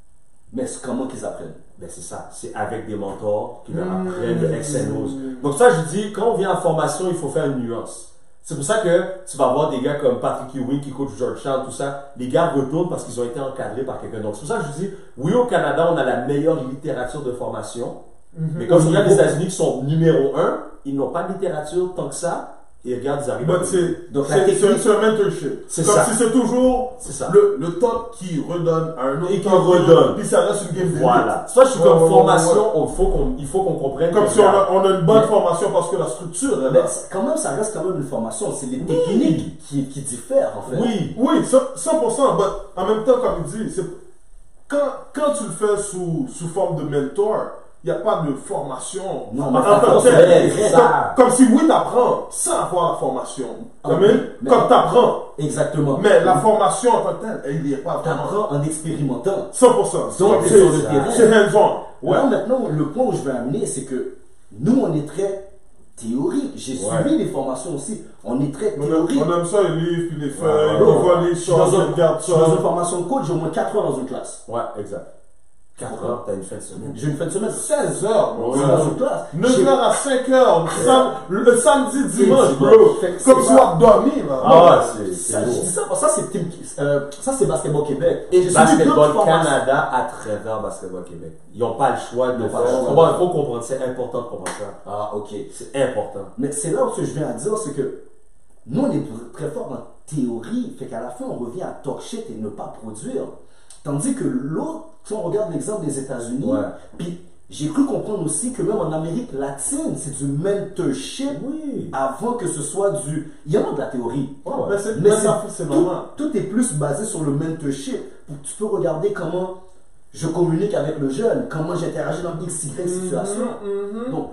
Speaker 1: Mais c'est comment qu'ils apprennent?
Speaker 3: Ben c'est ça, c'est avec des mentors qui leur apprennent le X and O's. Donc ça, je dis, quand on vient en formation, il faut faire une nuance. C'est pour ça que tu vas voir des gars comme Patrick Ewing qui coach Georgetown, tout ça. Les gars retournent parce qu'ils ont été encadrés par quelqu'un. Donc c'est pour ça que je dis, oui, au Canada, on a la meilleure littérature de formation. Mm-hmm. Mais quand tu regardes les États-Unis qui sont numéro un, ils n'ont pas de littérature tant que ça. Et regarde, ils arrivent.
Speaker 2: C'est donc la technique, c'est un mentorship.
Speaker 3: C'est
Speaker 2: comme
Speaker 3: ça.
Speaker 2: si c'est toujours
Speaker 3: ça.
Speaker 2: Le, le top qui redonne à un autre.
Speaker 3: Et qui redonne.
Speaker 2: Puis ça reste une game de
Speaker 3: Voilà. Soit je suis
Speaker 2: ouais,
Speaker 3: comme
Speaker 2: ouais,
Speaker 3: formation,
Speaker 2: ouais.
Speaker 3: Il faut qu'on, il faut qu'on comprenne.
Speaker 2: Comme si on a, on a une bonne mais, formation parce que la structure est là.
Speaker 1: Quand même, ça reste quand même une formation. C'est les techniques oui. qui, qui diffèrent en fait.
Speaker 2: Oui, oui, cent pour cent. Mais en même temps, comme il dit, c'est quand, quand tu le fais sous, sous forme de mentor, il n'y a pas de formation.
Speaker 1: Non, mais
Speaker 2: en
Speaker 1: comme,
Speaker 2: comme si oui, tu apprends sans avoir la formation.
Speaker 1: Ah,
Speaker 2: mais, mais, comme tu apprends.
Speaker 1: Exactement.
Speaker 2: Mais la formation en tant que telle, elle n'y est pas.
Speaker 1: Tu apprends en expérimentant.
Speaker 2: cent pour cent.
Speaker 1: Donc, c'est sur le terrain.
Speaker 2: C'est hands-on.
Speaker 1: Ouais. Alors, maintenant, le point où je vais amener, c'est que nous, on est très théorique. J'ai ouais. suivi les formations aussi. On est très théorique.
Speaker 2: On aime ça, les livres, puis les feuilles, on voit les choses, on regarde ça.
Speaker 1: Dans une formation de coach, j'ai au moins quatre heures dans une classe.
Speaker 3: Ouais, exact. quatre heures, t'as une fin de semaine.
Speaker 1: J'ai une fin de semaine,
Speaker 2: seize heures
Speaker 1: ouais. dans une classe.
Speaker 2: neuf heures à cinq heures, le, le samedi, dimanche, bro. Comme tu vas dormir, là.
Speaker 3: Ah, c'est
Speaker 1: ça. Je dis ça, ça c'est Team, euh, ça c'est Basketball Québec.
Speaker 3: Et Basketball Canada à travers Basketball Québec. Ils n'ont pas le choix de le faire. Il faut comprendre, c'est important de comprendre ça.
Speaker 1: Ah, ok.
Speaker 3: C'est important.
Speaker 1: Mais c'est là où ce que je viens à dire, c'est que nous, on est très fort en théorie, fait qu'à la fin, on revient à talk shit et ne pas produire. Tandis que l'autre, si on regarde l'exemple des États-Unis, ouais. puis j'ai cru comprendre aussi que même en Amérique latine, c'est du mentorship
Speaker 3: oui.
Speaker 1: avant que ce soit du... Il y en a de la théorie.
Speaker 2: Ouais, ouais. Mais c'est,
Speaker 1: mais
Speaker 2: mais
Speaker 1: c'est, c'est tout, tout est plus basé sur le mentorship. Tu peux regarder comment je communique avec le jeune, comment j'interagis dans X Y situation.
Speaker 2: Mm-hmm, mm-hmm.
Speaker 1: Donc,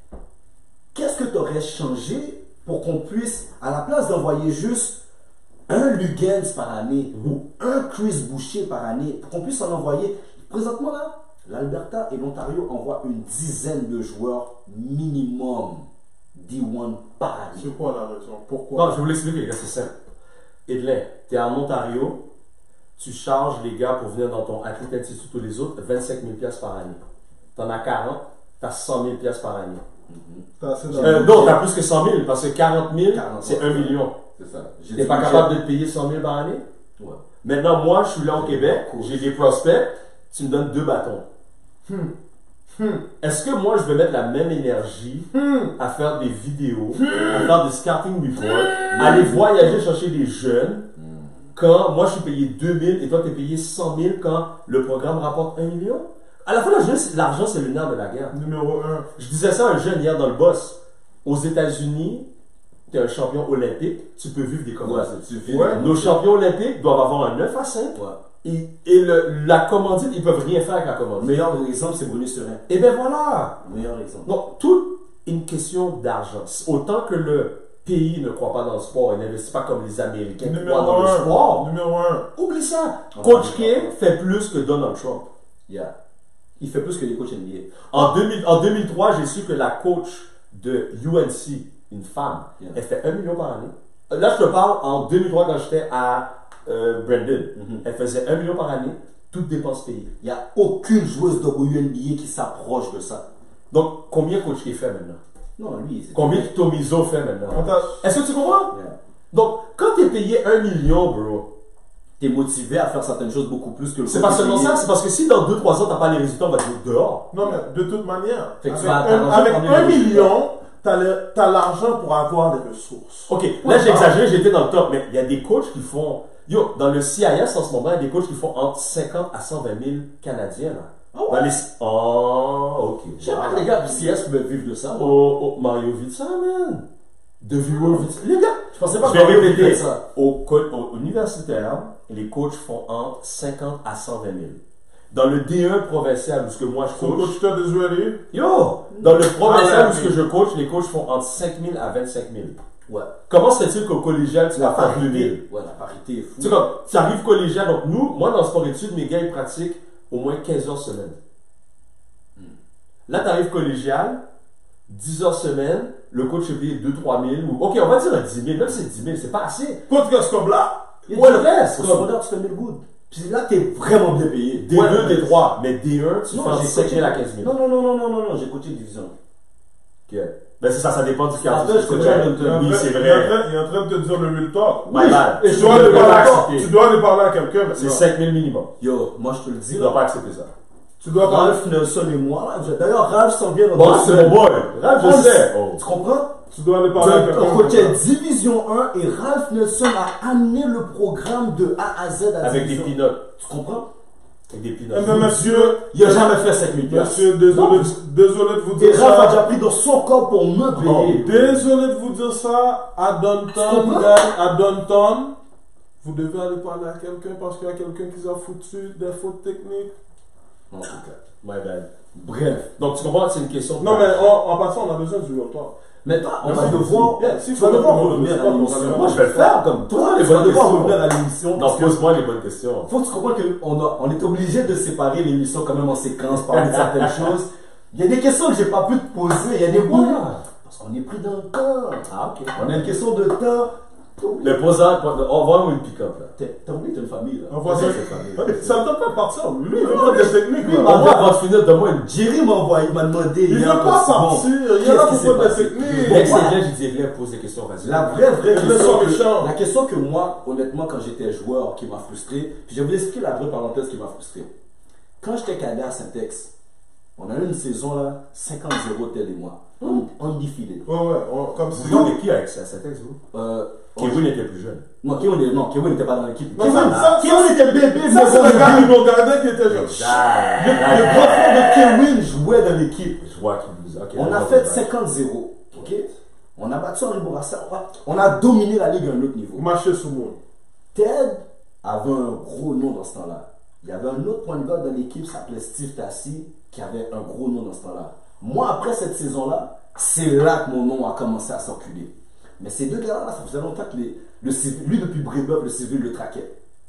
Speaker 1: qu'est-ce que tu aurais changé pour qu'on puisse, à la place d'envoyer juste un Lugens par année mmh. ou un Chris Boucher par année, pour qu'on puisse en envoyer. Présentement, là, l'Alberta et l'Ontario envoient une dizaine de joueurs minimum D un par année.
Speaker 2: C'est quoi la raison? Pourquoi?
Speaker 3: Non, je vais vous l'expliquer, c'est simple. Edley, tu es en Ontario, tu charges les gars pour venir dans ton Athlete Institute ou les autres vingt-cinq mille dollars par année. Tu en as quarante, tu as cent mille dollars par année.
Speaker 2: Mm-hmm.
Speaker 3: Euh, non, tu as plus que cent mille parce que quarante mille, c'est un million.
Speaker 1: C'est ça.
Speaker 3: Tu n'es pas capable de te payer cent mille par année?
Speaker 1: Ouais.
Speaker 3: Maintenant, moi, je suis là au Québec, j'ai des prospects, tu me donnes deux bâtons.
Speaker 2: Hmm. Hmm.
Speaker 3: Est-ce que moi, je vais mettre la même énergie
Speaker 2: hmm.
Speaker 3: à faire des vidéos, hmm. à faire des scouting reports, hmm. aller voyager chercher des jeunes, hmm. quand moi, je suis payé deux mille et toi, tu es payé cent mille quand le programme rapporte un million? À la fin, l'argent, c'est le nerf de la guerre.
Speaker 2: Numéro un.
Speaker 3: Je disais ça à un jeune hier dans le boss. Aux États-Unis, tu es un champion olympique, tu peux vivre des commandites.
Speaker 1: Ouais,
Speaker 3: ouais. Nos champions olympiques doivent avoir un neuf à cinq.
Speaker 1: Ouais.
Speaker 3: Et, et le, la commandite, ils peuvent rien faire avec la commandite.
Speaker 1: Le meilleur exemple, c'est Bruno Serin.
Speaker 3: Et bien voilà.
Speaker 1: Le meilleur exemple.
Speaker 3: Donc, toute une question d'argent. Autant que le pays ne croit pas dans le sport et n'investit pas comme les Américains qui croient dans le sport.
Speaker 2: Numéro un.
Speaker 3: Oublie ça. Oh, Coach K fait plus que Donald Trump.
Speaker 1: Yeah. Il fait plus que les coachs N B A.
Speaker 3: En, deux mille, en deux mille trois, j'ai su que la coach de U N C, une femme, yeah. elle fait un million par année. Là, je te parle en deux mille trois quand j'étais à euh, Brandon. Mm-hmm. Elle faisait un million par année, toutes dépenses payées.
Speaker 1: Il n'y a aucune joueuse de W N B A qui s'approche de ça.
Speaker 3: Donc, combien Coach K fait maintenant?
Speaker 1: Non, lui, c'est
Speaker 3: combien Tomizo fait maintenant? Est-ce que tu comprends?
Speaker 1: Yeah.
Speaker 3: Donc, quand tu es payé un million, bro,
Speaker 1: tu es motivé à faire certaines choses beaucoup plus que le
Speaker 3: c'est pas seulement ça, c'est parce que si dans deux trois ans, tu n'as pas les résultats, on va te dire dehors.
Speaker 2: Non, mais de toute manière,
Speaker 1: fait que
Speaker 2: avec,
Speaker 1: tu vas
Speaker 2: un, avec un million, tu as l'argent pour avoir des ressources.
Speaker 3: Ok, là j'ai exagéré, j'étais dans le top, mais il y a des coachs qui font. Yo, dans le C I S en ce moment, il y a des coachs qui font entre cinquante à cent vingt mille Canadiens. Là.
Speaker 1: Oh, ouais.
Speaker 3: les... oh, ok.
Speaker 1: Je sais pas que les gars du C S peuvent vivre de ça.
Speaker 3: Oh, oh, Mario vit ça, man. De viewer vit ça. Les gars,
Speaker 1: je pensais pas
Speaker 3: que Mario vivait ça. Au, au universitaire, les coachs font entre cinquante à cent vingt mille. Dans le D un provincial, où ce que moi je coach.
Speaker 2: coach t'as des
Speaker 3: Yo! Dans le provincial, où ce que je coach, les coachs font entre cinq mille à vingt-cinq mille.
Speaker 1: Ouais.
Speaker 3: Comment serait-il qu'au collégial, tu vas faire deux mille?
Speaker 1: Ouais, la parité est fou.
Speaker 3: Tu sais, comme, tu arrives collégial, donc nous, moi dans le sport études, mes gars, ils pratiquent au moins quinze heures semaine. Hmm. Là, tu arrives collégial, dix heures semaine, le coach est payé deux à trois mille, ou, ok, on va dire dix mille, même si c'est dix mille, c'est pas assez.
Speaker 2: Coach Gascon Blas.
Speaker 1: Ouais, le reste. Au secondaire, tu fais mille good. Puis là, t'es vraiment bien payé.
Speaker 3: D deux, D trois, mais D un, tu
Speaker 1: Non,
Speaker 3: fais
Speaker 1: j'ai
Speaker 3: cinq
Speaker 1: coaché-
Speaker 3: mille à quinze mille.
Speaker 1: Non, non, non, non, non, non, non, j'ai coaché division.
Speaker 3: Ok. Ben c'est ça, ça dépend du
Speaker 1: Ah,
Speaker 3: quartier.
Speaker 1: ben,
Speaker 3: que
Speaker 1: je
Speaker 3: tu
Speaker 1: connais
Speaker 3: as.
Speaker 1: Hamilton.
Speaker 2: Il est en
Speaker 3: Oui,
Speaker 2: train-
Speaker 3: c'est
Speaker 2: il est en
Speaker 3: vrai.
Speaker 2: train- Il est en train de te dire le real talk.
Speaker 3: My bad.
Speaker 2: Tu
Speaker 3: Je
Speaker 2: dois,
Speaker 3: ne
Speaker 2: aller
Speaker 3: peux pas
Speaker 2: parler,
Speaker 3: accepter.
Speaker 2: tu dois aller parler à quelqu'un.
Speaker 3: C'est
Speaker 2: maintenant.
Speaker 3: cinq mille minimum.
Speaker 1: Yo, moi je te le dis
Speaker 3: Tu ne dois
Speaker 1: là.
Speaker 3: pas accepter ça.
Speaker 2: Tu dois parler.
Speaker 1: Ralph Nelson et moi, là, d'ailleurs, Ralph s'en vient dans
Speaker 3: Bon,
Speaker 1: deux
Speaker 3: c'est
Speaker 1: semaines.
Speaker 3: mon boy.
Speaker 1: Ralph,
Speaker 3: Je
Speaker 1: on le
Speaker 3: sais.
Speaker 1: sait.
Speaker 3: Oh.
Speaker 1: Tu comprends?
Speaker 2: Tu dois aller parler à
Speaker 1: On
Speaker 2: quelqu'un.
Speaker 1: coachait Division un et Ralph Nelson a amené le programme de A à Z à
Speaker 3: Avec des
Speaker 1: Division.
Speaker 3: peanuts.
Speaker 1: Tu comprends?
Speaker 3: Avec des
Speaker 2: Eh
Speaker 3: peanuts.
Speaker 2: bien, monsieur,
Speaker 1: Il a jamais fait cinq mille piastres.
Speaker 2: monsieur, désolé,
Speaker 1: Non.
Speaker 2: désolé de vous
Speaker 1: Et
Speaker 2: dire
Speaker 1: Ralph a
Speaker 2: ça.
Speaker 1: déjà pris dans son corps pour me payer.
Speaker 2: Désolé de vous dire ça. À
Speaker 1: Tu
Speaker 2: Downtown,
Speaker 1: comprends?
Speaker 2: gars, à Downtown, vous devez aller parler à quelqu'un parce qu'il y a quelqu'un qui a foutu des fautes techniques.
Speaker 1: En tout cas.
Speaker 3: My bad.
Speaker 1: Bref.
Speaker 3: Donc, tu comprends, c'est une question de.
Speaker 2: Non, mais en, en passant, on a besoin du real talk.
Speaker 1: Mais toi, on
Speaker 2: Merci.
Speaker 1: va devoir,
Speaker 2: Yeah, si
Speaker 1: tu vas
Speaker 2: faut
Speaker 1: devoir
Speaker 2: que tout le monde
Speaker 1: revenir
Speaker 2: le
Speaker 1: à
Speaker 2: fasse,
Speaker 1: l'émission.
Speaker 2: on va
Speaker 1: Moi, je vais le faire comme toi.
Speaker 3: Les
Speaker 1: Tu vas
Speaker 3: bonnes
Speaker 1: devoir
Speaker 3: questions.
Speaker 1: revenir à l'émission.
Speaker 3: Non,
Speaker 1: parce que
Speaker 3: pose-moi les bonnes questions.
Speaker 1: faut que tu comprennes qu'on doit- on est obligé de séparer l'émission quand même en séquence, parler de certaines choses. Il y a des questions que j'ai pas pu te poser. Il y a des
Speaker 3: Pourquoi?
Speaker 1: points. Parce qu'on est pris dans le temps.
Speaker 3: Ah, ok.
Speaker 1: On a une question de temps. T'as oublié-
Speaker 3: Le posant, on va une pick-up là.
Speaker 1: T'as t'as oublié, t'as une famille là.
Speaker 2: On voit ça.
Speaker 3: Ça, c'est famille.
Speaker 2: Ça ne peut pas partir. Lui, il veut pas des techniques.
Speaker 1: lui,
Speaker 2: là.
Speaker 1: il m'a-
Speaker 3: Au moins, avant de finir, donne-moi une.
Speaker 1: Jerry m'a envoyé, il m'a demandé.
Speaker 2: Il veut
Speaker 1: hier,
Speaker 2: pas
Speaker 1: c'est bon.
Speaker 2: partir. Il y
Speaker 1: Qu'est-ce
Speaker 2: a là
Speaker 1: qui
Speaker 2: pour
Speaker 1: s'est
Speaker 2: faire des
Speaker 1: passé?
Speaker 2: techniques.
Speaker 3: Dès que
Speaker 1: Pourquoi?
Speaker 3: c'est bien, j'ai dit, viens, pose des questions, vas-y.
Speaker 1: La vraie, vraie
Speaker 2: Le
Speaker 1: question,
Speaker 2: sort
Speaker 1: que,
Speaker 2: méchant.
Speaker 1: la question que moi, honnêtement, quand j'étais joueur, qui m'a frustré, puis je vais vous expliquer la vraie parenthèse qui m'a frustré. Quand j'étais cadé à Saint-Ex, on a eu une saison là, cinquante zéro tel et moi, on, on défilait.
Speaker 2: Ouais, ouais, on- comme si.
Speaker 3: Vous jouez qui avec ça, cet ex, vous
Speaker 1: Euh,
Speaker 3: Kevin était plus jeune.
Speaker 1: non, Kevin est- non, Kevin n'était pas dans l'équipe.
Speaker 2: Non,
Speaker 1: Kevin,
Speaker 2: ça- ça-
Speaker 1: Kevin était bébé, mais
Speaker 2: Ça, c'est
Speaker 1: bon,
Speaker 2: le gars qui
Speaker 1: le,
Speaker 2: nous regardait qui était genre.
Speaker 1: le grand frère de Kevin jouait dans l'équipe.
Speaker 3: Je vois qu'il vous. ok,
Speaker 1: On
Speaker 3: je
Speaker 1: a
Speaker 3: vois
Speaker 1: fait
Speaker 3: votre
Speaker 1: cinquante zéro. Ok? On a battu Henri Bourassa. On a- On a dominé la ligue à un autre niveau.
Speaker 2: Vous marchez sous moi.
Speaker 1: Ted avait un gros nom dans ce temps-là. Il y avait un autre point de garde dans l'équipe qui s'appelait Steve Tassi, qui avait un gros nom dans ce temps-là. Moi, après cette saison-là, c'est là que mon nom a commencé à circuler. Mais ces deux gars-là, ça faisait longtemps que les- le civil, lui depuis Brébeuf, le civil le traquait.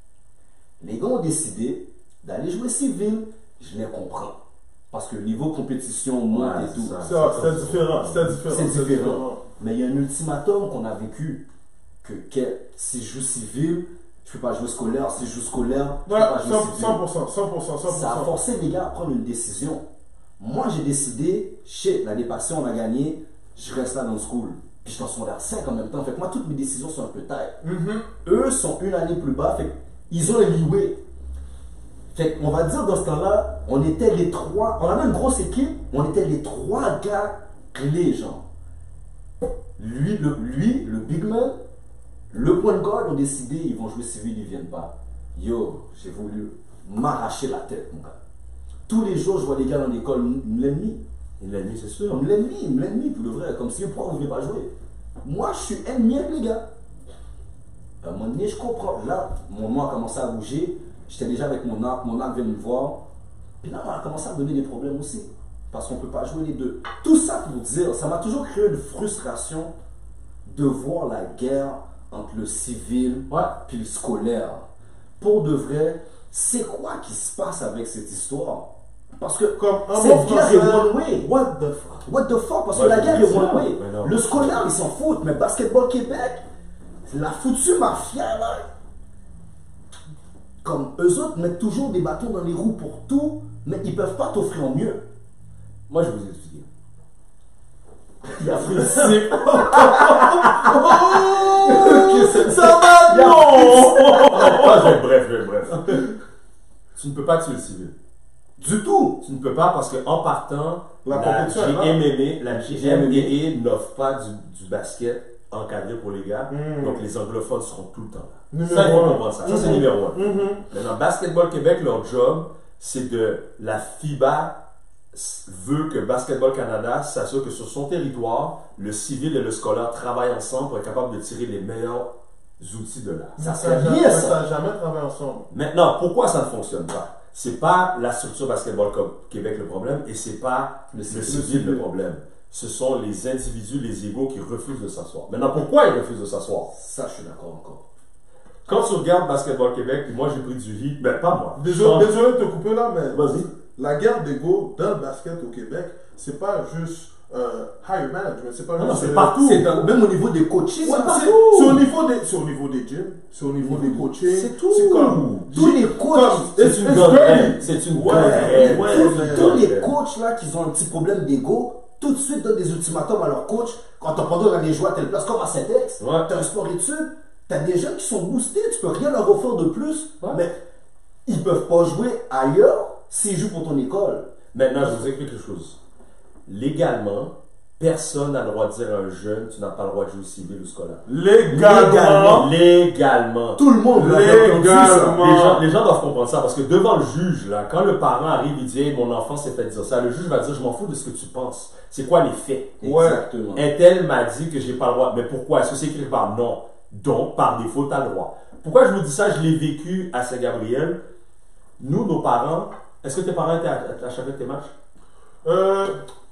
Speaker 1: Les gars ont décidé d'aller jouer civil. Je les comprends. Parce que le niveau compétition monte
Speaker 3: Ouais,
Speaker 1: et tout.
Speaker 3: c'est ça.
Speaker 2: Ça, C'était différent. C'était différent.
Speaker 1: C'est
Speaker 2: c'était
Speaker 1: différent. Mais il y a un ultimatum qu'on a vécu. Que, que si je joue civil, je ne peux pas jouer scolaire. Si je joue scolaire, je ne
Speaker 2: Ouais,
Speaker 1: peux pas jouer
Speaker 2: cent
Speaker 1: civil.
Speaker 2: pour cent, cent pour cent, cent pour
Speaker 1: Ça a
Speaker 2: cent.
Speaker 1: forcé les gars à prendre une décision. Moi, j'ai décidé, shit, l'année passée, on a gagné, je reste là dans le school. Puis je suis en secondaire cinq en même temps. Fait que moi, toutes mes décisions sont un peu tight.
Speaker 2: Mhm.
Speaker 1: Eux sont une année plus bas. Fait ils ont élioué. Fait qu'on va dire dans ce temps-là, on était les trois, on avait une grosse équipe, on était les trois gars clés, genre. Lui, le, lui, le big man, le point de guard ont décidé, ils vont jouer civil, ils viennent pas. Yo, j'ai voulu m'arracher la tête, mon gars. Tous les jours, je vois les gars dans l'école, me l'ennemi.
Speaker 3: Il l'a mis, c'est sûr.
Speaker 1: Comme l'ennemi, l'ennemi, pour le vrai. Comme si, pourquoi vous ne venez pas jouer? Moi, je suis ennemi avec les gars. À un moment donné, je comprends. Là, mon nom a commencé à bouger. J'étais déjà avec mon arc. Mon arc vient me voir. Puis là, on a commencé à donner des problèmes aussi. Parce qu'on ne peut pas jouer les deux. Tout ça pour dire, ça m'a toujours créé une frustration de voir la guerre entre le civil
Speaker 3: Ouais.
Speaker 1: puis le scolaire. Pour de vrai, c'est quoi qui se passe avec cette histoire? Parce que
Speaker 2: Comme un
Speaker 1: cette
Speaker 2: mot
Speaker 1: guerre est
Speaker 2: français.
Speaker 1: one way.
Speaker 2: What the fuck?
Speaker 1: What the fuck? Parce que
Speaker 3: Ouais,
Speaker 1: la guerre est
Speaker 3: c'est
Speaker 1: one
Speaker 3: ça.
Speaker 1: way.
Speaker 3: Mais non.
Speaker 1: Le scolaire, ils s'en foutent. Mais Basketball Québec, la foutue mafia, là, comme eux autres mettent toujours des bâtons dans les roues pour tout, mais ils peuvent pas t'offrir mieux.
Speaker 3: Moi, je vais vous expliquer.
Speaker 1: Il a pris le slip.
Speaker 2: Ça va, non!
Speaker 3: Ah, je vais être bref, je vais être bref. Tu ne peux pas tuer le civil.
Speaker 1: Du tout.
Speaker 3: Tu ne peux pas parce qu'en partant,
Speaker 2: La
Speaker 3: la,
Speaker 2: compétition est là.
Speaker 3: G M M A, la G M M A n'offre pas du, du basket encadré pour les gars.
Speaker 2: Mm.
Speaker 3: Donc les anglophones seront tout le temps là.
Speaker 2: Numéro
Speaker 3: Ça, il faut
Speaker 2: un.
Speaker 3: comprendre ça. Ça, c'est
Speaker 2: Mhm.
Speaker 3: numéro un.
Speaker 2: Mhm.
Speaker 3: Maintenant, Basketball Québec, leur job, c'est de la FIBA s- veut que Basketball Canada s'assure que sur son territoire, le civil et le scolaire travaillent ensemble pour être capable de tirer les meilleurs outils de là.
Speaker 1: Ça
Speaker 2: Ça
Speaker 1: serait
Speaker 2: n'a
Speaker 1: bien,
Speaker 2: jamais,
Speaker 1: ça.
Speaker 2: ça a jamais travaillé ensemble.
Speaker 3: Maintenant, pourquoi ça ne fonctionne pas? C'est pas la structure Basketball Co- Québec le problème et c'est pas
Speaker 1: Le
Speaker 3: le
Speaker 1: civil.
Speaker 3: civil le problème. Ce sont les individus, les égaux qui refusent de s'asseoir. Maintenant, pourquoi ils refusent de s'asseoir?
Speaker 1: Ça, je suis d'accord encore.
Speaker 3: Quand tu regardes Basketball Québec, puis moi j'ai pris du hit, ben pas moi.
Speaker 2: Désolé,
Speaker 3: Je
Speaker 2: désolé de te couper là, mais
Speaker 3: Vas-y.
Speaker 2: la guerre d'ego dans le basket au Québec, c'est pas juste euh, higher management, c'est pas
Speaker 1: Non,
Speaker 2: juste.
Speaker 1: c'est
Speaker 2: euh,
Speaker 1: partout. C'est dans- même au niveau des coachings,
Speaker 2: Ouais,
Speaker 1: c'est
Speaker 2: c'est
Speaker 1: partout.
Speaker 2: c'est au niveau des, c'est au niveau des gyms, c'est au niveau des coachings.
Speaker 1: C'est tout.
Speaker 2: C'est comme
Speaker 1: Tous les coachs.
Speaker 2: comme-
Speaker 3: C'est
Speaker 2: it's-
Speaker 3: une
Speaker 2: it's
Speaker 3: gangrène.
Speaker 2: dirty.
Speaker 3: C'est une
Speaker 2: Ouais,
Speaker 3: gangrène.
Speaker 2: ouais,
Speaker 1: tous,
Speaker 2: mais-
Speaker 1: tous les coachs là qui ont un petit problème d'ego, tout de suite donnent des ultimatums à leur coach quand t'as pas d'aller jouer à telle place, comme à Saint-Ex.
Speaker 3: Ouais.
Speaker 1: T'as un sport études, t'as des jeunes qui sont boostés, tu peux rien leur offrir de plus,
Speaker 3: Ouais.
Speaker 1: mais ils peuvent pas jouer ailleurs s'ils jouent pour ton école.
Speaker 3: Maintenant, je vous explique quelque chose. Légalement, personne n'a le droit de dire à un jeune, tu n'as pas le droit de jouer civil ou scolaire.
Speaker 2: Légalement.
Speaker 3: Légalement.
Speaker 1: Tout le monde l'a
Speaker 2: Légalement.
Speaker 1: entendu, ça.
Speaker 3: Les gens, les gens doivent comprendre ça parce que devant le juge, là, quand le parent arrive et dit hey, mon enfant s'est fait dire ça, le juge va dire je m'en fous de ce que tu penses. C'est quoi les faits?
Speaker 2: Ouais.
Speaker 1: Exactement.
Speaker 3: Un tel m'a dit que j'ai pas le droit. Mais pourquoi? Est-ce que c'est écrit par non? Donc, par défaut, tu as le droit. Pourquoi je vous dis ça? Je l'ai vécu à Saint-Gabriel. Nous, nos parents, est-ce que tes parents étaient à, à chaque tes matchs?
Speaker 2: Euh,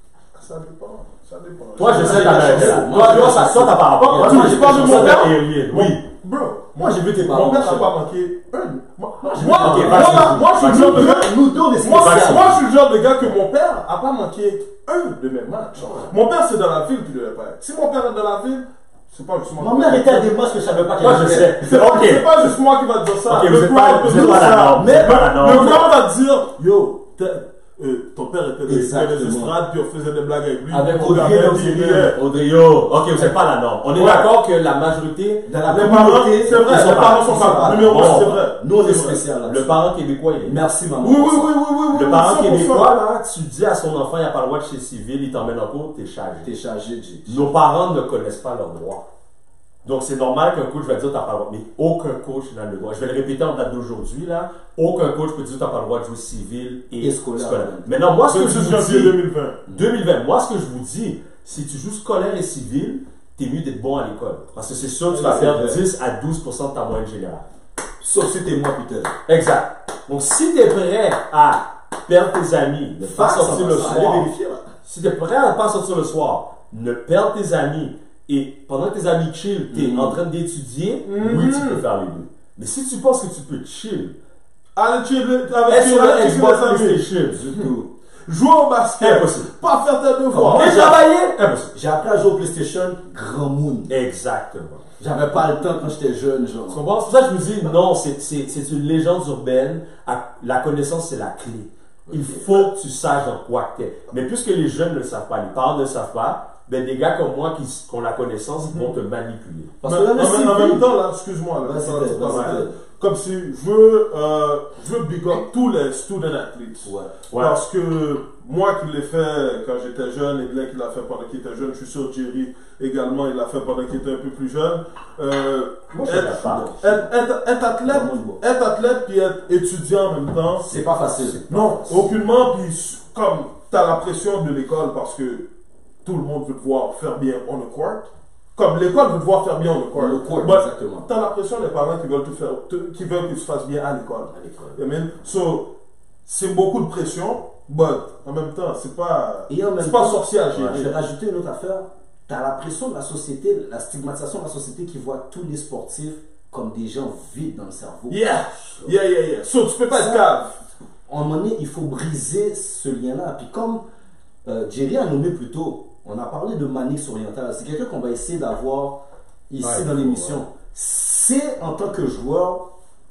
Speaker 2: ça dépend. Ça dépend.
Speaker 3: Toi, je sais, t'as
Speaker 1: j'ai-
Speaker 3: la
Speaker 1: moi,
Speaker 3: Toi, ça, toi, t'as pas rapport.
Speaker 2: Moi,
Speaker 3: Moi,
Speaker 2: tu
Speaker 3: j'ai
Speaker 2: parles de
Speaker 3: fait
Speaker 2: mon
Speaker 3: ça
Speaker 2: père?
Speaker 3: aérien. Oui.
Speaker 2: Bro,
Speaker 1: Moi, j'ai vu tes parents.
Speaker 2: mon père n'a
Speaker 1: ça.
Speaker 2: pas manqué un. Moi, moi,
Speaker 1: j'ai-
Speaker 2: moi,
Speaker 3: Ok,
Speaker 2: moi,
Speaker 3: vas-y.
Speaker 2: moi, je suis le genre de gars.
Speaker 1: Nous deux, on est
Speaker 2: Moi,
Speaker 1: spécial.
Speaker 2: moi, je suis le genre de gars que mon père n'a pas manqué un de mes matchs. Mon père, c'est dans la ville qu'il devait pas être. Si mon père est dans la ville, c'est pas justement.
Speaker 1: Ma mère était à des matchs que je savais pas qu'elle
Speaker 3: Moi, je
Speaker 1: jouait.
Speaker 3: sais.
Speaker 2: C'est pas,
Speaker 3: Ok.
Speaker 2: c'est pas juste moi qui va te dire ça.
Speaker 3: Ok,
Speaker 2: le
Speaker 3: vous êtes
Speaker 2: crowd
Speaker 3: pas-
Speaker 2: peut
Speaker 3: vous êtes
Speaker 2: dire
Speaker 3: pas la
Speaker 2: ça.
Speaker 3: norme, vous
Speaker 2: Mais
Speaker 3: êtes pas la norme.
Speaker 2: le crowd va te dire, yo, t'es- euh, ton père était dans les
Speaker 1: Exactement.
Speaker 2: estrades, puis on faisait des blagues avec lui.
Speaker 3: Avec
Speaker 2: on
Speaker 3: Audrey,
Speaker 2: regardait,
Speaker 3: donc,
Speaker 2: puis il
Speaker 3: c'est
Speaker 2: riait.
Speaker 3: Audrey, yo. Ok, vous n'êtes pas la norme. On est
Speaker 2: Ouais.
Speaker 3: d'accord que la majorité.
Speaker 1: Dans la
Speaker 2: Les parents,
Speaker 1: communauté,
Speaker 2: c'est vrai,
Speaker 1: ils sont
Speaker 2: les
Speaker 1: pas-
Speaker 2: parents sont
Speaker 1: ils
Speaker 2: pas.
Speaker 1: pas-
Speaker 2: Numéro
Speaker 3: Bon.
Speaker 2: un, c'est vrai.
Speaker 1: Nous, on est
Speaker 2: C'est vrai.
Speaker 1: spécial là.
Speaker 3: Le parent québécois, il est.
Speaker 1: Merci, maman.
Speaker 2: Oui, oui, oui, oui, oui, oui.
Speaker 3: Le
Speaker 2: oui,
Speaker 3: parent
Speaker 2: cent pour cent.
Speaker 3: québécois, là, tu dis à son enfant, il n'a pas le droit de chez civil, il t'emmène en cours, t'es chargé.
Speaker 1: T'es chargé, J.
Speaker 3: Nos parents ne connaissent pas leurs droits. Donc, c'est normal qu'un coach va dire, t'as pas le droit. Mais aucun coach n'a le droit. Je vais le répéter en date d'aujourd'hui, là. Aucun coach peut dire, t'as pas le droit de jouer civil et,
Speaker 1: Et scolaire.
Speaker 3: Maintenant, moi, ce que
Speaker 2: C'est
Speaker 3: je
Speaker 2: juste
Speaker 3: vous
Speaker 2: janvier
Speaker 3: dis,
Speaker 2: deux mille vingt.
Speaker 3: deux mille vingt, moi, ce que je vous dis, si tu joues scolaire et civil, t'es mieux d'être bon à l'école. Parce que c'est sûr que tu vas
Speaker 1: C'est
Speaker 3: perdre
Speaker 1: vrai.
Speaker 3: dix à douze pour cent de ta moyenne générale.
Speaker 1: Sauf si t'es moi, putain.
Speaker 3: Exact. Donc, si tu es prêt à perdre tes amis, ne pas
Speaker 1: Fax,
Speaker 3: sortir
Speaker 1: ça
Speaker 3: le
Speaker 1: va, ça,
Speaker 3: soir,
Speaker 1: allez vérifier, là.
Speaker 3: si tu es prêt à ne pas sortir le soir, ne perdre tes amis, et pendant que tes amis chill, tu es
Speaker 1: Mhm.
Speaker 3: en train d'étudier,
Speaker 2: Mhm.
Speaker 3: oui, tu peux faire les deux. Mais si tu penses que tu peux chill,
Speaker 2: Allez, tu es avec
Speaker 3: être sur le
Speaker 2: tes
Speaker 3: Xbox
Speaker 2: amis.
Speaker 3: PlayStation,
Speaker 1: Du tout.
Speaker 2: Jouer au basket.
Speaker 3: Impossible.
Speaker 2: Pas faire tes devoirs.
Speaker 1: Moi,
Speaker 3: et
Speaker 1: j'ai-
Speaker 3: travailler, impossible.
Speaker 1: J'ai appris à jouer au PlayStation Grand Moon.
Speaker 3: Exactement.
Speaker 1: J'avais pas le temps quand j'étais jeune,
Speaker 3: Tu
Speaker 1: genre.
Speaker 3: comprends? C'est pour ça que je vous dis, non, c'est c'est- c'est une légende urbaine. À- La connaissance, c'est la clé. Il
Speaker 1: Ok.
Speaker 3: faut que tu saches dans quoi tu es. Mais puisque les jeunes ne le savent pas, les parents ne le savent pas, ben des gars comme moi qui, qui ont la connaissance vont te manipuler.
Speaker 1: Parce
Speaker 2: Mais
Speaker 1: que là,
Speaker 2: en,
Speaker 1: le
Speaker 2: même- en
Speaker 1: civil-
Speaker 2: même temps, là, excuse-moi, là,
Speaker 1: Vas-y,
Speaker 2: ça-
Speaker 1: vas-y,
Speaker 2: c'est pas
Speaker 1: vas-y,
Speaker 2: mal.
Speaker 1: vas-y.
Speaker 2: Comme si je veux, euh, je veux big up tous les student athletes.
Speaker 1: Ouais.
Speaker 3: Ouais.
Speaker 2: Parce que moi qui l'ai fait quand j'étais jeune, et Glenn qui l'a fait pendant qu'il était jeune, je suis sûr Jerry également, il l'a fait pendant qu'il était un peu plus jeune. Euh,
Speaker 3: Moi, je suis
Speaker 2: être,
Speaker 3: d'accord.
Speaker 2: être, être, être athlète,
Speaker 1: Vraiment beau.
Speaker 2: être athlète puis être étudiant en même temps,
Speaker 1: C'est pas facile.
Speaker 2: non, aucunement. Puis comme tu as la pression de l'école parce que tout le monde veut te voir faire bien on the court. Comme l'école veut te voir faire bien on the court.
Speaker 1: On le court,
Speaker 2: But
Speaker 1: exactement.
Speaker 2: t'as la pression des parents qui veulent te faire, te- qui veulent que tu fasses bien à l'école.
Speaker 1: À l'école.
Speaker 2: You know what I mean? So, c'est beaucoup de pression, but en même temps, c'est pas,
Speaker 1: Et en même
Speaker 2: c'est pas
Speaker 1: temps,
Speaker 2: sorcier à
Speaker 1: Je vais
Speaker 2: gérer.
Speaker 1: rajouter une autre affaire. Tu as la pression de la société, la stigmatisation de la société qui voit tous les sportifs comme des gens vides dans le cerveau.
Speaker 2: Yeah, yeah, yeah, yeah. So, tu peux pas être
Speaker 1: Ça-
Speaker 2: cave.
Speaker 1: À un moment donné, il faut briser ce lien-là. Puis comme euh, Jerry a nommé plus tôt, on a parlé de Manix Oriental. C'est quelqu'un qu'on va essayer d'avoir ici
Speaker 3: Ouais,
Speaker 1: dans l'émission.
Speaker 3: ouais.
Speaker 1: C'est en tant que joueur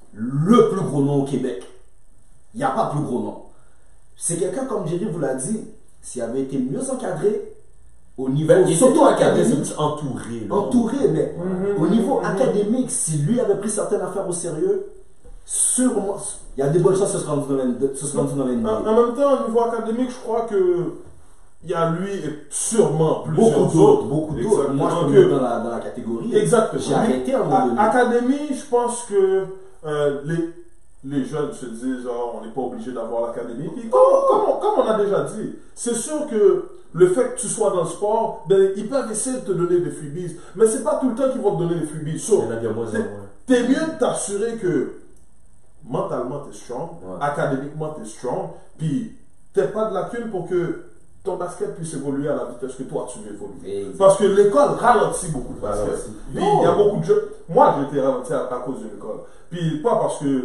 Speaker 1: le plus gros nom au Québec. Il n'y a pas plus gros nom. C'est quelqu'un, comme Jerry vous l'a dit, s'il avait été mieux encadré, au niveau
Speaker 3: Ben, il
Speaker 1: surtout
Speaker 3: était encadré, c'est
Speaker 1: académique,
Speaker 3: plus entouré. là.
Speaker 1: entouré, mais
Speaker 2: Mhm,
Speaker 1: au niveau
Speaker 2: mhm,
Speaker 1: académique, si lui avait pris certaines affaires au sérieux, sûrement, il y a des bonnes chances que ce soit rendu dans la- ce soit rendu dans la N B A.
Speaker 2: En, en même temps, au niveau académique, je crois que il y a lui et sûrement plusieurs
Speaker 1: Beaucoup d'autres,
Speaker 2: autres.
Speaker 1: beaucoup d'autres.
Speaker 2: Exactement.
Speaker 1: Moi, je peux
Speaker 2: Que-
Speaker 1: mettre dans la, dans la catégorie.
Speaker 2: Exactement.
Speaker 1: J'ai arrêté à un moment
Speaker 2: A-
Speaker 1: donné.
Speaker 2: Académie, je pense que euh, les, les jeunes se disent oh, on n'est pas obligé d'avoir l'académie. Puis comme, comme on, comme on a déjà dit, c'est sûr que le fait que tu sois dans le sport, ben, ils peuvent essayer de te donner des freebies. Mais c'est pas tout le temps qu'ils vont te donner des freebies. So,
Speaker 3: Il y en a de moins en
Speaker 2: t'es-
Speaker 3: moins.
Speaker 2: t'es mieux de t'assurer que mentalement t'es strong,
Speaker 3: Ouais.
Speaker 2: académiquement t'es strong, puis t'as pas de lacune pour que ton basket puisse évoluer à la vitesse que toi tu veux évoluer.
Speaker 1: Exact.
Speaker 2: Parce que l'école ralentit beaucoup le basket.
Speaker 3: Ralentit.
Speaker 2: Puis il y a beaucoup de jeux. Moi j'ai été ralenti à, à cause de l'école. Puis pas parce que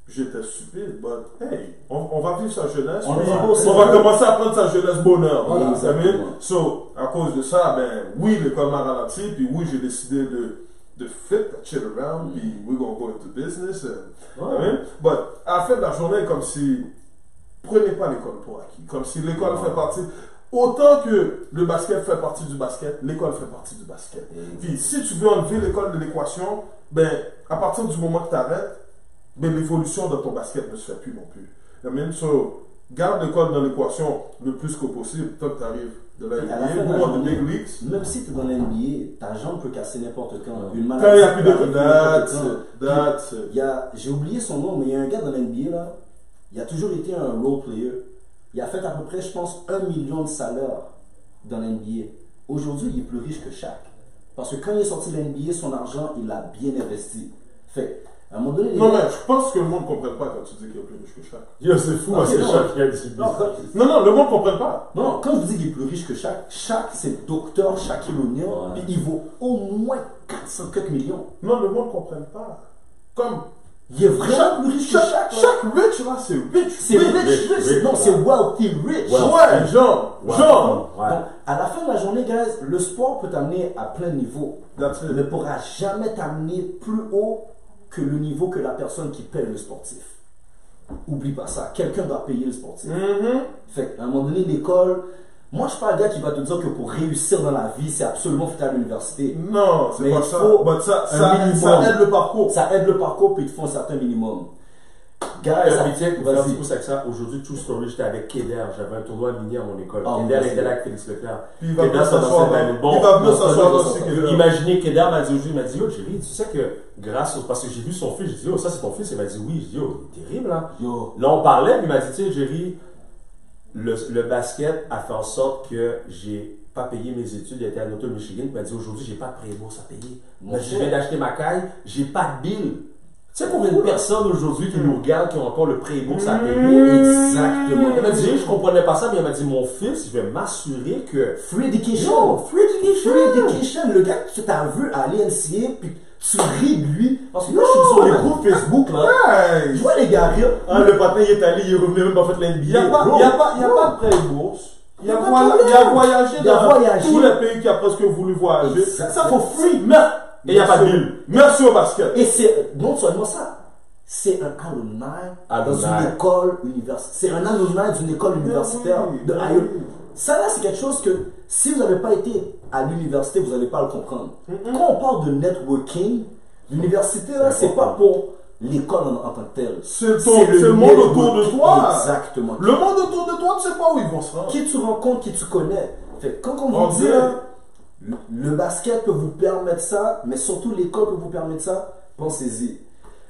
Speaker 2: j'étais stupide, but hey, on, on va vivre sa jeunesse,
Speaker 1: On
Speaker 2: on,
Speaker 1: est
Speaker 2: va,
Speaker 1: pas aussi
Speaker 2: on va
Speaker 1: heureux.
Speaker 2: commencer à prendre sa jeunesse bonheur. Voilà,
Speaker 1: Exactement.
Speaker 2: ça veut dire? So, à cause de ça, ben oui, l'école m'a ralenti, puis oui, j'ai décidé de, de flip that shit around, puis we're gonna go into business. And,
Speaker 3: Ouais.
Speaker 2: I mean, but à la fin de la journée, comme si, prenez pas l'école pour acquis, comme si l'école
Speaker 3: Ouais.
Speaker 2: fait partie. Autant que le basket fait partie du basket, l'école fait partie du basket. Puis si tu veux enlever l'école de l'équation, ben à partir du moment que tu arrêtes, ben l'évolution de ton basket ne se fait plus non plus. I mean, so, garde l'école dans l'équation le plus que possible tant que tu arrives de la
Speaker 1: À la fin
Speaker 2: N B A,
Speaker 1: de la
Speaker 2: ou dans
Speaker 1: journée,
Speaker 2: les big leagues.
Speaker 1: même si tu es dans la N B A, ta jambe peut casser n'importe quand. Une
Speaker 2: Quand
Speaker 1: maladie
Speaker 2: il n'y a plus
Speaker 1: peut
Speaker 2: de
Speaker 1: arriver
Speaker 2: dates,
Speaker 1: n'importe quand.
Speaker 2: dates.
Speaker 1: Il y a, j'ai oublié son nom, mais il y a un gars dans la N B A là, il a toujours été un role player. Il a fait à peu près, je pense, un million de salaires dans la N B A. Aujourd'hui, il est plus riche que Shaq. Parce que quand il est sorti de la N B A, son argent, il l'a bien investi. Fait, à un moment donné, les
Speaker 2: Non,
Speaker 1: gars-
Speaker 2: mais je pense que le monde ne comprenne pas quand tu dis qu'il est plus riche que Shaq.
Speaker 3: Yo, c'est fou,
Speaker 1: Ah,
Speaker 3: hein, c'est
Speaker 1: non.
Speaker 3: Shaq qui a dit.
Speaker 1: Non, quand-
Speaker 2: Non, non, le monde ne comprenne pas.
Speaker 1: non, quand je vous dis qu'il est plus riche que Shaq, Shaq, c'est docteur Shaquille O'Neal,
Speaker 3: Ouais.
Speaker 1: puis il vaut au moins quatre cents quelques millions.
Speaker 2: Non, le monde ne comprenne pas. Comme
Speaker 1: Il est vraiment plus riche que
Speaker 2: chaque,
Speaker 1: Shaq.
Speaker 2: chaque rich là, c'est rich.
Speaker 1: C'est rich,
Speaker 3: rich,
Speaker 1: rich.
Speaker 3: rich,
Speaker 1: Non,
Speaker 3: ouais.
Speaker 1: c'est wealthy rich.
Speaker 3: Ouais.
Speaker 2: Ouais, genre,
Speaker 3: Ouais.
Speaker 2: genre.
Speaker 3: Ouais.
Speaker 1: Donc, à la fin de la journée, guys, le sport peut t'amener à plein niveau,
Speaker 2: That's it.
Speaker 1: mais ne pourra jamais t'amener plus haut que le niveau que la personne qui paye le sportif. Oublie pas ça. Quelqu'un doit payer le sportif.
Speaker 2: Mhm.
Speaker 1: Fait qu'à un moment donné, l'école. Moi, je suis pas le gars qui va te dire que pour réussir dans la vie, c'est absolument faut aller à l'université.
Speaker 2: Non, c'est
Speaker 1: Mais
Speaker 2: pas
Speaker 1: il
Speaker 2: ça.
Speaker 1: faut
Speaker 2: But ça,
Speaker 1: un
Speaker 2: ça,
Speaker 1: minimum.
Speaker 2: ça aide le parcours.
Speaker 1: Ça aide le parcours, puis ils te font un certain minimum. Guys,
Speaker 3: Euh,
Speaker 1: ça-
Speaker 3: mais tiens, pour faire un petit
Speaker 1: vas-y.
Speaker 3: pouce avec ça, aujourd'hui, True Story, j'étais avec Keder, j'avais un tournoi mini à mon école.
Speaker 1: Ah,
Speaker 3: Keder
Speaker 1: merci.
Speaker 3: était là avec Félix Leclerc.
Speaker 2: Puis il va
Speaker 3: Keder,
Speaker 2: venir
Speaker 3: ça dansait
Speaker 2: s'asseoir
Speaker 3: dans
Speaker 2: là.
Speaker 3: le bon.
Speaker 2: Il va venir
Speaker 1: bon,
Speaker 2: s'asseoir
Speaker 1: bon,
Speaker 2: là
Speaker 1: bon,
Speaker 2: aussi.
Speaker 1: bon.
Speaker 2: Keder.
Speaker 3: Imaginez, Keder m'a dit aujourd'hui, il m'a dit, yo, Jerry, tu sais que grâce au. Parce que j'ai vu son fils, j'ai dit, oh, ça c'est ton fils. Il m'a dit, oui. J'ai dit, yo, il est terrible, là.
Speaker 1: Yo.
Speaker 3: Là, on parlait, puis il m'a dit, tu sais, Jerry, le, le basket a fait en sorte que j'ai pas payé mes études. Il était à l'Auto Michigan. Il m'a dit, aujourd'hui, j'ai pas de pré-bourse à payer. Moi, je viens d'acheter ma caille, j'ai pas de bill. Tu sais combien de personnes aujourd'hui qui nous regardent qui ont encore le pré-bourse à payer?
Speaker 1: Exactement.
Speaker 3: Il m'a dit, je comprenais pas ça, mais il m'a dit, mon fils, je vais m'assurer que.
Speaker 1: Free education.
Speaker 3: Yo, free education.
Speaker 1: Free education. Le gars que tu t'as vu aller N C A, puis tu ris de lui. Parce que là, je suis sur les groupes Facebook, là. Je
Speaker 2: Hey!
Speaker 1: vois les gars rire.
Speaker 3: Ah, le patin, il est allé, il est revenu même pas fait l'N B A.
Speaker 2: Il n'y a, pas-
Speaker 1: Bro.
Speaker 2: il y a, pas- il y a pas de prêt de bourse. Il a,
Speaker 1: Il y a pas de
Speaker 2: voy-
Speaker 1: problème.
Speaker 2: il a voyagé
Speaker 1: Il a
Speaker 2: dans
Speaker 1: voyagé.
Speaker 2: tous les pays qui a presque voulu voyager.
Speaker 1: Exact.
Speaker 2: Ça, faut free.
Speaker 3: Et il n'y a pas de bill.
Speaker 2: Merci au basket.
Speaker 1: Et c'est non seulement ça. C'est un alumni dans
Speaker 3: Alumni.
Speaker 1: une école universitaire. C'est un alumni d'une école universitaire
Speaker 2: oui,
Speaker 1: de
Speaker 2: oui.
Speaker 1: ailleurs. Ça là, c'est quelque chose que si vous n'avez pas été à l'université, vous n'allez pas le comprendre. Quand on parle de networking, l'université là,
Speaker 3: C'est
Speaker 1: c'est pas
Speaker 3: important.
Speaker 1: pour l'école en, en tant que telle.
Speaker 2: C'est ton- c'est le monde autour de toi.
Speaker 1: Exactement.
Speaker 2: Le monde autour de toi, tu sais pas où ils vont se rendre.
Speaker 1: Qui tu rencontres, qui tu connais. Fait, que quand on
Speaker 2: On
Speaker 1: vous dit
Speaker 2: dirait.
Speaker 1: là, le- le basket peut vous permettre ça, mais surtout l'école peut vous permettre ça, pensez-y.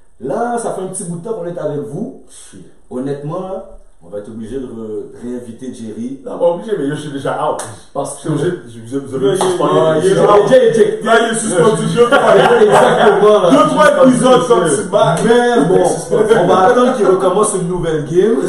Speaker 1: Là, ça fait un petit bout de temps qu'on est avec vous. Honnêtement, là, on va être obligé de re- réinviter Jerry.
Speaker 3: Non, pas obligé, mais yo, je suis déjà out.
Speaker 1: Parce
Speaker 3: Je
Speaker 1: que.
Speaker 3: suis obligé, je- je- vous
Speaker 2: Là,
Speaker 3: avez
Speaker 2: il-
Speaker 3: suspendu.
Speaker 2: il- il-
Speaker 3: Je-
Speaker 2: il-
Speaker 1: J'ai déjà éjecté.
Speaker 2: Là, il est suspendu deux, trois
Speaker 1: Exactement. là.
Speaker 2: deux, trois épisodes comme tu bats.
Speaker 1: Mais bon, on va attendre qu'il recommence une nouvelle game.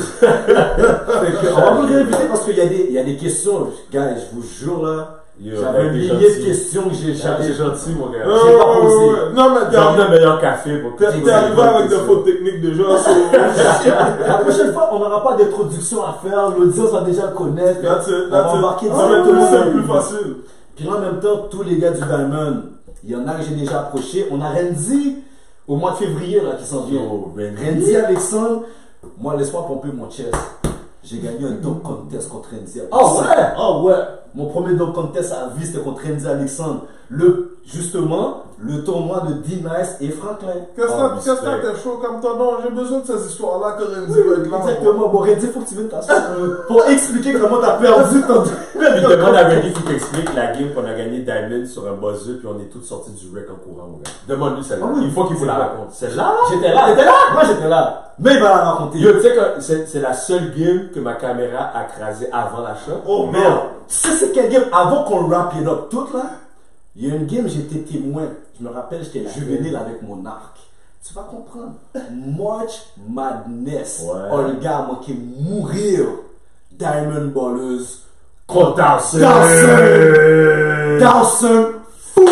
Speaker 1: Fait que, on va vous réinviter parce qu'il y, a des- il y a des questions. Gars, je vous jure là,
Speaker 3: Yo,
Speaker 1: j'avais
Speaker 3: ben,
Speaker 1: un
Speaker 3: t'es
Speaker 1: millier de
Speaker 3: gentil.
Speaker 1: questions que j'ai
Speaker 3: Ah,
Speaker 1: jamais.
Speaker 3: t'es gentil, mon gars.
Speaker 2: Euh,
Speaker 1: J'ai pas
Speaker 2: ouais,
Speaker 1: posé.
Speaker 2: ouais, ouais. Non, mais
Speaker 3: J'ai
Speaker 2: t'es
Speaker 3: emmené un meilleur café pour que
Speaker 2: t'es- t'es arrivé avec des fautes techniques déjà. c'est-
Speaker 1: La prochaine fois, on n'aura pas d'introduction à faire. L'audience va déjà le connaître.
Speaker 2: That's it,
Speaker 1: On va
Speaker 2: that's it.
Speaker 1: embarquer
Speaker 2: Ça va être
Speaker 1: directement
Speaker 2: plus
Speaker 1: dans
Speaker 2: simple,
Speaker 1: le-
Speaker 2: plus facile.
Speaker 1: Puis en même temps, tous les gars du Diamond, il y en a que j'ai déjà approché. On a Randy au mois de février là, qui s'en vient.
Speaker 3: Yo, Randy.
Speaker 1: Randy Alexandre, moi laisse-moi pomper mon chest. J'ai gagné un dunk contest contre Randy Alexandre.
Speaker 3: Oh ouais?
Speaker 1: Oh ouais! Mon premier dunk contest à vie c'était contre Randy Alexandre. Le, justement, le tournoi de D-Nice et Franklin.
Speaker 2: Qu'est-ce
Speaker 3: Oh,
Speaker 2: que qu'est-ce que
Speaker 3: respect.
Speaker 2: t'es chaud comme toi? Non, j'ai besoin de ces histoires-là que Renzi va être là.
Speaker 1: Exactement. Bon, Randy, faut que tu viennes t'asseoir pour expliquer comment t'as perdu ton
Speaker 3: Puis demande à Randy, il faut qu'il explique la game qu'on a gagné Diamond sur un buzzer, puis on est tous sortis du wreck en courant, mon gars. Demande-lui celle-là.
Speaker 1: Ah oui,
Speaker 3: il faut qu'il vous la
Speaker 1: c'est
Speaker 3: raconte. Celle-là,
Speaker 1: J'étais là, t'étais là? Moi j'étais là. Mais il va la raconter.
Speaker 3: yo, tu sais que c'est c'est la seule game que ma caméra a crasé avant la shot.
Speaker 1: Oh merde! Tu sais c'est quelle game? Avant qu'on wrap it up tout là, il y a une game, j'étais témoin. Je me rappelle, j'étais juvénile avec mon arc. Tu vas comprendre. March Madness.
Speaker 3: Ouais.
Speaker 1: Oh le gars a manqué mourir. Diamond Ballers.
Speaker 3: Contre Dawson.
Speaker 1: Dawson! Dawson! Full squad!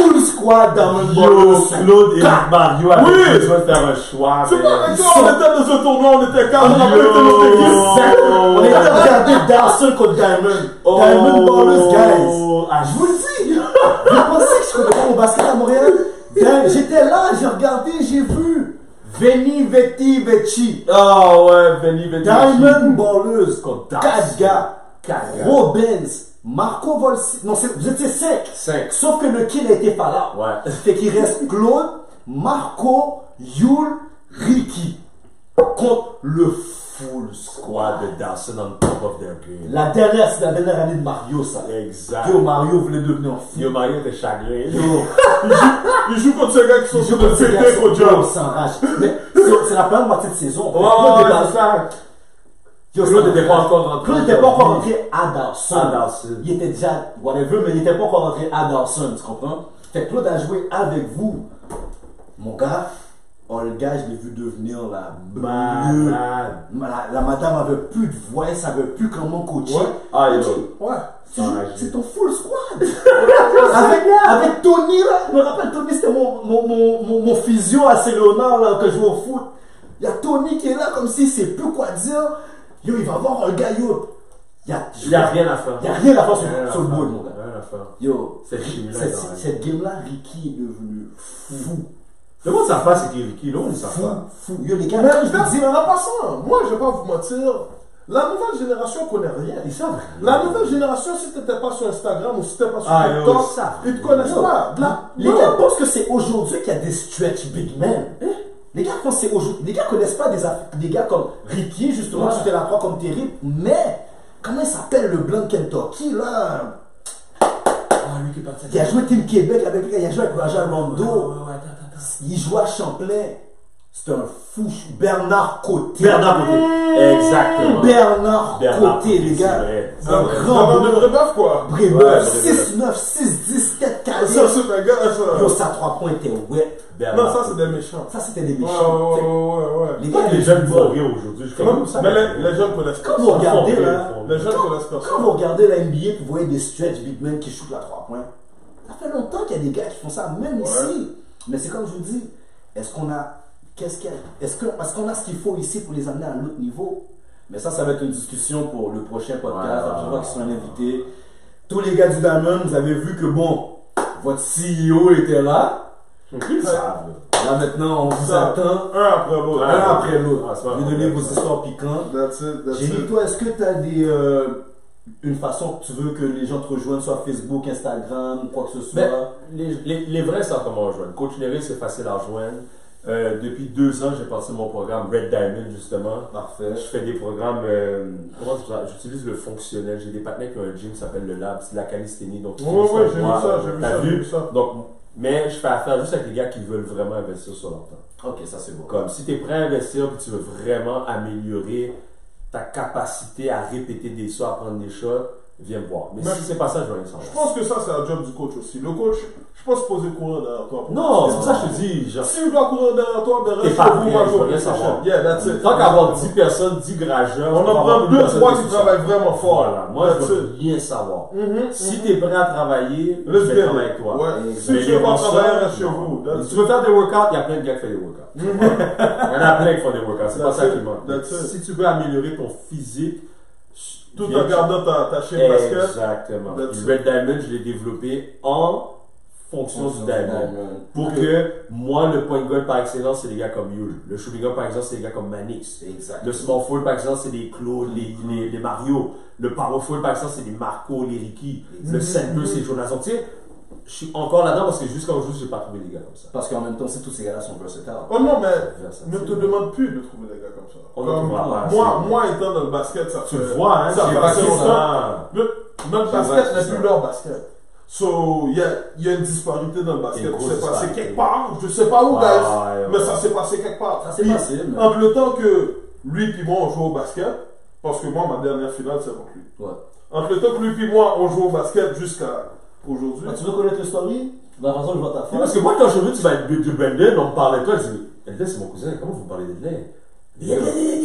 Speaker 1: squad Diamond
Speaker 3: Yo,
Speaker 1: Ballers.
Speaker 3: Claude et Mario avaient
Speaker 2: Oui.
Speaker 3: besoin de faire un choix.
Speaker 2: C'est
Speaker 3: mais-
Speaker 2: pas avec toi, on était dans un tournoi, on était quatre, on a pas été notre équipe.
Speaker 1: Exactement. On est en train de regarder Dawson contre Diamond.
Speaker 3: Oh.
Speaker 1: Diamond Ballers, guys.
Speaker 3: Ah,
Speaker 1: Je vous le dis. Vous pensez que je connais pas mon basket à Montréal? Damn, j'étais là, j'ai regardé, j'ai vu. Veni, Veti, Vecchi.
Speaker 3: Ah ouais, Benny, Benny.
Speaker 1: Diamond Ballers.
Speaker 3: Contre
Speaker 1: Quatre gars.
Speaker 3: Quatre gars.
Speaker 1: Robens. Marco Volsi. Non, c'est- vous étiez cinq.
Speaker 3: Cinq.
Speaker 1: Sauf que le kill a été pas là.
Speaker 3: Ouais.
Speaker 1: Fait qu'il reste Claude, Marco, Yul, Ricky. Contre le full squad.
Speaker 3: Squad de Dawson on top of their game.
Speaker 1: La dernière, c'est la dernière année de Mario, ça.
Speaker 3: Exact.
Speaker 1: Yo, Mario voulait devenir fou.
Speaker 3: Yo, Mario était chagrin.
Speaker 1: Yo,
Speaker 2: Ils jouent contre ces gars qui sont
Speaker 1: il
Speaker 2: sur
Speaker 1: joue
Speaker 2: le
Speaker 1: comme ces
Speaker 2: P
Speaker 1: gars
Speaker 2: T
Speaker 1: qui
Speaker 2: au
Speaker 1: sont
Speaker 2: job.
Speaker 1: Joe s'enrage. Mais c'est c'est la première moitié de saison.
Speaker 3: Ouais,
Speaker 1: Claude
Speaker 3: ouais,
Speaker 1: est dans-
Speaker 3: c'est ça.
Speaker 1: Yo,
Speaker 3: Claude
Speaker 1: ça-
Speaker 3: n'était pas encore rentré.
Speaker 1: Claude n'était pas encore rentré à Dawson.
Speaker 3: À Dawson.
Speaker 1: Il était déjà whatever, mais il n'était pas encore rentré à Dawson, tu comprends? Fait que Claude a joué avec vous. Mon gars, oh le gars, je l'ai vu devenir la bleue.
Speaker 3: Malade.
Speaker 1: La, la madame avait plus de voix, elle savait plus comment coacher.
Speaker 2: Ouais.
Speaker 3: Ah,
Speaker 1: Elle
Speaker 3: yo.
Speaker 1: dit,
Speaker 2: Ouais.
Speaker 1: tu joues-
Speaker 3: Enragé.
Speaker 1: c'est ton full squad. avec, avec Tony, là, je me rappelle, Tony, c'était mon, mon, mon, mon, mon physio à Saint-Léonard, là, que je joue au foot. Il y a Tony qui est là, comme s'il sait plus quoi dire. Yo, il va voir un gars, yo. Il y a,
Speaker 3: Il n'y a rien à faire.
Speaker 1: il y a rien à faire sur,
Speaker 3: Rien à
Speaker 1: sur le
Speaker 3: faire.
Speaker 1: board, mon gars.
Speaker 3: Rien à faire.
Speaker 1: Yo,
Speaker 3: Cette chimie-là,
Speaker 1: cette,
Speaker 3: quand même.
Speaker 1: cette game-là, Ricky est devenu fou.
Speaker 3: Le monde ne savent pas c'est qui Ricky. Le monde ne savent
Speaker 1: Fou,
Speaker 3: pas.
Speaker 1: fou. Yo, les gars,
Speaker 2: Mais
Speaker 1: quand je
Speaker 2: je
Speaker 1: vous dis,
Speaker 2: dis, en passant, moi je vais pas vous mentir, la nouvelle génération connaît rien.
Speaker 3: Ils savent.
Speaker 2: La nouvelle génération, si t'étais pas sur Instagram ou si t'étais pas sur
Speaker 3: Ah, yo,
Speaker 2: TikTok,
Speaker 3: ils savent.
Speaker 2: ils te connaissent
Speaker 1: Yo,
Speaker 2: pas. La-
Speaker 1: les
Speaker 2: non.
Speaker 1: gars pensent que c'est aujourd'hui qu'il y a des stretch big men.
Speaker 3: Hein?
Speaker 1: Les gars pensent que c'est aujourd'hui. Les gars connaissent pas des, aff- des gars comme Ricky, justement,
Speaker 3: Ouais.
Speaker 1: qui te la croix comme terrible. Mais, comment il s'appelle le blanc de Kentucky, là?
Speaker 3: Ah, lui qui est parti.
Speaker 1: Il a joué Team Québec avec lui, il a joué avec Raja
Speaker 3: Ouais,
Speaker 1: Rondo.
Speaker 3: ouais, ouais, attends, attends.
Speaker 1: Il joue à Champlain. C'est un fou. Bernard Côté.
Speaker 3: Bernard Côté. Exactement.
Speaker 1: Bernard,
Speaker 3: Bernard
Speaker 1: Côté, les
Speaker 3: c'est
Speaker 1: gars.
Speaker 3: vrai.
Speaker 2: C'est
Speaker 1: Un
Speaker 2: un
Speaker 1: grand
Speaker 2: grand de
Speaker 1: bleu.
Speaker 2: Brébeuf, quoi.
Speaker 1: Brébeuf,
Speaker 3: Ouais,
Speaker 1: six neuf, six dix, tête carrée.
Speaker 2: Ça, c'est un gars, ça.
Speaker 1: Yo, ça trois points était wet.
Speaker 3: Bernard
Speaker 2: Non, ça, c'est
Speaker 3: Côté.
Speaker 2: des méchants.
Speaker 1: Ça, c'était des
Speaker 2: Ouais,
Speaker 1: méchants.
Speaker 2: ouais,
Speaker 1: Fait que
Speaker 2: ouais, ouais, ouais.
Speaker 1: les
Speaker 3: Pourquoi
Speaker 1: gars,
Speaker 3: les
Speaker 1: ils
Speaker 3: jeunes
Speaker 1: jouent
Speaker 3: vont
Speaker 1: pas.
Speaker 3: rire aujourd'hui? Je
Speaker 2: Comment-
Speaker 3: comprends ça.
Speaker 2: Mais les, les jeunes connaissent
Speaker 1: Quand
Speaker 2: pas.
Speaker 1: vous regardez,
Speaker 3: font rire,
Speaker 1: là,
Speaker 3: ils font
Speaker 2: Les jeunes
Speaker 1: quand,
Speaker 2: connaissent pas ça.
Speaker 1: quand vous regardez la N B A et vous voyez des stretch big men qui shootent à trois points, ça fait longtemps qu'il y a des gars qui font ça, même
Speaker 2: Ouais.
Speaker 1: ici. Mais c'est comme je vous dis, est-ce qu'on a, qu'est-ce qu'il y a, est-ce que, parce qu'on a ce qu'il faut ici pour les amener à un autre niveau? Mais ça, ça va être une discussion pour le prochain podcast.
Speaker 3: Ouais,
Speaker 1: La prochaine
Speaker 3: ouais,
Speaker 1: fois qu'ils seront invités. Tous les gars du Diamond, vous avez vu que bon, votre C E O était là.
Speaker 3: Ils savent.
Speaker 1: Là maintenant, on vous
Speaker 2: Ça,
Speaker 1: attend
Speaker 2: un après l'autre.
Speaker 3: Ouais.
Speaker 1: un après l'autre.
Speaker 3: Ah, c'est pas
Speaker 1: Vous
Speaker 3: un
Speaker 1: donnez
Speaker 3: problème,
Speaker 1: vos
Speaker 3: ça.
Speaker 1: histoires piquantes.
Speaker 2: That's it, that's
Speaker 1: J'ai dit,
Speaker 2: it.
Speaker 1: toi, est-ce que tu as des, euh, une façon que tu veux que les gens te rejoignent, soit Facebook, Instagram, quoi que ce soit?
Speaker 3: Ben, les, les, les vrais savent comment rejoindre. Coach Nery, c'est facile à rejoindre. Euh, depuis deux ans, j'ai passé mon programme Red Diamond, justement.
Speaker 1: Parfait.
Speaker 3: Je fais des programmes, euh, comment ça, j'utilise le fonctionnel. J'ai des partenaires qui ont un gym qui s'appelle le Lab, c'est de la calisthénie. Donc,
Speaker 2: Ouais, ouais, j'ai vu
Speaker 3: moi,
Speaker 2: ça, j'ai vu
Speaker 3: t'as
Speaker 2: ça, j'ai
Speaker 3: vu?
Speaker 2: vu ça.
Speaker 3: Donc, mais je fais affaire juste avec les gars qui veulent vraiment investir sur leur temps.
Speaker 1: Ok, ça c'est beau.
Speaker 3: Comme si tu es prêt à investir et tu veux vraiment améliorer ta capacité à répéter des sauts, à prendre des shots, viens me voir. Mais,
Speaker 2: Mais
Speaker 3: si c'est pas ça, je vais rien
Speaker 2: Je
Speaker 3: savoir.
Speaker 2: pense que ça, c'est un job du coach aussi. Le coach, je pense poser courir derrière toi.
Speaker 3: Non, c'est pour ça que je te dis, genre,
Speaker 2: Si il doit courir derrière toi, ben
Speaker 3: T'es
Speaker 2: reste
Speaker 3: pas
Speaker 2: chez vous,
Speaker 3: prêt,
Speaker 2: moi
Speaker 3: je
Speaker 2: je
Speaker 3: veux
Speaker 2: vais
Speaker 3: rien savoir.
Speaker 2: Yeah, that's it.
Speaker 3: tant qu'avoir dix personnes, dix grageurs,
Speaker 2: On en prend deux, trois qui travaillent vraiment fort.
Speaker 3: Voilà, moi je
Speaker 2: That's
Speaker 3: veux
Speaker 2: it.
Speaker 3: rien savoir.
Speaker 2: Mhm,
Speaker 3: Si
Speaker 2: mhm.
Speaker 3: tu es prêt à travailler, je
Speaker 2: Let's
Speaker 3: vais
Speaker 2: get
Speaker 3: travailler
Speaker 2: it.
Speaker 3: avec toi.
Speaker 2: Ouais.
Speaker 1: Mais
Speaker 2: Si
Speaker 3: Mais
Speaker 2: tu
Speaker 3: les
Speaker 2: veux pas
Speaker 3: mensonges,
Speaker 2: travailler, reste chez
Speaker 3: non.
Speaker 2: vous. That's
Speaker 3: Si tu
Speaker 2: it.
Speaker 3: veux faire des workouts, il y a plein de gars qui font des workouts. Il y en a plein qui font des workouts, c'est pas
Speaker 2: That's
Speaker 3: ça
Speaker 2: it.
Speaker 3: qui manque.
Speaker 2: That's it.
Speaker 3: Si tu veux améliorer ton physique,
Speaker 2: Tout
Speaker 3: viens-
Speaker 2: en gardant ta, ta shape basket.
Speaker 3: Exactement.
Speaker 2: That's
Speaker 3: Le Red Diamond, je l'ai développé en fonction du Diamond. Pour que moi, le point guard par excellence, c'est des gars comme Yul. Le shooting guard par exemple, c'est des gars comme Manix.
Speaker 1: Exact.
Speaker 3: Le small forward par exemple, c'est des Claude, les, les, les Mario. Le power forward par exemple, c'est des Marco, les Ricky. Le center, c'est Jonathan. Tu sais, je suis encore là-dedans parce que jusqu'à aujourd'hui, je n'ai pas trouvé des gars comme ça.
Speaker 1: Parce qu'en même temps, c'est tous ces gars-là sont versatiles.
Speaker 2: Oh non, mais
Speaker 3: Versatile.
Speaker 2: ne te demande plus de trouver des gars comme ça.
Speaker 3: On ne
Speaker 2: Comme
Speaker 3: trouvera pas.
Speaker 2: moi, moi étant dans le basket, ça
Speaker 3: Tu
Speaker 2: fait.
Speaker 3: le vois, hein,
Speaker 2: ça
Speaker 3: j'ai
Speaker 2: fait
Speaker 3: pas
Speaker 2: assez
Speaker 3: ça.
Speaker 2: longtemps. Le- Notre
Speaker 3: Je
Speaker 2: basket
Speaker 3: vois, c'est
Speaker 2: n'est
Speaker 3: ça.
Speaker 2: plus leur basket. So, il y a, il y a une disparité dans le
Speaker 3: Il y a
Speaker 2: basket
Speaker 3: une
Speaker 2: qui
Speaker 3: grosse
Speaker 2: s'est passé
Speaker 3: disparité.
Speaker 2: quelque part. Je sais pas où,
Speaker 3: Ouais,
Speaker 2: guys.
Speaker 3: ouais,
Speaker 2: Mais
Speaker 3: ouais.
Speaker 2: ça s'est passé quelque part.
Speaker 1: Ça s'est
Speaker 2: Puis,
Speaker 1: passé, mais-
Speaker 2: entre le temps que lui et moi on joue au basket, parce que moi ma dernière finale c'est contre lui.
Speaker 1: Ouais.
Speaker 2: Entre le temps que lui et moi on joue au basket jusqu'à aujourd'hui.
Speaker 1: Ah, tu veux connaître le story? La raison que je vais t'affaire.
Speaker 3: C'est parce que moi, quand je suis venu, tu vas être de Brendan, on me parlait de toi, je dis, Elden, c'est mon cousin, comment vous parlez d'Elden?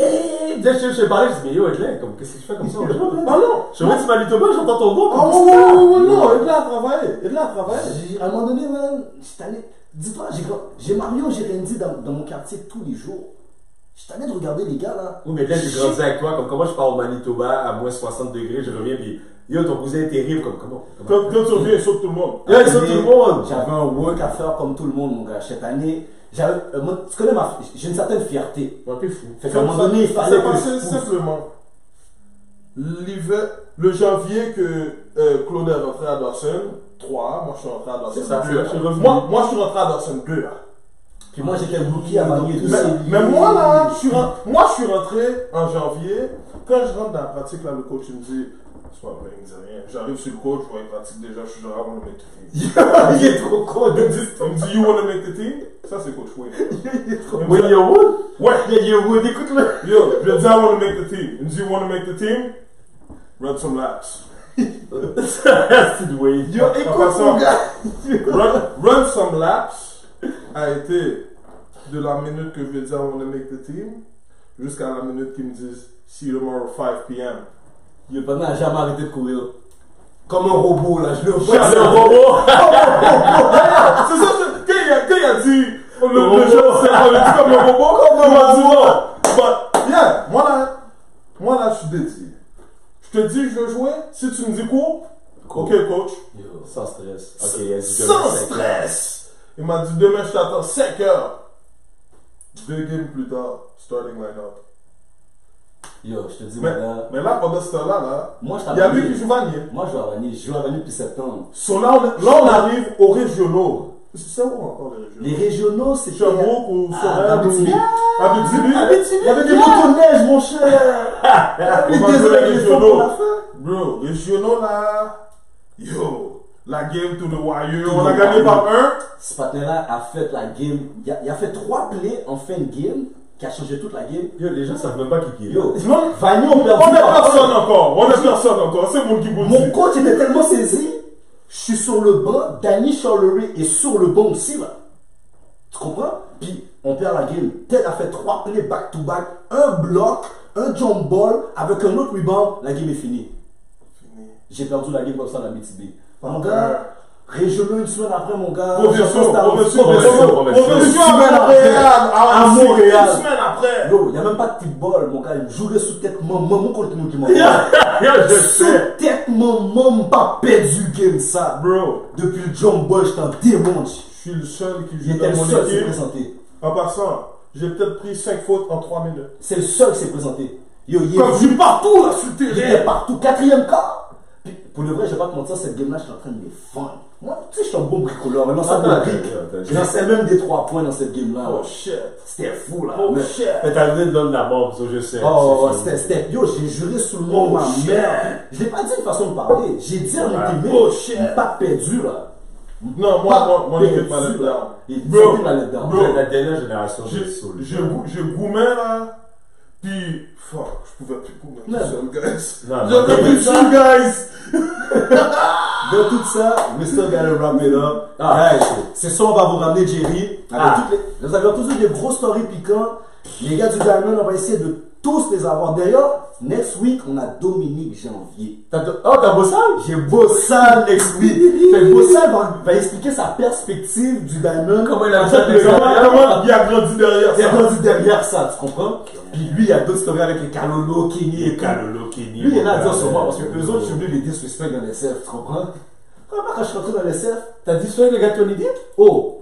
Speaker 3: je je je parlais, je dis, mais yo, Edlin, comme, qu'est-ce que tu fais comme ça aujourd'hui?
Speaker 2: Ah non!
Speaker 3: Je vais du Manitoba, j'entends ton voix.
Speaker 2: Ah ouais, ouais, ouais, ouais, non, il a travaillé, il a travaillé.
Speaker 1: J'ai- À un moment donné, man, j'étais allé. Dis-toi, j'ai j'ai Mario, j'ai Randy dans, dans mon quartier tous les jours. J'étais allé de regarder les gars là.
Speaker 3: Oui, mais là, j'ai grandi avec toi, comme comment je pars au Manitoba à moins soixante degrés, je reviens, puis yo, ton cousin est terrible, comme comment?
Speaker 2: Quand, quand tu reviens, il saute tout le monde.
Speaker 3: Yo, il saute tout le monde!
Speaker 1: J'avais un work à faire comme tout le monde, mon gars. Cette année, j'avais, euh, moi, tu connais ma, j'ai une certaine fierté.
Speaker 3: Ouais, t'es fou.
Speaker 1: Fait qu'à un moment donné, il fallait
Speaker 2: C'est
Speaker 1: que
Speaker 2: passé
Speaker 1: je pousse.
Speaker 2: simplement. L'hiver, le janvier que euh, Claude est rentré à Dawson, trois, moi je suis rentré à Dawson
Speaker 3: C'est ça,
Speaker 2: deux.
Speaker 3: je suis revenu.
Speaker 2: Moi, moi je suis rentré à Dawson deux.
Speaker 1: Puis moi, j'étais rookie à manier tout
Speaker 2: Mais,
Speaker 1: ça.
Speaker 2: mais moi là, je suis rentré, moi je suis rentré en janvier. Quand je rentre dans la pratique, là, le coach il me dit, c'est pas vrai, il me dit rien. J'arrive sur le coach, je vois une pratique déjà, je suis genre, I want to make the team.
Speaker 1: Il est trop con de dire.
Speaker 2: Il me dit, you want to make the team? Ça c'est coach Wayne.
Speaker 1: Il est trop
Speaker 2: Il me
Speaker 3: Oui,
Speaker 2: dit,
Speaker 3: yo, Wood?
Speaker 2: ouais.
Speaker 1: Il y a Wood, écoute-le.
Speaker 2: Yo, je lui dis, I want to make the team. Il me dit, you want to make the team? Run some laps.
Speaker 3: C'est de Wayne.
Speaker 1: Yo, écoute mon gars.
Speaker 2: Run, run some laps a été de la minute que je vais dire I want to make the team jusqu'à la minute qu'ils me disent see you tomorrow five p m
Speaker 1: Yo, pendant n'a jamais arrêté de courir. Comme un robot là, je le vois.
Speaker 3: C'est un robot!
Speaker 2: C'est ça, c'est- quand il a, quand il a dit le, le jeu, c'est on est comme un robot, comme un robot. But, yeah, moi là, moi là, je suis dédié. Je te dis, je veux jouer. Si tu me dis quoi, ok, coach.
Speaker 3: Yo, sans stress. Ok, il a dit
Speaker 2: Sans
Speaker 3: demain, c'est
Speaker 2: stress. Il m'a dit demain, je t'attends cinq heures. Deux games plus tard, starting line-up.
Speaker 1: Yo, je te dis,
Speaker 2: Mais,
Speaker 1: mon gars.
Speaker 2: mais là, pendant ce temps-là, là,
Speaker 1: Moi, je
Speaker 2: il y a lui
Speaker 1: t'avais
Speaker 2: qui joue Vanier.
Speaker 1: Moi, je joue à Vanier. Je joue à Vanier depuis septembre.
Speaker 2: So là, on, là, on arrive aux régionaux. C'est où encore les
Speaker 1: Les
Speaker 2: régionaux?
Speaker 1: régionaux, c'était.
Speaker 2: Sherbrooke ou
Speaker 1: Ah,
Speaker 2: Sorel ou
Speaker 1: Abitibi.
Speaker 2: Abitibi?
Speaker 1: Abitibi. Il y avait des motoneiges, mon cher.
Speaker 2: On
Speaker 1: Les
Speaker 2: va jouer
Speaker 1: désolés,
Speaker 2: les
Speaker 1: les gens pour
Speaker 2: régionaux.
Speaker 1: la fin.
Speaker 2: Bro, régionaux là, yo, la game to the wire,
Speaker 1: To
Speaker 2: on
Speaker 1: the
Speaker 2: a gagné
Speaker 1: wire.
Speaker 2: par un.
Speaker 1: Ce partenaire-là a fait la game. Il a, il a fait trois plays en fin de game qui a changé toute la game.
Speaker 3: Yo, les gens savent même pas qui qui est.
Speaker 1: Yo,
Speaker 2: Non,
Speaker 1: Vanier, on perd
Speaker 2: on est personne encore, on est personne encore, c'est mon qui vous
Speaker 1: Mon
Speaker 2: dit.
Speaker 1: coach était tellement saisi. Je suis sur le banc. Danny Charlery est sur le banc aussi là. Tu comprends? Puis on perd la game. Ted a fait trois plays back to back, un bloc, un jump ball avec un autre rebound. La game est finie. J'ai perdu la game comme ça en Abitibi. Mon gars, régionaux une semaine après, mon gars.
Speaker 2: Professeur, professeur,
Speaker 3: professeur,
Speaker 2: professeur,
Speaker 3: professeur.
Speaker 2: professeur à
Speaker 1: Semaine après.
Speaker 2: Montréal,
Speaker 1: À
Speaker 2: Montréal.
Speaker 1: Montréal.
Speaker 2: Une semaine après.
Speaker 1: Yo, il n'y a même pas de petite ball, mon gars. Il jouerait sous tête maman, maman contre nous qui m'en
Speaker 3: Yo, je
Speaker 1: Sous
Speaker 3: sais!
Speaker 1: tête maman, pas perdu game ça.
Speaker 2: Bro,
Speaker 1: Depuis le jump ball, je t'en démonte.
Speaker 2: je suis le seul qui
Speaker 1: Il
Speaker 2: joue
Speaker 1: était
Speaker 2: dans
Speaker 1: le
Speaker 2: mon
Speaker 1: seul qui s'est
Speaker 2: équipe.
Speaker 1: présenté.
Speaker 2: En passant, j'ai peut-être pris cinq fautes en trois minutes.
Speaker 1: C'est le seul qui s'est présenté. Yo, il
Speaker 2: Comme je
Speaker 1: est
Speaker 2: suis partout là sur le
Speaker 1: il était
Speaker 2: terrain.
Speaker 1: partout. Quatrième quart. Puis, pour le vrai, je vais pas te mentir, cette game-là, je suis en train de me fendre. Moi, tu sais, je suis un bon bricoleur. Maintenant, ça
Speaker 3: Attends,
Speaker 1: me
Speaker 3: attends,
Speaker 1: brique.
Speaker 3: attends.
Speaker 1: Je lançais même des trois points dans cette game-là.
Speaker 2: Oh shit.
Speaker 1: C'était fou, là.
Speaker 2: Oh
Speaker 1: Mais-
Speaker 2: shit.
Speaker 3: Mais t'as donné de l'homme de la mort, ça, je sais.
Speaker 1: Oh,
Speaker 3: C'est
Speaker 1: c'était,
Speaker 3: fini.
Speaker 1: c'était, yo, j'ai juré sous le nom de
Speaker 2: Oh,
Speaker 1: ma
Speaker 2: shit.
Speaker 1: mère. Je l'ai pas dit de façon de parler. J'ai dit à mon
Speaker 3: Ouais.
Speaker 1: teammate,
Speaker 2: Oh, shit.
Speaker 1: pas perdu, là.
Speaker 2: Non, moi, moi, mon équipe m'a
Speaker 1: perdu,
Speaker 2: let
Speaker 1: là.
Speaker 2: down.
Speaker 1: Il
Speaker 2: Bro,
Speaker 1: m'a let down.
Speaker 3: Vous êtes la dernière génération
Speaker 2: J'ai
Speaker 3: de Soul.
Speaker 2: j'ai gou- j'ai goumé là, puis fuck, je pouvais plus goumer tout
Speaker 1: Non.
Speaker 2: seul, guys.
Speaker 3: Non,
Speaker 2: J'ai
Speaker 3: non,
Speaker 2: plus
Speaker 3: mais
Speaker 2: de
Speaker 1: ça-
Speaker 2: you guys.
Speaker 1: Dans tout ça, we still gotta wrap it up.
Speaker 3: Ah.
Speaker 1: Guys, c'est ça, on va vous ramener Jerry. Avec
Speaker 3: Ah.
Speaker 1: toutes les, nous avions tous eu des gros stories piquants. Les gars du Diamond, on va essayer de tous les avoir. D'ailleurs, next week, on a Dominique Janvier.
Speaker 3: T'as- Oh, t'as bossé?
Speaker 1: J'ai Bossal next week. Fait que Bossal va, va expliquer sa perspective du Diamond.
Speaker 3: Comment il a
Speaker 1: En
Speaker 3: fait
Speaker 1: fait,
Speaker 3: les
Speaker 1: le
Speaker 3: gars?
Speaker 1: gars-
Speaker 2: Comment il a grandi derrière
Speaker 1: Il a
Speaker 2: ça?
Speaker 1: grandi derrière ça, tu comprends? Puis lui, il y a d'autres stories avec les Kalolo, Kenny et Kalolo.
Speaker 3: Calolo, Kenny.
Speaker 1: Lui, il y en a à dire sur moi parce que eux autres, je suis venu les disrespect dans l'S F, tu comprends? Comment quand je suis rentré dans l'S F,
Speaker 3: T'as dit ça, les gars, Tony Depp?
Speaker 1: oh!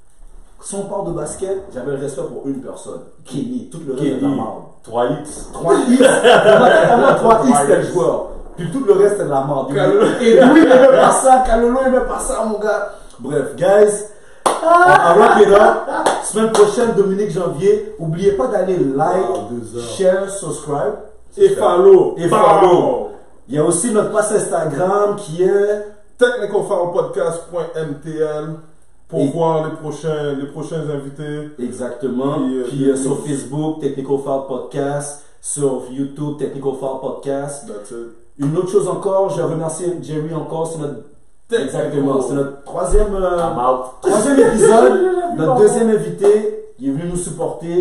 Speaker 1: Si on parle de basket, j'avais le respect pour une personne, Kenny, tout le reste de la
Speaker 3: Kenny.
Speaker 1: merde.
Speaker 3: trois X.
Speaker 1: trois X, vraiment trois X c'était le joueur. Puis tout le reste c'était de la merde.
Speaker 3: Kalolo.
Speaker 1: Et lui, il aimait pas ça, Kalolo il aimait pas ça, mon gars. Bref, guys, on on wrap it up. Semaine prochaine, Dominique Janvier. Oubliez pas d'aller like,
Speaker 3: Wow, deux heures.
Speaker 1: share, subscribe.
Speaker 2: Et follow.
Speaker 1: Et follow. Il y a aussi notre page Instagram qui est
Speaker 2: technicofoulpodcast point m t l pour
Speaker 1: Et-
Speaker 2: voir les prochains, les prochains invités.
Speaker 1: exactement.
Speaker 2: Puis, euh,
Speaker 1: Puis euh,
Speaker 2: les-
Speaker 1: sur Facebook, Technical Foul Podcast. Sur YouTube, Technical Foul Podcast.
Speaker 2: That's it.
Speaker 1: Une autre chose encore, je remercie Jerry encore. C'est notre exactement. C'est notre troisième, euh,
Speaker 3: I'm out.
Speaker 1: troisième épisode. Notre deuxième invité. Il est venu nous supporter.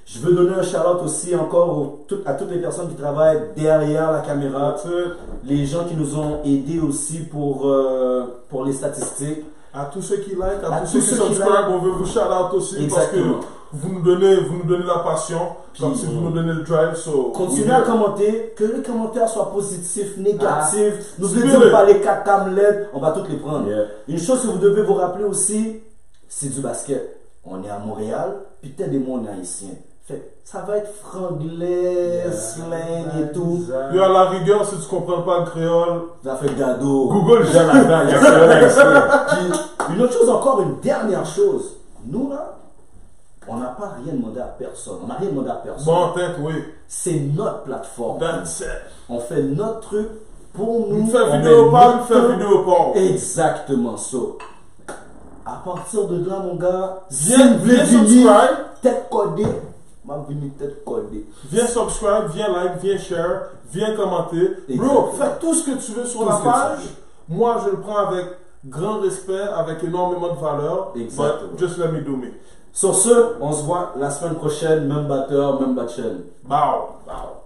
Speaker 1: Je veux donner un shout-out aussi encore au- tout- à toutes les personnes qui travaillent derrière la caméra,
Speaker 2: That's it.
Speaker 1: les gens qui nous ont aidés aussi pour, euh, pour les statistiques.
Speaker 2: À tous ceux qui like, à,
Speaker 1: À
Speaker 2: tous ceux
Speaker 1: tous
Speaker 2: qui
Speaker 1: ceux qui
Speaker 2: subscribe,
Speaker 1: like.
Speaker 2: on veut vous shout out aussi
Speaker 1: Exactement.
Speaker 2: parce que vous nous donnez, vous nous donnez la passion, comme
Speaker 1: Puis,
Speaker 2: si vous nous donnez le drive. So,
Speaker 1: Continuez
Speaker 2: we
Speaker 1: à
Speaker 2: here.
Speaker 1: commenter, que les commentaires soient positifs, négatifs. Nous
Speaker 2: Spirit.
Speaker 1: ne pas les quatre camelettes, on va toutes les prendre.
Speaker 3: Yeah.
Speaker 1: Une chose que vous devez vous rappeler aussi, c'est du basket. On est à Montréal, puis peut-être des mots on est haïtiens. Fait ça va être franglais, slang et tout.
Speaker 2: Yo, à la rigueur, si tu comprends pas le créole,
Speaker 1: Ça fait gado.
Speaker 2: Google,
Speaker 3: Déjà là-dedans, il y a que là ici.
Speaker 1: Puis, une autre chose encore, une dernière chose. Nous là, on n'a pas rien demandé à personne. On n'a rien demandé à personne.
Speaker 2: bon tête, oui.
Speaker 1: C'est notre plateforme.
Speaker 2: That's it.
Speaker 1: On fait notre truc pour nous.
Speaker 2: Nous fait
Speaker 1: on
Speaker 2: vidéo
Speaker 1: met
Speaker 2: pas,
Speaker 1: notre
Speaker 2: nous fait
Speaker 1: temps.
Speaker 2: vidéo pas.
Speaker 1: Exactement ça. À partir de là, mon gars,
Speaker 2: Viens,
Speaker 1: si vous voulez
Speaker 2: viens
Speaker 1: venir,
Speaker 2: subscribe.
Speaker 1: tête codée, ma venue tête codée.
Speaker 2: Viens subscribe, viens like, viens share, viens commenter. Bro,
Speaker 1: Exactement.
Speaker 2: fais tout ce que tu veux sur
Speaker 1: Tout
Speaker 2: la
Speaker 1: ce que tu
Speaker 2: page.
Speaker 1: veux.
Speaker 2: Moi, je le prends avec grand respect, avec énormément de valeur.
Speaker 1: Exactement.
Speaker 2: But just let me do me.
Speaker 1: Sur ce, on se voit la semaine prochaine, même batteur, même batchel.
Speaker 2: Bow.
Speaker 1: Wow.